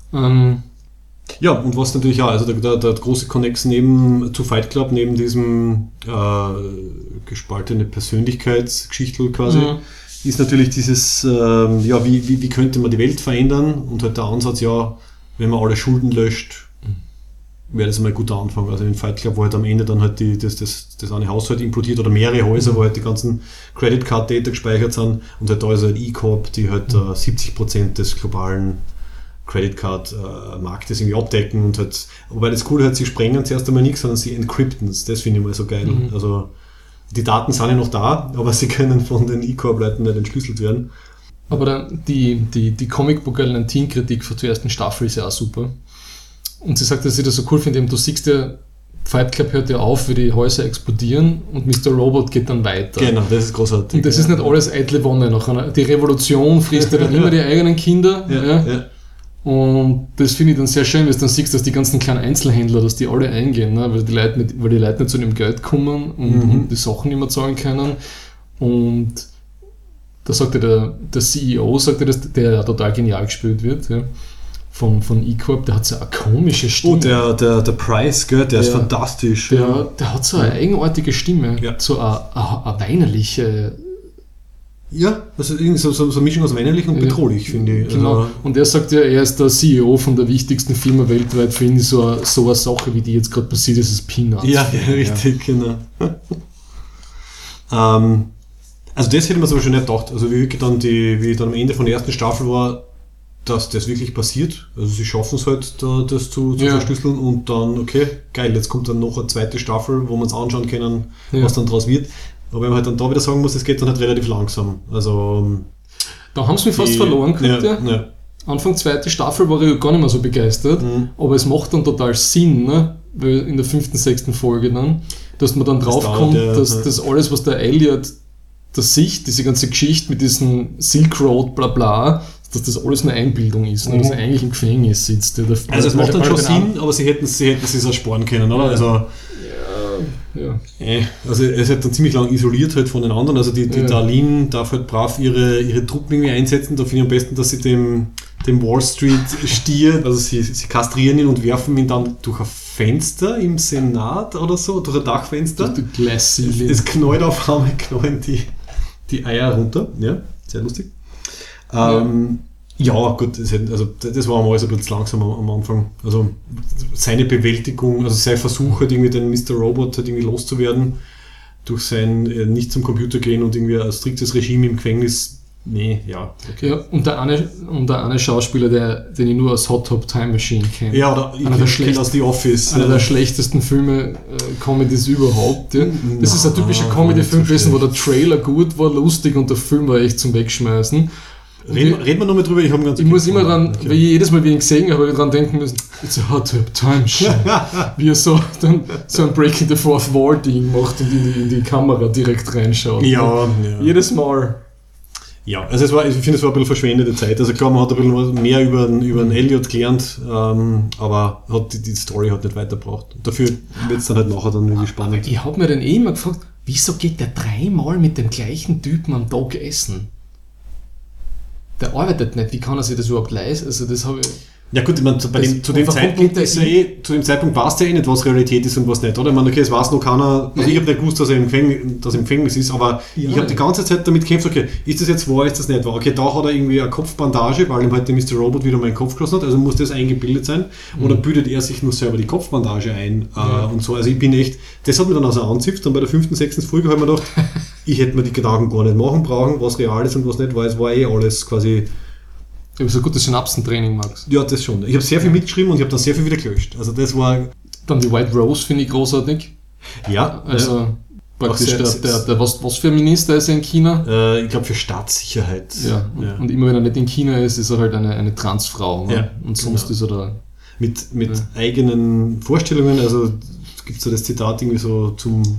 Ja, und was natürlich auch, also der große Connex zu Fight Club, neben diesem gespaltene Persönlichkeitsgeschichtel quasi, ist natürlich dieses, wie könnte man die Welt verändern? Und halt der Ansatz, wenn man alle Schulden löscht, wäre das einmal ein guter Anfang. Also in Fight Club, wo halt am Ende dann halt das eine Haus halt implodiert oder mehrere Häuser, wo halt die ganzen Credit Card Data gespeichert sind und halt da ist halt E-Corp, die halt 70% des globalen Credit Card Marktes irgendwie abdecken und halt, wobei das Coole halt, sie sprengen zuerst einmal nichts, sondern sie encrypten es. Das finde ich mal so geil. Also die Daten sind ja noch da, aber sie können von den E-Corp-Leuten nicht entschlüsselt werden. Aber dann die Comic Book Kritik zur ersten Staffel ist ja auch super. Und sie sagt, dass sie das so cool finde, du siehst ja, Fight Club hört ja auf, wie die Häuser explodieren und Mr. Robot geht dann weiter. Genau, das ist großartig. Und das ist nicht alles eitle Wonne. Die Revolution frisst ja dann immer die eigenen Kinder. Ja. Und das finde ich dann sehr schön, weil du dann siehst, dass die ganzen kleinen Einzelhändler, dass die alle eingehen, ne? weil die Leute nicht zu dem Geld kommen und die Sachen nicht mehr zahlen können. Und da sagte der CEO, der ja total genial gespielt wird, von E-Corp, der hat so eine komische Stimme. Oh, der Price, gell? Der ist fantastisch. Der hat so eine eigenartige Stimme, so eine weinerliche. Ja, also irgendwie so eine Mischung aus weinerlich und bedrohlich, finde ich. Genau, und er sagt ja, er ist der CEO von der wichtigsten Firma weltweit, für ihn ist so eine Sache, wie die jetzt gerade passiert ist, ist Peanuts. Ja, richtig, genau. Also das hätte man aber schon nicht gedacht. Also wie dann am Ende von der ersten Staffel war, dass das wirklich passiert. Also sie schaffen es halt, das zu verschlüsseln und dann, okay, geil, jetzt kommt dann noch eine zweite Staffel, wo wir uns anschauen können, was dann draus wird. Aber wenn man halt dann da wieder sagen muss, es geht dann halt relativ langsam. Also da haben sie mich fast verloren gehabt, Anfang zweite Staffel war ich gar nicht mehr so begeistert, aber es macht dann total Sinn, ne? Weil in der 5., 6. Folge dann, dass man dann draufkommt, dass das alles, was der Elliot diese ganze Geschichte mit diesem Silk Road bla bla, dass das alles eine Einbildung ist, ne? Dass er eigentlich im Gefängnis sitzt. Also es macht dann schon Sinn, aber sie hätten es ersparen können, oder? Also also er ist halt dann ziemlich lang isoliert halt von den anderen, also die Darlene darf halt brav ihre Truppen irgendwie einsetzen, da finde ich am besten, dass sie dem Wall Street Stier, also sie kastrieren ihn und werfen ihn dann durch ein Fenster im Senat oder so, durch ein Dachfenster. Durch die Glasceiling. Es knallt auf einmal, knallen die Eier runter, ja, sehr lustig. Ja, gut, das war mal alles ein bisschen langsam am Anfang. Also seine Bewältigung, also sein Versuch halt irgendwie den Mr. Robot halt irgendwie loszuwerden, durch sein nicht zum Computer gehen und irgendwie ein striktes Regime im Gefängnis, okay. Ja, und der eine Schauspieler, den ich nur aus Hot Top Time Machine kenne. Ja, oder ich kenne aus The Office. Einer der schlechtesten Filme, Comedies überhaupt. Ja. Das ist ein typischer Comedy-Film gewesen, wo der Trailer gut war, lustig und der Film war echt zum Wegschmeißen. Reden wir nochmal drüber, ich muss immer dran, weil ich jedes Mal, wie ich ihn gesehen habe, dran denken müssen, it's a hot top time machine. Wie er so ein Breaking the Fourth Wall Ding macht und in die Kamera direkt reinschaut. Ja. Jedes Mal. Ja, also ich finde, es war ein bisschen verschwendete Zeit. Also klar, man hat ein bisschen mehr über den Elliot gelernt, aber die Story hat nicht weitergebracht. Dafür wird es dann halt nachher dann irgendwie spannend. Ich habe mir dann immer gefragt, wieso geht der 3-mal mit dem gleichen Typen am Tag essen? Der arbeitet nicht, wie kann er sich das überhaupt leisten? Also das habe ich... Ja gut, ich meine, zu dem Zeitpunkt weißt du ja eh nicht, was Realität ist und was nicht, oder? Ich meine, okay, es weiß noch keiner, also ich habe nicht gewusst, dass er im Gefängnis ist, aber ich habe die ganze Zeit damit gekämpft, okay, ist das jetzt wahr, ist das nicht wahr? Okay, da hat er irgendwie eine Kopfbandage, weil ihm halt der Mr. Robot wieder mal den Kopf geschossen hat, also muss das eingebildet sein, oder bildet er sich nur selber die Kopfbandage ein und so. Also ich bin echt, das hat mich dann also anzipft, dann bei der 5., 6. Folge habe ich mir gedacht, ich hätte mir die Gedanken gar nicht machen brauchen, was real ist und was nicht, weil es war eh alles quasi... Du hast ein gutes Synapsentraining, Max. Ja, das schon. Ich habe sehr viel mitgeschrieben und ich habe dann sehr viel wieder gelöscht. Also das war... Dann die White Rose finde ich großartig. Ja. Also praktisch der was für ein Minister ist er in China? Ich glaube für Staatssicherheit. Ja. Und immer wenn er nicht in China ist, ist er halt eine Transfrau. Ne? Ja, und sonst ist er da... Mit eigenen Vorstellungen, also es gibt so das Zitat irgendwie so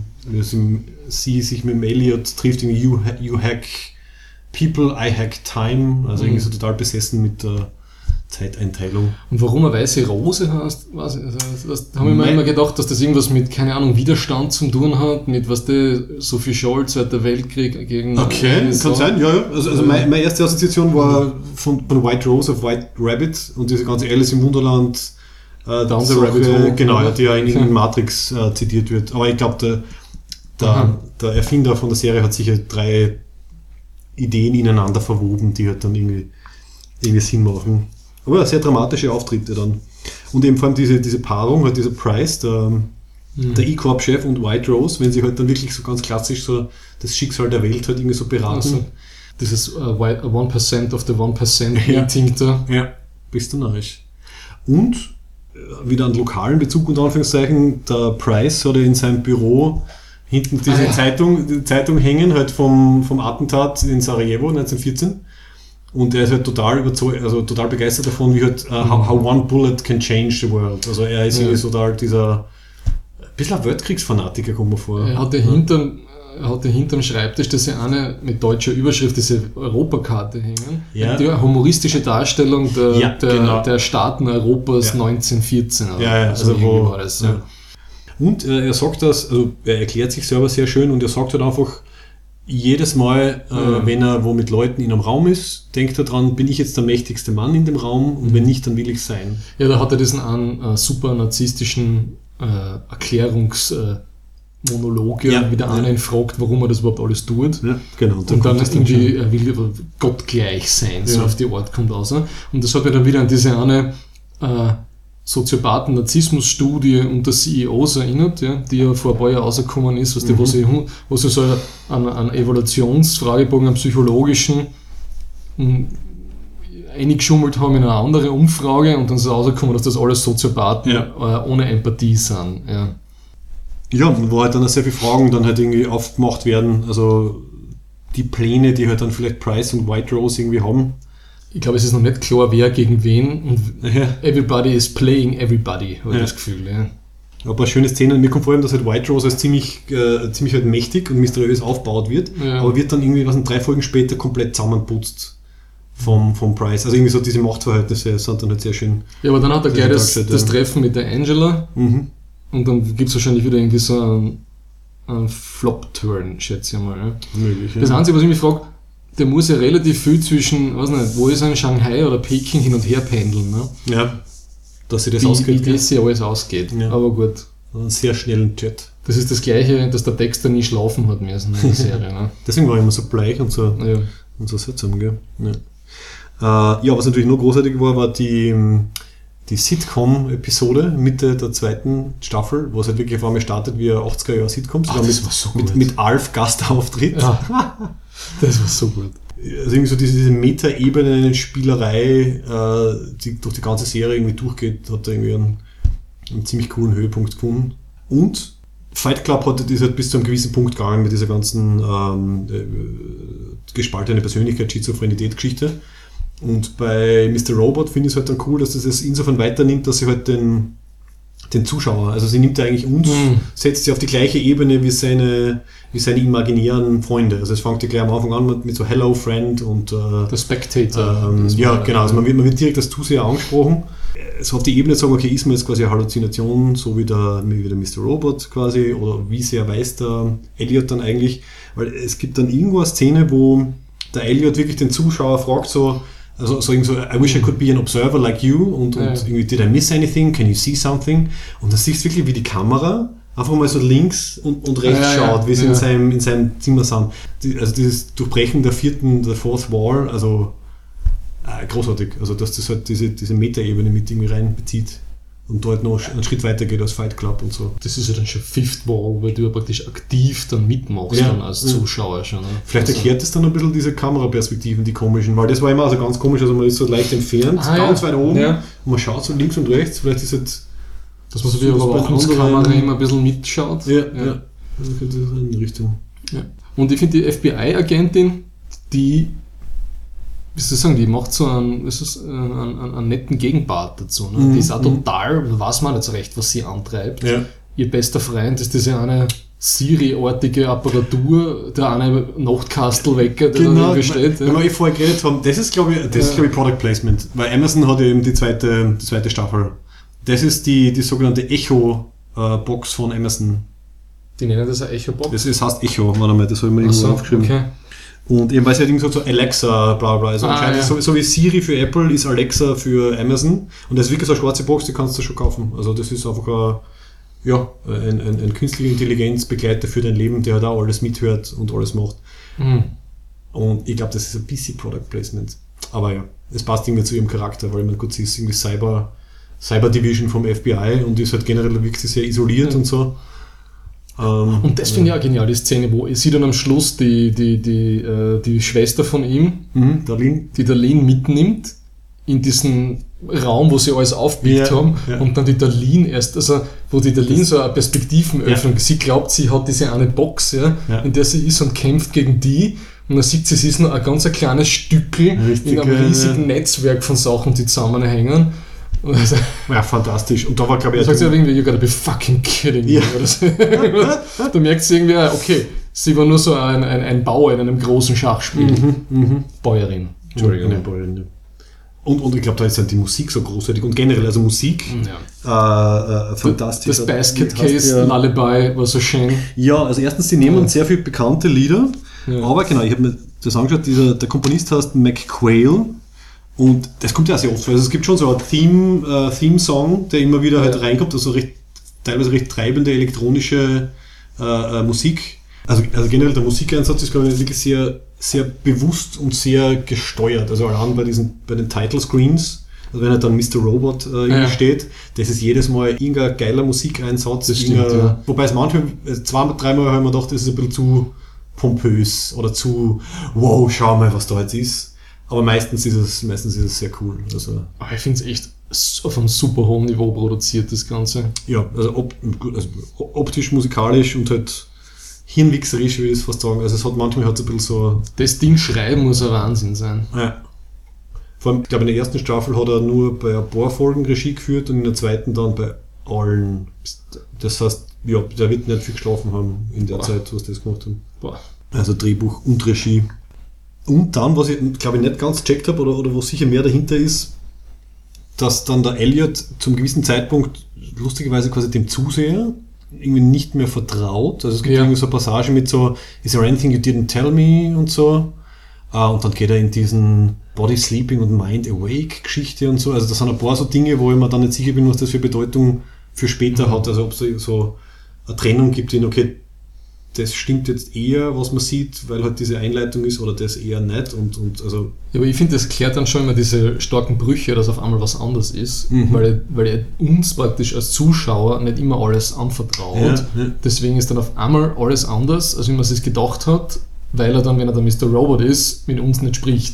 sie sich mit dem Elliot trifft, irgendwie you hack people, I hack time, also irgendwie so total besessen mit der Zeiteinteilung. Und warum eine weiße Rose heißt, weiß ich, das habe ich mir immer gedacht, dass das irgendwas mit, keine Ahnung, Widerstand zu tun hat, mit, was Sophie Scholl, Zweiter Weltkrieg gegen... Okay, kann sein, ja. Also meine erste Assoziation war von White Rose auf White Rabbit und diese ganze Alice im Wunderland Down the Rabbit Hole. Genau, die ja in Matrix zitiert wird. Aber ich glaube, der Erfinder von der Serie hat sicher 3 Ideen ineinander verwoben, die halt dann irgendwie Sinn machen. Aber sehr dramatische Auftritte dann. Und eben vor allem diese Paarung, halt dieser Price, der E-Corp-Chef und White Rose, wenn sie halt dann wirklich so ganz klassisch so das Schicksal der Welt halt irgendwie so beraten. Also, dieses 1% of the 1% Meeting da. Ja, bist du narrisch. Und wieder einen lokalen Bezug unter Anführungszeichen, der Price hat ja in seinem Büro hinten diese Zeitung hängen, halt vom Attentat in Sarajevo 1914. Und er ist halt total überzeugt, also total begeistert davon, wie halt how one bullet can change the world. Also er ist irgendwie total dieser, ein bisschen ein Weltkriegsfanatiker, kommt mir vor. Er hat hinterm Schreibtisch, dass er eine mit deutscher Überschrift, diese Europakarte hängen. Ja. Die humoristische Darstellung der Staaten Europas 1914. Also wo war das. Ja. Und er sagt das, also er erklärt sich selber sehr schön und er sagt halt einfach, jedes Mal, wenn er wo mit Leuten in einem Raum ist, denkt er dran, bin ich jetzt der mächtigste Mann in dem Raum und wenn nicht, dann will ich sein. Ja, da hat er diesen super narzisstischen Erklärungsmonolog, wie der eine ihn fragt, warum er das überhaupt alles tut. Ja, genau. Und dann irgendwie, er will gottgleich sein, so auf die Art kommt raus. Und das hat mir dann wieder an diese eine Soziopathen-Narzissmus-Studie unter CEOs erinnert, die ja vor ein paar Jahren rausgekommen ist, wo sie so einen Evaluationsfragebogen, einen psychologischen, eingeschummelt haben in eine andere Umfrage und dann ist rausgekommen, dass das alles Soziopathen ohne Empathie sind. Ja, wo halt dann sehr viele Fragen dann halt irgendwie aufgemacht werden, also die Pläne, die halt dann vielleicht Price und White Rose irgendwie haben. Ich glaube, es ist noch nicht klar, wer gegen wen und everybody is playing everybody, habe ich das Gefühl. Ja. Ein paar schöne Szenen. Mir kommt vor allem, dass halt White Rose als ziemlich halt mächtig und mysteriös aufgebaut wird, aber wird dann irgendwie 3 Folgen später komplett zusammenputzt vom Price. Also irgendwie so diese Machtverhältnisse sind dann halt sehr schön. Ja, aber dann hat er gleich das Treffen mit der Angela und dann gibt es wahrscheinlich wieder irgendwie so einen Flop-Turn, schätze ich mal. Ja. Möglich, das Einzige, was ich mich frage, der muss ja relativ viel zwischen, weiß nicht, wo ist er in Shanghai oder Peking hin und her pendeln. Ne? Ja, dass sich das ausgeht. Wie das sich alles ausgeht. Ja. Aber gut. Einen sehr schnellen Jet. Das ist das Gleiche, dass der Dexter nie schlafen hat müssen in der Serie. Ne? Deswegen war er immer so bleich und so, und so seltsam. Gell? Ja. Was natürlich noch großartig war die Sitcom-Episode Mitte der 2. Staffel, wo es halt wirklich auf einmal startet wie 80er-Jahre-Sitcoms. Das war so gut. Mit Alf Gastauftritt. Ja. Das war so gut. Also irgendwie so diese Meta-Ebene-Spielerei, die durch die ganze Serie irgendwie durchgeht, hat da irgendwie einen ziemlich coolen Höhepunkt gefunden. Und Fight Club ist halt bis zu einem gewissen Punkt gegangen mit dieser ganzen gespaltene Persönlichkeit, Schizophrenität-Geschichte. Und bei Mr. Robot finde ich es halt dann cool, dass das insofern weiternimmt, dass sie halt den den Zuschauer. Also sie nimmt ja eigentlich uns, setzt sie auf die gleiche Ebene wie seine imaginären Freunde. Also es fängt ja gleich am Anfang an mit so Hello Friend und der Spectator. ja, genau. Also man wird direkt als Zuseher angesprochen. So auf die Ebene sagen, okay, ist man jetzt quasi eine Halluzination, so wie der Mr. Robot quasi, oder wie sehr weiß der Elliot dann eigentlich? Weil es gibt dann irgendwo eine Szene, wo der Elliot wirklich den Zuschauer fragt, so irgendwie so, I wish I could be an observer like you, und irgendwie, did I miss anything? Can you see something? Und da siehst du wirklich, wie die Kamera einfach mal so links und rechts schaut, wie sie in seinem Zimmer sind. Also dieses Durchbrechen der fourth wall, also großartig. Also dass das halt diese Meta-Ebene mit irgendwie reinbezieht und dort noch einen Schritt weiter geht als Fight Club und so. Das ist ja dann schon Fifth Wall, weil du ja praktisch aktiv dann mitmachst dann als Zuschauer schon. Ne? Vielleicht erklärt das dann ein bisschen diese Kameraperspektiven, die komischen, weil das war immer also ganz komisch, also man ist so leicht entfernt, ganz weit oben und man schaut so links und rechts, vielleicht ist jetzt dass man so wie eine Überwachungskamera immer ein bisschen mitschaut. Ja. Also könnte das in die Richtung. Ja. Und ich finde die FBI-Agentin, die, wie soll ich sagen, die macht so einen netten Gegenpart dazu. Ne? Die ist auch total, weiß man nicht so recht, was sie antreibt. Ja. Ihr bester Freund ist diese eine Siri-artige Apparatur, der eine Nachtkastelwecker, der da irgendwie steht. Wenn wir vorher geredet haben, das ist glaube ich Product Placement, weil Amazon hat eben die zweite Staffel. Das ist die sogenannte Echo-Box von Amazon. Die nennen das eine Echo-Box? Das heißt Echo, warte mal, das habe ich mir irgendwo aufgeschrieben. Okay. Und eben, weil sie halt irgendwie so Alexa, bla bla, also anscheinend so wie Siri für Apple ist Alexa für Amazon, und das ist wirklich so eine schwarze Box, die kannst du schon kaufen. Also das ist einfach ein künstliche Intelligenzbegleiter für dein Leben, der halt auch alles mithört und alles macht. Und ich glaube, das ist ein bisschen Product Placement. Aber ja, es passt irgendwie zu ihrem Charakter, weil man gut, sie ist irgendwie Cyber Division vom FBI und ist halt generell wirklich sehr isoliert und so. Und das finde ich auch genial, die Szene, wo sie dann am Schluss die Schwester von ihm, die Darlene mitnimmt, in diesen Raum, wo sie alles aufgeblickt haben, und dann die Darlene erst, also wo die Darlene so eine Perspektivenöffnung, sie glaubt, sie hat diese eine Box, in der sie ist und kämpft gegen die, und dann sieht sie, es ist nur ein ganz kleines Stückel in einem riesigen Netzwerk von Sachen, die zusammenhängen. Also, ja, fantastisch. Und da war, glaube ich, sagt sie ja irgendwie, you gotta be fucking kidding me. Oder so. Da merkt sie irgendwie, okay, sie war nur so ein Bauer in einem großen Schachspiel. Bäuerin. Entschuldigung. Bäuerin, Und ich glaube, da ist dann die Musik so großartig. Und generell, also Musik, fantastisch. Das Basket Case Lullaby war so schön. Ja, also erstens, die nehmen sehr viele bekannte Lieder. Ja. Aber genau, ich habe mir das angeschaut, der Komponist heißt McQuail. Und das kommt ja sehr oft vor. Also es gibt schon so einen Theme-Song, der immer wieder halt reinkommt, also teilweise recht treibende elektronische Musik. Also generell der Musikeinsatz ist, glaube ich, wirklich sehr, sehr bewusst und sehr gesteuert. Also allein bei den Title Screens, also wenn halt dann Mr. Robot steht, das ist jedes Mal irgendein geiler Musikeinsatz. Das stimmt, wobei es manchmal, 2-3 Mal haben wir gedacht, das ist ein bisschen zu pompös oder zu, wow, schau mal, was da jetzt ist. Aber meistens ist es sehr cool. Also, ich finde es echt auf einem super hohen Niveau produziert, das Ganze. Ja, also optisch, musikalisch und halt hirnwichserisch, würde ich fast sagen. Also es hat manchmal ein bisschen so... Das Ding schreiben muss ein Wahnsinn sein. Ja. Vor allem, ich glaube, in der ersten Staffel hat er nur bei ein paar Folgen Regie geführt und in der zweiten dann bei allen. Das heißt, ja, der wird nicht viel geschlafen haben in der Zeit, was das gemacht haben. Also Drehbuch und Regie. Und dann, was ich glaube ich nicht ganz gecheckt habe oder wo sicher mehr dahinter ist, dass dann der Elliot zum gewissen Zeitpunkt lustigerweise quasi dem Zuseher irgendwie nicht mehr vertraut. Also es gibt irgendwie so Passagen mit so, is there anything you didn't tell me und so. Und dann geht er in diesen Body Sleeping und Mind Awake Geschichte und so. Also das sind ein paar so Dinge, wo ich mir dann nicht sicher bin, was das für Bedeutung für später hat. Also ob es so eine Trennung gibt in, okay, das stimmt jetzt eher, was man sieht, weil halt diese Einleitung ist, oder das eher nicht. Und also ja, aber ich finde, das klärt dann schon immer diese starken Brüche, dass auf einmal was anderes ist, weil er uns praktisch als Zuschauer nicht immer alles anvertraut. Ja. Deswegen ist dann auf einmal alles anders, als wie man es sich gedacht hat, weil er dann, wenn er der Mr. Robot ist, mit uns nicht spricht.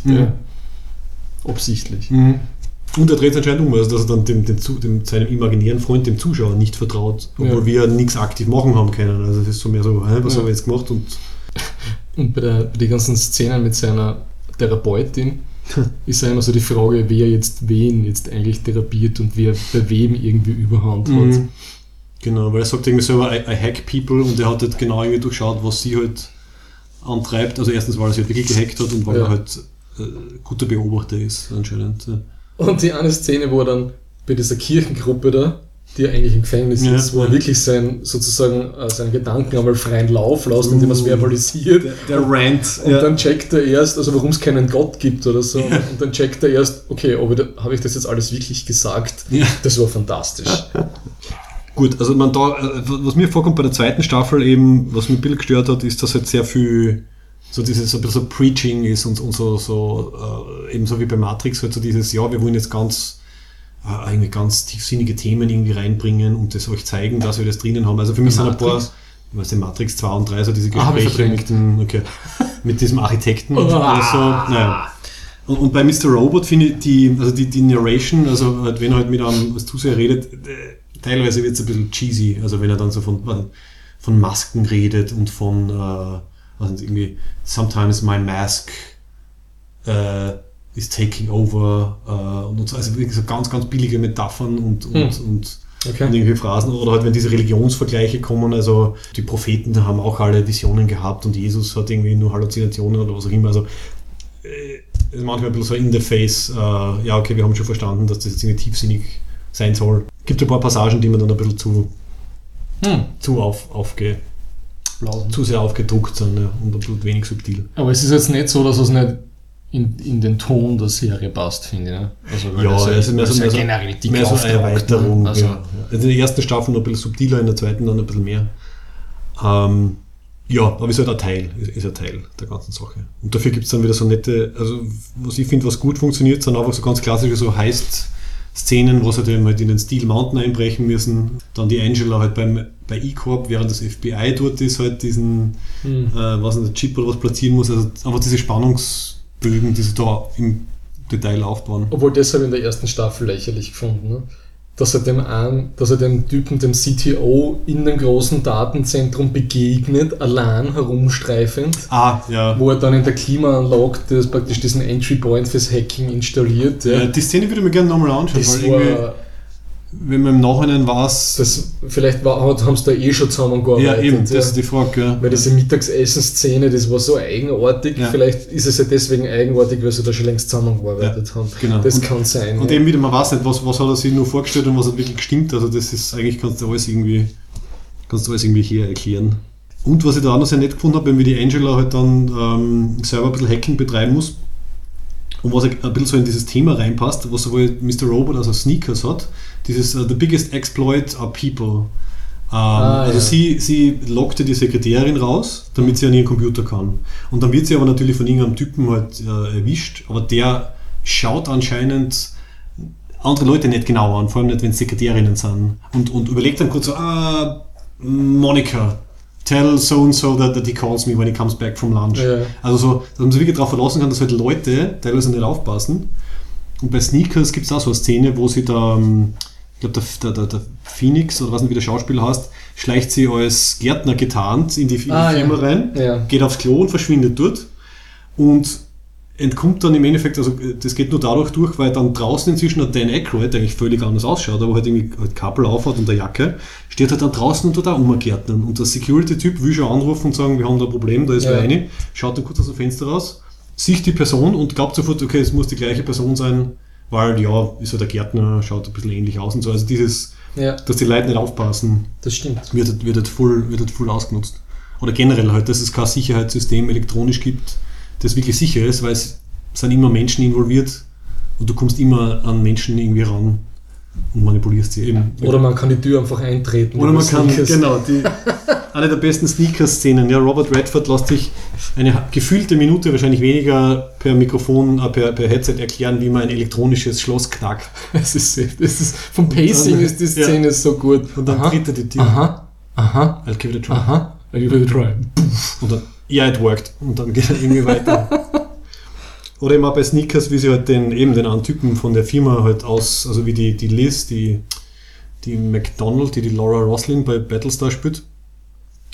Absichtlich. Und er dreht es anscheinend um, also dass er dann seinem imaginären Freund, dem Zuschauer, nicht vertraut, obwohl wir nichts aktiv machen haben können. Also es ist so mehr so, was haben wir jetzt gemacht? Und bei den ganzen Szenen mit seiner Therapeutin, ist ja immer so die Frage, wer jetzt wen jetzt eigentlich therapiert und wer bei wem irgendwie Überhand hat. Genau, weil er sagt irgendwie selber, I hack people, und er hat halt genau irgendwie durchschaut, was sie halt antreibt. Also erstens, weil er sie halt wirklich gehackt hat und weil er halt guter Beobachter ist anscheinend. Ja. Und die eine Szene, wo er dann bei dieser Kirchengruppe da, die ja eigentlich im Gefängnis ist, wo er wirklich seinen Gedanken einmal freien Lauf lässt, indem er es verbalisiert. Der Rant. Und dann checkt er erst, also warum es keinen Gott gibt oder so. Ja. Und dann checkt er erst, okay, aber habe ich das jetzt alles wirklich gesagt? Ja. Das war fantastisch. Gut, also was mir vorkommt bei der zweiten Staffel eben, was mich ein bisschen gestört hat, ist, dass halt sehr viel so dieses so ein bisschen so Preaching ist und so ebenso wie bei Matrix halt so dieses, ja, wir wollen jetzt irgendwie ganz tiefsinnige Themen irgendwie reinbringen und das euch zeigen, dass wir das drinnen haben. Also für mich sind ein paar, ich weiß nicht, Matrix 2 und 3, so diese Gespräche mit diesem Architekten und so. Naja. Und bei Mr. Robot finde ich die Narration, also halt, wenn er halt mit einem als Zuseher redet, teilweise wird es ein bisschen cheesy, also wenn er dann so von Masken redet und von irgendwie sometimes my mask is taking over und so, also wirklich so ganz, ganz billige Metaphern und irgendwelche Phrasen, oder halt wenn diese Religionsvergleiche kommen, also die Propheten haben auch alle Visionen gehabt und Jesus hat irgendwie nur Halluzinationen oder was auch immer, also ist manchmal ein bisschen so in the face, ja okay, wir haben schon verstanden, dass das jetzt irgendwie tiefsinnig sein soll. Gibt ein paar Passagen, die man dann ein bisschen zu sehr aufgedruckt sind, ja, und ein bisschen wenig subtil. Aber es ist jetzt nicht so, dass es nicht in den Ton der Serie passt, finde ich. Ne? Also, ja, es ist mehr so eine Erweiterung. Also, ja. In der ersten Staffel noch ein bisschen subtiler, in der zweiten dann ein bisschen mehr. Ja, aber ist halt ein Teil der ganzen Sache. Und dafür gibt es dann wieder so nette, also was ich finde, was gut funktioniert, sind einfach so ganz klassische so Heist-Szenen, wo sie halt eben halt in den Steel Mountain einbrechen müssen. Dann die Angela halt bei E-Corp, während das FBI dort ist, halt diesen Chip oder was platzieren muss. Also einfach diese Spannungsbögen, die sie da im Detail aufbauen. Obwohl das habe ich in der ersten Staffel lächerlich gefunden, ne? Dass er dem Typen, dem CTO, in dem großen Datenzentrum begegnet, allein herumstreifend. Ja. Wo er dann in der Klimaanlage das praktisch diesen Entry Point fürs Hacking installiert. Ja. Die Szene würde ich mir gerne nochmal anschauen, weil wenn man im Nachhinein weiß... Vielleicht haben sie da schon zusammengearbeitet. Ja, eben, das ist die Frage. Ja. Weil diese Mittagessen-Szene, das war so eigenartig. Ja. Vielleicht ist es ja deswegen eigenartig, weil sie da schon längst zusammengearbeitet haben. Genau. Das kann sein. Und eben wieder, man weiß nicht, was hat er sich nur vorgestellt und was hat wirklich gestimmt. Also das ist eigentlich, kannst du alles irgendwie hier erklären. Und was ich da auch noch sehr nett gefunden habe, wenn die Angela halt dann selber ein bisschen Hacking betreiben muss, und was ein bisschen so in dieses Thema reinpasst, was sowohl Mr. Robot als auch Sneakers hat, dieses the biggest exploit are people. Also sie lockte die Sekretärin raus, damit sie an ihren Computer kann. Und dann wird sie aber natürlich von irgendeinem Typen halt erwischt, aber der schaut anscheinend andere Leute nicht genau an, vor allem nicht, wenn es Sekretärinnen sind. Und überlegt dann kurz so, Monica, tell so-and-so that he calls me when he comes back from lunch. Ja. Also so, dass man sich wirklich darauf verlassen kann, dass halt Leute teilweise nicht aufpassen. Und bei Sneakers gibt es auch so eine Szene, wo sie da, ich glaube der Phoenix, oder was nicht wie der Schauspieler heißt, schleicht sie als Gärtner getarnt in die Firma rein, geht aufs Klo und verschwindet dort und entkommt dann im Endeffekt, also das geht nur dadurch durch, weil dann draußen inzwischen der Dan Aykroyd, der eigentlich völlig anders ausschaut, aber halt irgendwie halt Kappel aufhat und der Jacke, steht halt dann draußen und tut auch umgärtnern. Und der Security-Typ will schon anrufen und sagen, wir haben da ein Problem, da ist wer rein, schaut dann kurz aus dem Fenster raus, sieht die Person und glaubt sofort, okay, es muss die gleiche Person sein, weil ja, ist halt der Gärtner, schaut ein bisschen ähnlich aus und so. Also dieses, dass die Leute nicht aufpassen, das stimmt. Wird halt voll ausgenutzt. Oder generell halt, dass es kein Sicherheitssystem elektronisch gibt, das wirklich sicher ist, weil es sind immer Menschen involviert und du kommst immer an Menschen irgendwie ran und manipulierst sie eben. Oder man kann die Tür einfach eintreten. Oder man kann, genau, eine der besten Sneakers-Szenen. Ja, Robert Redford lässt sich eine gefühlte Minute, wahrscheinlich weniger, per Mikrofon, per Headset erklären, wie man ein elektronisches Schloss knackt. Das ist vom Pacing ist die Szene so gut. Und dann tritt er die Tür. Aha. I'll give it a try. I'll give it a try. Und dann, it worked. Und dann geht er irgendwie weiter. Oder eben auch bei Sneakers, wie sie halt den anderen Typen von der Firma halt also wie die Liz, die McDonald, die Laura Roslin bei Battlestar spielt,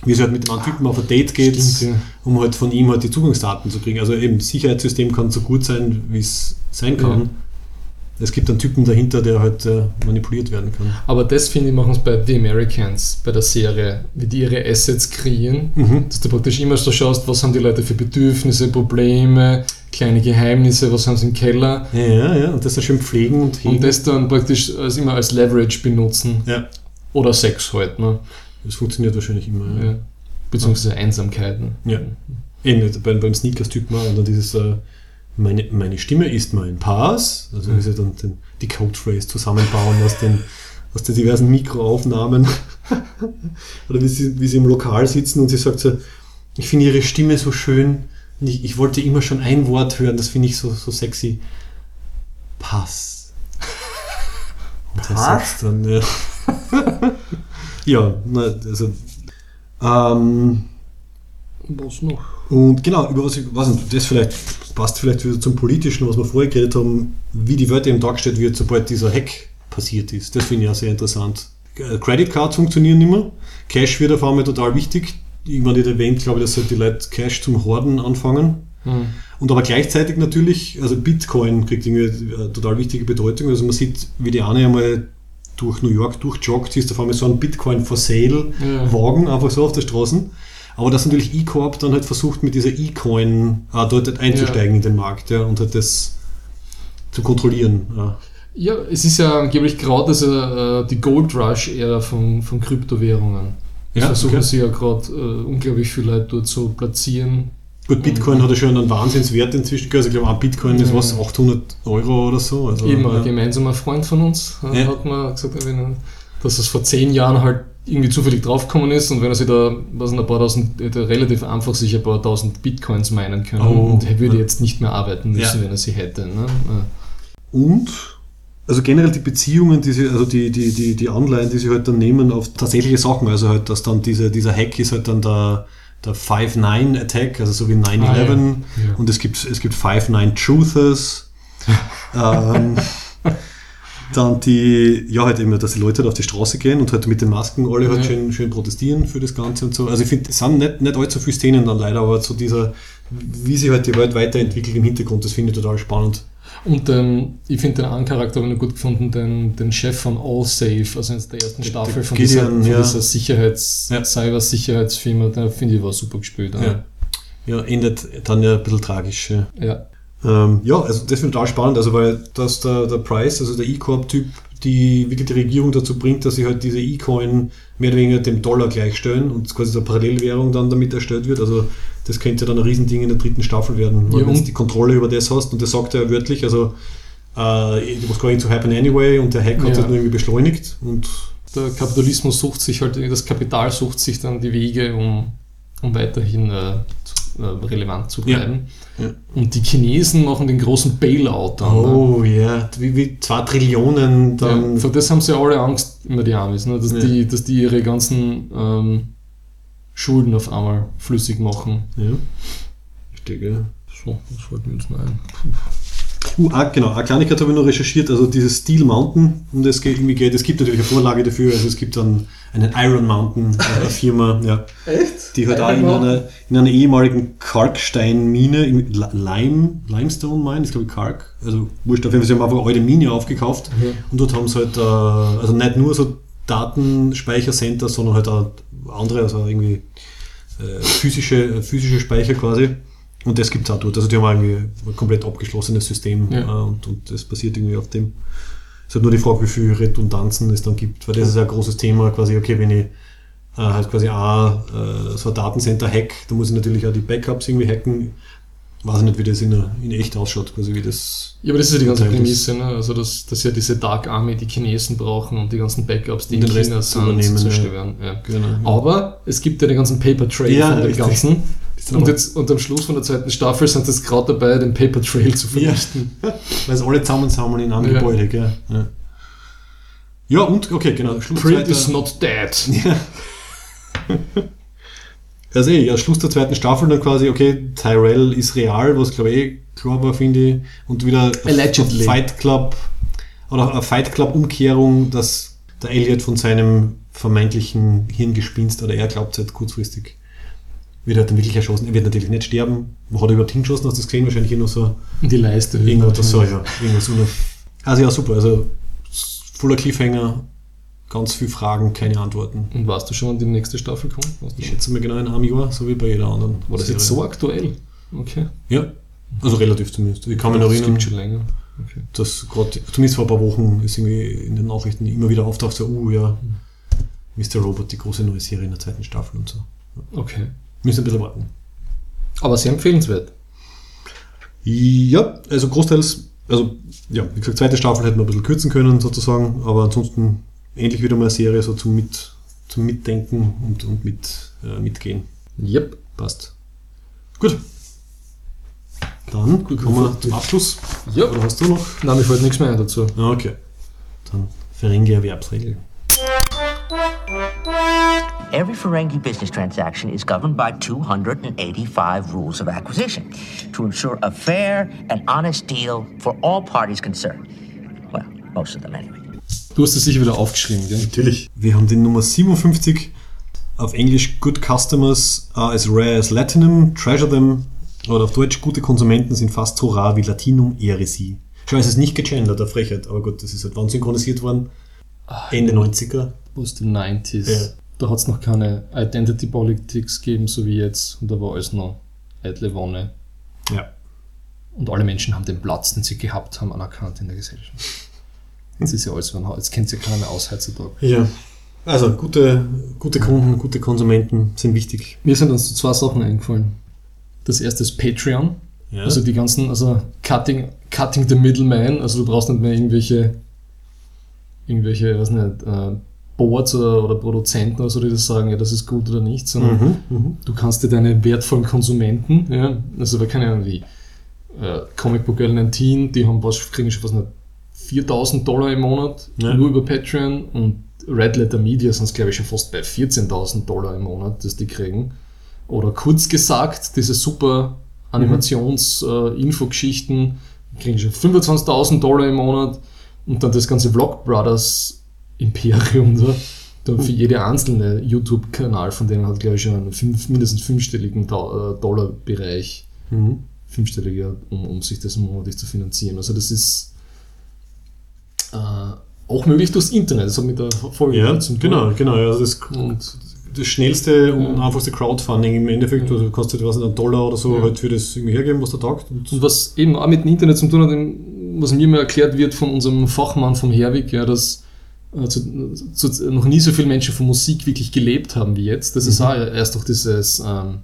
wie es halt mit dem einen Typen auf ein Date geht, Stimmt, ja. um halt von ihm halt die Zugangsdaten zu kriegen. Also eben, das Sicherheitssystem kann so gut sein, wie es sein kann. Ja. Es gibt einen Typen dahinter, der halt manipuliert werden kann. Aber das, finde ich, machen es bei The Americans, bei der Serie, wie die ihre Assets kreieren, dass du praktisch immer so schaust, was haben die Leute für Bedürfnisse, Probleme, kleine Geheimnisse, was haben sie im Keller. Ja, und das dann schön pflegen und hegen. Und das dann praktisch immer als Leverage benutzen. Ja, Oder Sex halt, ne? das funktioniert wahrscheinlich immer. Ja. Beziehungsweise Einsamkeiten. Ja. Eben beim Sneakers-Typ mal und dann dieses meine Stimme ist mein Pass, also wie sie dann die Codephrase zusammenbauen aus den diversen Mikroaufnahmen oder wie sie im Lokal sitzen und sie sagt so, ich finde ihre Stimme so schön und ich wollte immer schon ein Wort hören, das finde ich so sexy. Pass. Und er sagt dann, ja. Ja, also Was noch? und genau, über was ich weiß nicht, das passt vielleicht wieder zum Politischen, was wir vorher geredet haben, wie die Welt eben dargestellt wird, sobald dieser Hack passiert ist. Das finde ich auch sehr interessant. Credit Cards funktionieren nicht mehr. Cash wird auf einmal total wichtig. Irgendwann hat erwähnt, glaube ich, dass halt die Leute Cash zum Horden anfangen. Und aber gleichzeitig natürlich, also Bitcoin kriegt irgendwie eine total wichtige Bedeutung. Also man sieht, wie die eine einmal durch New York durchjoggt, ist auf einmal so ein Bitcoin for Sale Wagen, einfach so auf der Straße. Aber dass natürlich E-Corp dann halt versucht, mit dieser E-Coin dort halt einzusteigen in den Markt, ja, und halt das zu kontrollieren. Ja. Ja, es ist ja angeblich gerade also, die Gold Rush-Ära von Kryptowährungen. Das versuchen sie ja gerade unglaublich viele Leute dort zu platzieren. Gut, Bitcoin hat ja schon einen Wahnsinnswert inzwischen. Also ich glaube, ein Bitcoin ist was, 800 Euro oder so. Also, eben, ein gemeinsamer Freund von uns hat mir gesagt, dass es vor 10 Jahren halt irgendwie zufällig draufgekommen ist und wenn er sich da ein paar tausend, hätte relativ einfach sich ein paar tausend Bitcoins meinen können und er würde jetzt nicht mehr arbeiten müssen, wenn er sie hätte. Ne? Und also generell die Beziehungen, die Anleihen, die sie halt dann nehmen auf tatsächliche Sachen, also halt, dass dann dieser Hack ist halt dann der 5-9 Attack, also so wie 9/11 und es gibt 5-9 Truthers. Dann halt immer, dass die Leute halt auf die Straße gehen und halt mit den Masken alle halt schön protestieren für das Ganze und so. Also ich finde, es sind nicht allzu viele Szenen dann leider, aber so wie sich halt die Welt weiterentwickelt im Hintergrund, das finde ich total spannend. Und ich finde den einen Charakter habe ich noch gut gefunden, den Chef von AllSafe, also in der ersten Staffel von dieser Cyber-Sicherheitsfirma, der finde ich war super gespielt. Ja, endet dann ja ein bisschen tragisch. Ja. Also das finde ich total spannend, also weil dass der Price, also der E-Corp-Typ, die wirklich die Regierung dazu bringt, dass sie halt diese E-Coin mehr oder weniger dem Dollar gleichstellen und quasi eine Parallelwährung dann damit erstellt wird. Also das könnte dann ein Riesending in der 3. Staffel werden, weil wenn du die Kontrolle über das hast und das sagt er wörtlich, also it was going to happen anyway und der Hack hat es halt nur irgendwie beschleunigt. Und der Kapitalismus sucht sich halt, das Kapital sucht sich dann die Wege, um weiterhin relevant zu bleiben. Ja. Und die Chinesen machen den großen Bailout dann. Oh ja, wie 2 Trillionen dann. Ja, vor das haben sie alle Angst, immer die Amis, ne? Dass die ihre ganzen Schulden auf einmal flüssig machen. Ja, richtig, ja. So, das wollten wir uns noch ein. Genau, eine Kleinigkeit habe ich noch recherchiert, also dieses Steel Mountain, um das irgendwie geht, es gibt natürlich eine Vorlage dafür, also es gibt dann einen Iron Mountain, eine Firma, ja. Echt? Die halt auch in einer ehemaligen Kalksteinmine, Limestone Mine, ist glaube ich Kalk, also wurscht, auf jeden Fall, sie haben einfach eine alte Mine aufgekauft und dort haben sie halt, also nicht nur so Datenspeichercenter, sondern halt auch andere, also irgendwie physische Speicher quasi. Und das gibt es auch dort. Also die haben irgendwie ein komplett abgeschlossenes System und das basiert irgendwie auf dem. Es ist halt nur die Frage, wie viele Redundanzen es dann gibt, weil das ist ja ein großes Thema, quasi, okay, wenn ich halt quasi so ein Datencenter hack, dann muss ich natürlich auch die Backups irgendwie hacken. Weiß ich nicht, wie das in echt ausschaut, quasi wie das. Ja, aber das ist ja die ganze Prämisse, ne? Also dass ja diese Dark Army die Chinesen brauchen und die ganzen Backups, die in China sind, zu zerstören. Ja. Genau. Aber es gibt ja den ganzen Paper Trail von dem Ganzen. Und am Schluss von der 2. Staffel sind sie gerade dabei, den Paper Trail zu vernichten. Ja. Weil sie alle zusammensammeln in einem Gebäude, gell? Ja, und, okay, genau. Print is not dead. Ja. Also Schluss der 2. Staffel dann quasi, okay, Tyrell ist real, was glaube ich klar war, finde ich. Und wieder Allegedly. Fight Club Umkehrung, dass der Elliot von seinem vermeintlichen Hirngespinst, oder er glaubt halt kurzfristig, wird er dann wirklich erschossen. Er wird natürlich nicht sterben. Wo hat er überhaupt hingeschossen? Hast du das gesehen? Wahrscheinlich nur so Die Leiste. irgendwas so, ja. Irgendwas also ja, super. Also voller Cliffhanger, ganz viele Fragen, keine Antworten. Und weißt du schon, wann die nächste Staffel kommt? Ich schätze mal genau in einem Jahr, so wie bei jeder anderen. War das jetzt so aktuell? Okay. Ja, also relativ zumindest. Ich kann mich noch Das erinnern, gibt schon länger. Okay. dass gerade, zumindest vor ein paar Wochen, ist irgendwie in den Nachrichten immer wieder auftaucht, so, ja, Mr. Robot, die große neue Serie in der 2. Staffel und so. Okay. Müssen ein bisschen warten. Aber sehr empfehlenswert. Ja, also großteils, also ja, wie gesagt, 2. Staffel hätten wir ein bisschen kürzen können sozusagen, aber ansonsten endlich wieder mal eine Serie so zum Mitdenken und mitgehen. Yep. Passt. Gut. Dann kommen wir zum Abschluss. Ja. Oder hast du noch? Nein, mir fällt nichts mehr ein dazu. Okay. Dann Ferengi Erwerbsregel. Every Ferengi business transaction is governed by 285 rules of acquisition to ensure a fair and honest deal for all parties concerned. Well, most of them anyway. Du hast es sicher wieder aufgeschrieben, gell? Natürlich. Wir haben die Nummer 57, auf Englisch Good Customers are as rare as Latinum, treasure them, oder auf Deutsch gute Konsumenten sind fast so rar wie Latinum, ehre sie. Schau, es ist nicht gegendert, eine Frechheit, aber gut, das ist halt wann synchronisiert worden? Ende 90er. Aus den 90s. Ja. Da hat es noch keine Identity Politics gegeben, so wie jetzt. Und da war alles noch eitle Wonne. Ja. Und alle Menschen haben den Platz, den sie gehabt haben, anerkannt in der Gesellschaft. Das ist ja alles so ein Haus. Jetzt kennt ja keiner mehr aus heutzutage. Ja. Also, gute Kunden, gute Konsumenten sind wichtig. Mir sind uns 2 Sachen eingefallen. Das erste ist Patreon. Ja. Also die ganzen, also cutting the middleman. Also du brauchst nicht mehr irgendwelche, weiß nicht, Boards oder Produzenten oder so, die das sagen, ja, das ist gut oder nicht, sondern du kannst dir deine wertvollen Konsumenten, ja, also da keine Ahnung wie Comic Book L19, die haben kriegen schon was nicht, $4.000 im Monat, ja, nur über Patreon, und Red Letter Media sind es, glaube ich, schon fast bei $14.000 im Monat, das die kriegen. Oder kurz gesagt, diese super Animations-Infogeschichten kriegen schon $25.000 im Monat, und dann das ganze Vlog Brothers Imperium da für jede einzelne YouTube-Kanal von denen hat, glaube ich, schon einen mindestens 5-stelligen Dollarbereich, 5-stelliger, um sich das monatlich zu finanzieren. Also das ist auch möglich durchs Internet. Das hat mit der Folge zu tun. Genau. Also das schnellste und einfachste Crowdfunding im Endeffekt. Also du kannst dir $1 oder so halt für das irgendwie hergeben, was da taugt. Und was eben auch mit dem Internet zu tun hat, was mir immer erklärt wird von unserem Fachmann vom Herwig, ja, dass noch nie so viele Menschen von Musik wirklich gelebt haben wie jetzt. Das ist auch erst durch dieses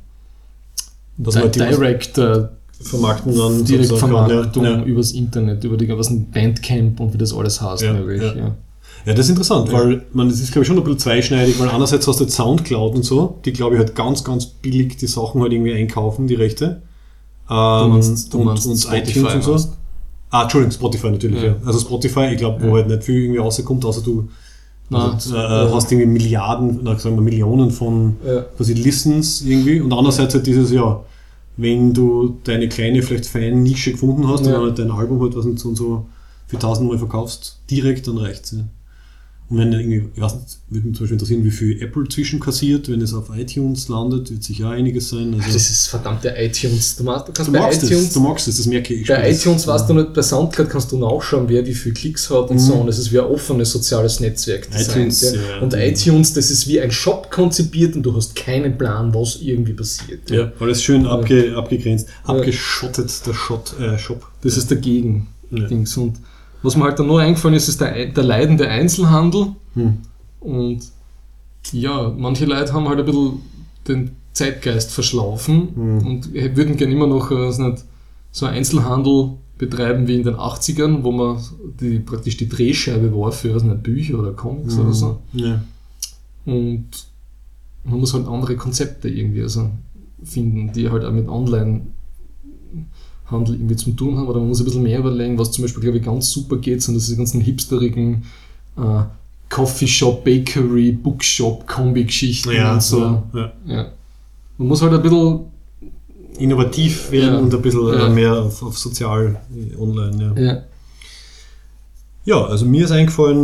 Direktvermarktung übers Internet, über die ganzen Bandcamp und wie das alles heißt möglich. Ja, das ist interessant, weil das ist, glaube ich, schon ein bisschen zweischneidig, weil einerseits hast du jetzt Soundcloud und so, die, glaube ich, halt ganz, ganz billig die Sachen halt irgendwie einkaufen, die Rechte. Du meinst iTunes und so. Entschuldigung, Spotify natürlich, ja. Also Spotify, ich glaube, wo halt nicht viel irgendwie rauskommt, außer du hast irgendwie Milliarden, sagen wir Millionen von Listens irgendwie. Und andererseits halt dieses, wenn du deine kleine, vielleicht feine Nische gefunden hast und dann halt dein Album halt so und so für 1000-mal verkaufst, direkt, dann reicht's. Ja. Und wenn irgendwie, ich weiß nicht, würde mich zum Beispiel interessieren, wie viel Apple zwischenkassiert, wenn es auf iTunes landet, wird sicher einiges sein. Also das ist verdammte iTunes. Du magst das, das merke ich. Bei iTunes weißt du nicht, bei Soundcloud kannst du nachschauen, wer wie viel Klicks hat und so. Und das ist wie ein offenes soziales Netzwerk. iTunes, und iTunes, das ist wie ein Shop konzipiert und du hast keinen Plan, was irgendwie passiert. Ja, alles schön abgegrenzt, abgeschottet, der Shop. Das ist dagegen. Dings. Und was mir halt dann nur eingefallen ist der leidende Einzelhandel. Und ja, manche Leute haben halt ein bisschen den Zeitgeist verschlafen und würden gerne immer noch so einen Einzelhandel betreiben wie in den 80ern, wo man praktisch die Drehscheibe war für Bücher oder Comics oder so. Ja. Und man muss halt andere Konzepte irgendwie finden, die halt auch mit Online Handel irgendwie zu tun haben, oder man muss ein bisschen mehr überlegen, was zum Beispiel, glaube ich, ganz super geht, sind diese ganzen hipsterigen Coffee Shop, Bakery, Bookshop, Kombi-Geschichten und so. Ja. Man muss halt ein bisschen innovativ werden und ein bisschen mehr auf sozial online. Ja, also mir ist eingefallen,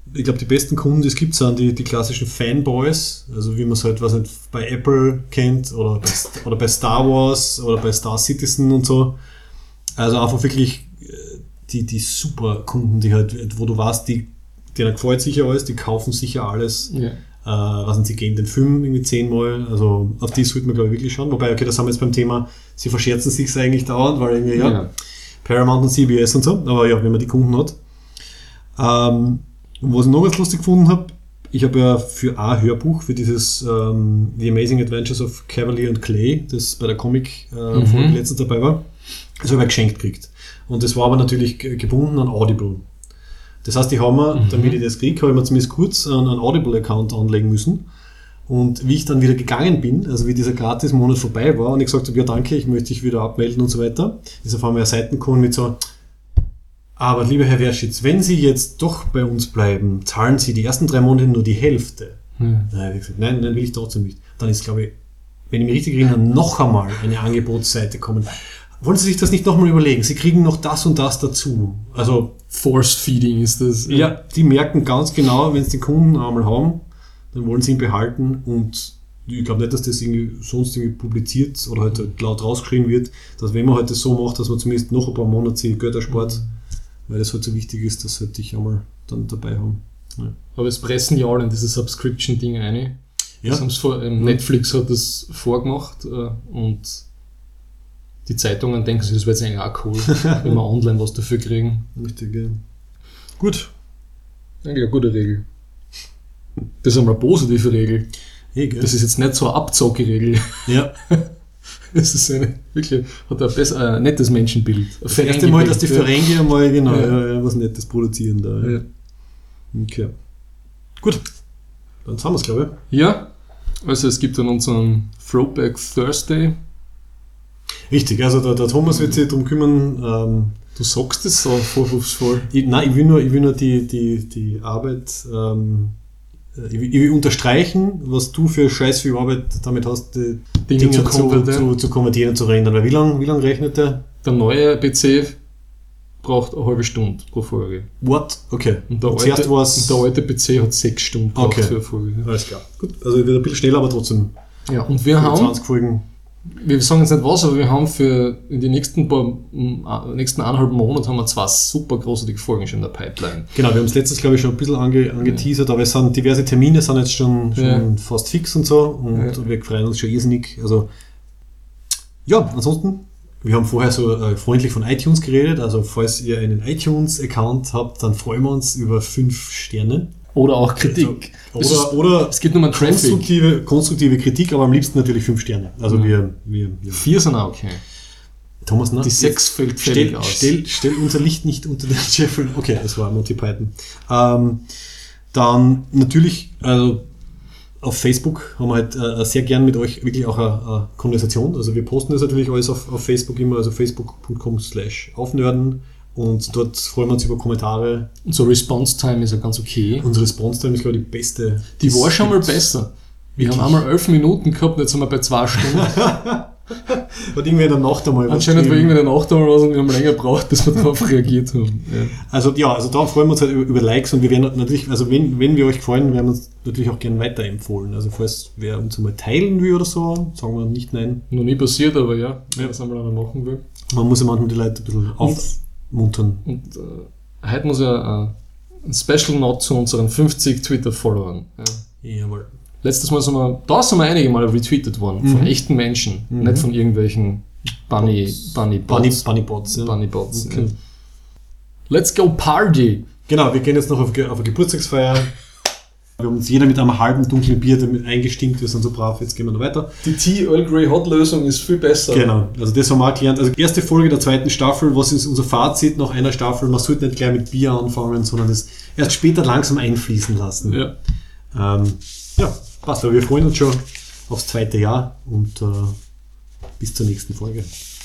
ich glaube, die besten Kunden, die es gibt, sind die klassischen Fanboys, also wie man es halt, was nicht, bei Apple kennt oder bei Star Wars oder bei Star Citizen und so. Also einfach wirklich die super Kunden, die halt, wo du weißt, denen gefällt sicher alles, die kaufen sicher alles. Ja. Sie gehen den Film irgendwie 10-mal, also auf die sollte man, glaube ich, wirklich schauen. Wobei, okay, das haben wir jetzt beim Thema, sie verscherzen sich eigentlich dauernd, weil irgendwie, Paramount und CBS und so, aber ja, wenn man die Kunden hat. Was ich noch ganz lustig gefunden habe, ich habe ja für ein Hörbuch, für dieses The Amazing Adventures of Cavalier and Clay, das bei der Comic-Folge letztens dabei war, das habe ich geschenkt gekriegt. Und das war aber natürlich gebunden an Audible. Das heißt, ich habe mir, damit ich das kriege, habe ich mir zumindest kurz einen Audible-Account anlegen müssen. Und wie ich dann wieder gegangen bin, also wie dieser Gratis-Monat vorbei war und ich gesagt habe, ja danke, ich möchte dich wieder abmelden und so weiter, ist auf einmal eine Seite gekommen mit so, aber lieber Herr Werschitz, wenn Sie jetzt doch bei uns bleiben, zahlen Sie die ersten 3 Monate nur die Hälfte. Dann habe ich gesagt, nein, will ich trotzdem nicht. Dann ist, glaube ich, wenn ich mich richtig erinnere, noch einmal eine Angebotsseite kommen. Wollen Sie sich das nicht nochmal überlegen? Sie kriegen noch das und das dazu. Also Forced Feeding ist das. Ja, die merken ganz genau, wenn sie den Kunden einmal haben, dann wollen sie ihn behalten und ich glaube nicht, dass das sonst irgendwie publiziert oder halt laut rausgeschrieben wird, dass wenn man halt das so macht, dass man zumindest noch ein paar Monate Geld erspart, weil das halt so wichtig ist, dass halt dich einmal dann dabei haben. Ja. Aber es pressen ja alle in diese Subscription-Dinge ein. Ja. Netflix hat das vorgemacht und die Zeitungen denken sich, das wäre jetzt eigentlich auch cool, wenn wir online was dafür kriegen. Richtig, ja. Gut. Eigentlich eine gute Regel. Das ist einmal eine positive Regel. Hey, das ist jetzt nicht so eine Abzocke-Regel. Ja. Das ist wirklich, hat ein nettes Menschenbild. Das erste Mal, dass die Ferengi einmal was Nettes produzieren da. Ja. Okay. Gut. Dann haben wir es, glaube ich. Ja. Also es gibt dann unseren Throwback Thursday. Richtig, also der Thomas wird sich darum kümmern. Du sagst es so vorwurfsvoll. Ich will nur die Arbeit, ich will unterstreichen, was du für scheiß viel Arbeit damit hast, die Dinge zu kommentieren und zu rendern. Weil wie lang rechnet der? Der neue PC braucht eine halbe Stunde pro Folge. What? Okay. Und der alte PC hat 6 Stunden braucht für eine Folge. Alles klar. Gut, also wird ein bisschen schneller, aber trotzdem. Ja, und wir haben 20 Folgen. Wir sagen jetzt nicht was, aber wir haben für in die nächsten 1,5 Monate haben wir 2 super großartige Folgen schon in der Pipeline. Genau, wir haben es letztes, glaube ich, schon ein bisschen angeteasert, aber es sind diverse Termine, sind jetzt schon fast fix und so und wir freuen uns schon irrsinnig. Also, ja, ansonsten, wir haben vorher so freundlich von iTunes geredet, also falls ihr einen iTunes-Account habt, dann freuen wir uns über 5 Sterne. Oder auch Kritik. Oder es gibt nur mal konstruktive Kritik, aber am liebsten natürlich 5 Sterne. Also wir 4 sind auch okay. Thomas, die 6 fällt völlig aus. Stell unser Licht nicht unter den Scheffel. Okay, das war Monty Python. Dann natürlich, also auf Facebook haben wir halt sehr gern mit euch wirklich auch eine Konversation. Also wir posten das natürlich alles auf Facebook immer, also facebook.com/aufnörden. Und dort freuen wir uns über Kommentare. Und so Response Time ist ja ganz okay. Unsere Response Time ist, glaube ich, die beste. Die war schon mal besser. Wir haben einmal 11 Minuten gehabt, jetzt sind wir bei 2 Stunden. Hat irgendwer in der Nacht einmal was anscheinend war irgendwer in der Nacht einmal was und wir haben länger gebraucht, bis wir darauf reagiert haben. Ja. Also da freuen wir uns halt über Likes und wir werden natürlich, also wenn wir euch gefallen, werden wir uns natürlich auch gerne weiterempfohlen. Also falls wer uns einmal teilen will oder so, sagen wir nicht nein. Noch nie passiert, aber ja, wenn das einmal einer machen will. Man muss ja manchmal die Leute ein bisschen aufmuntern. Und heute muss ja ein Special Note zu unseren 50 Twitter-Followern. Ja. Jawohl. Letztes Mal sind wir einige Mal retweetet worden, von echten Menschen, nicht von irgendwelchen Bunny-Bots. Bunny-Bots, ja. Bunny-Bots, okay. Ja. Let's go Party! Genau, wir gehen jetzt noch auf eine Geburtstagsfeier. Wir haben uns jeder mit einem halben dunklen Bier damit eingestimmt, wir sind so brav, jetzt gehen wir noch weiter. Die Tea-Earl Grey Hot Lösung ist viel besser. Genau, also das haben wir auch gelernt. Also erste Folge der 2. Staffel, was ist unser Fazit nach einer Staffel? Man sollte nicht gleich mit Bier anfangen, sondern es erst später langsam einfließen lassen. Ja. Passt, aber wir freuen uns schon aufs 2. Jahr und bis zur nächsten Folge.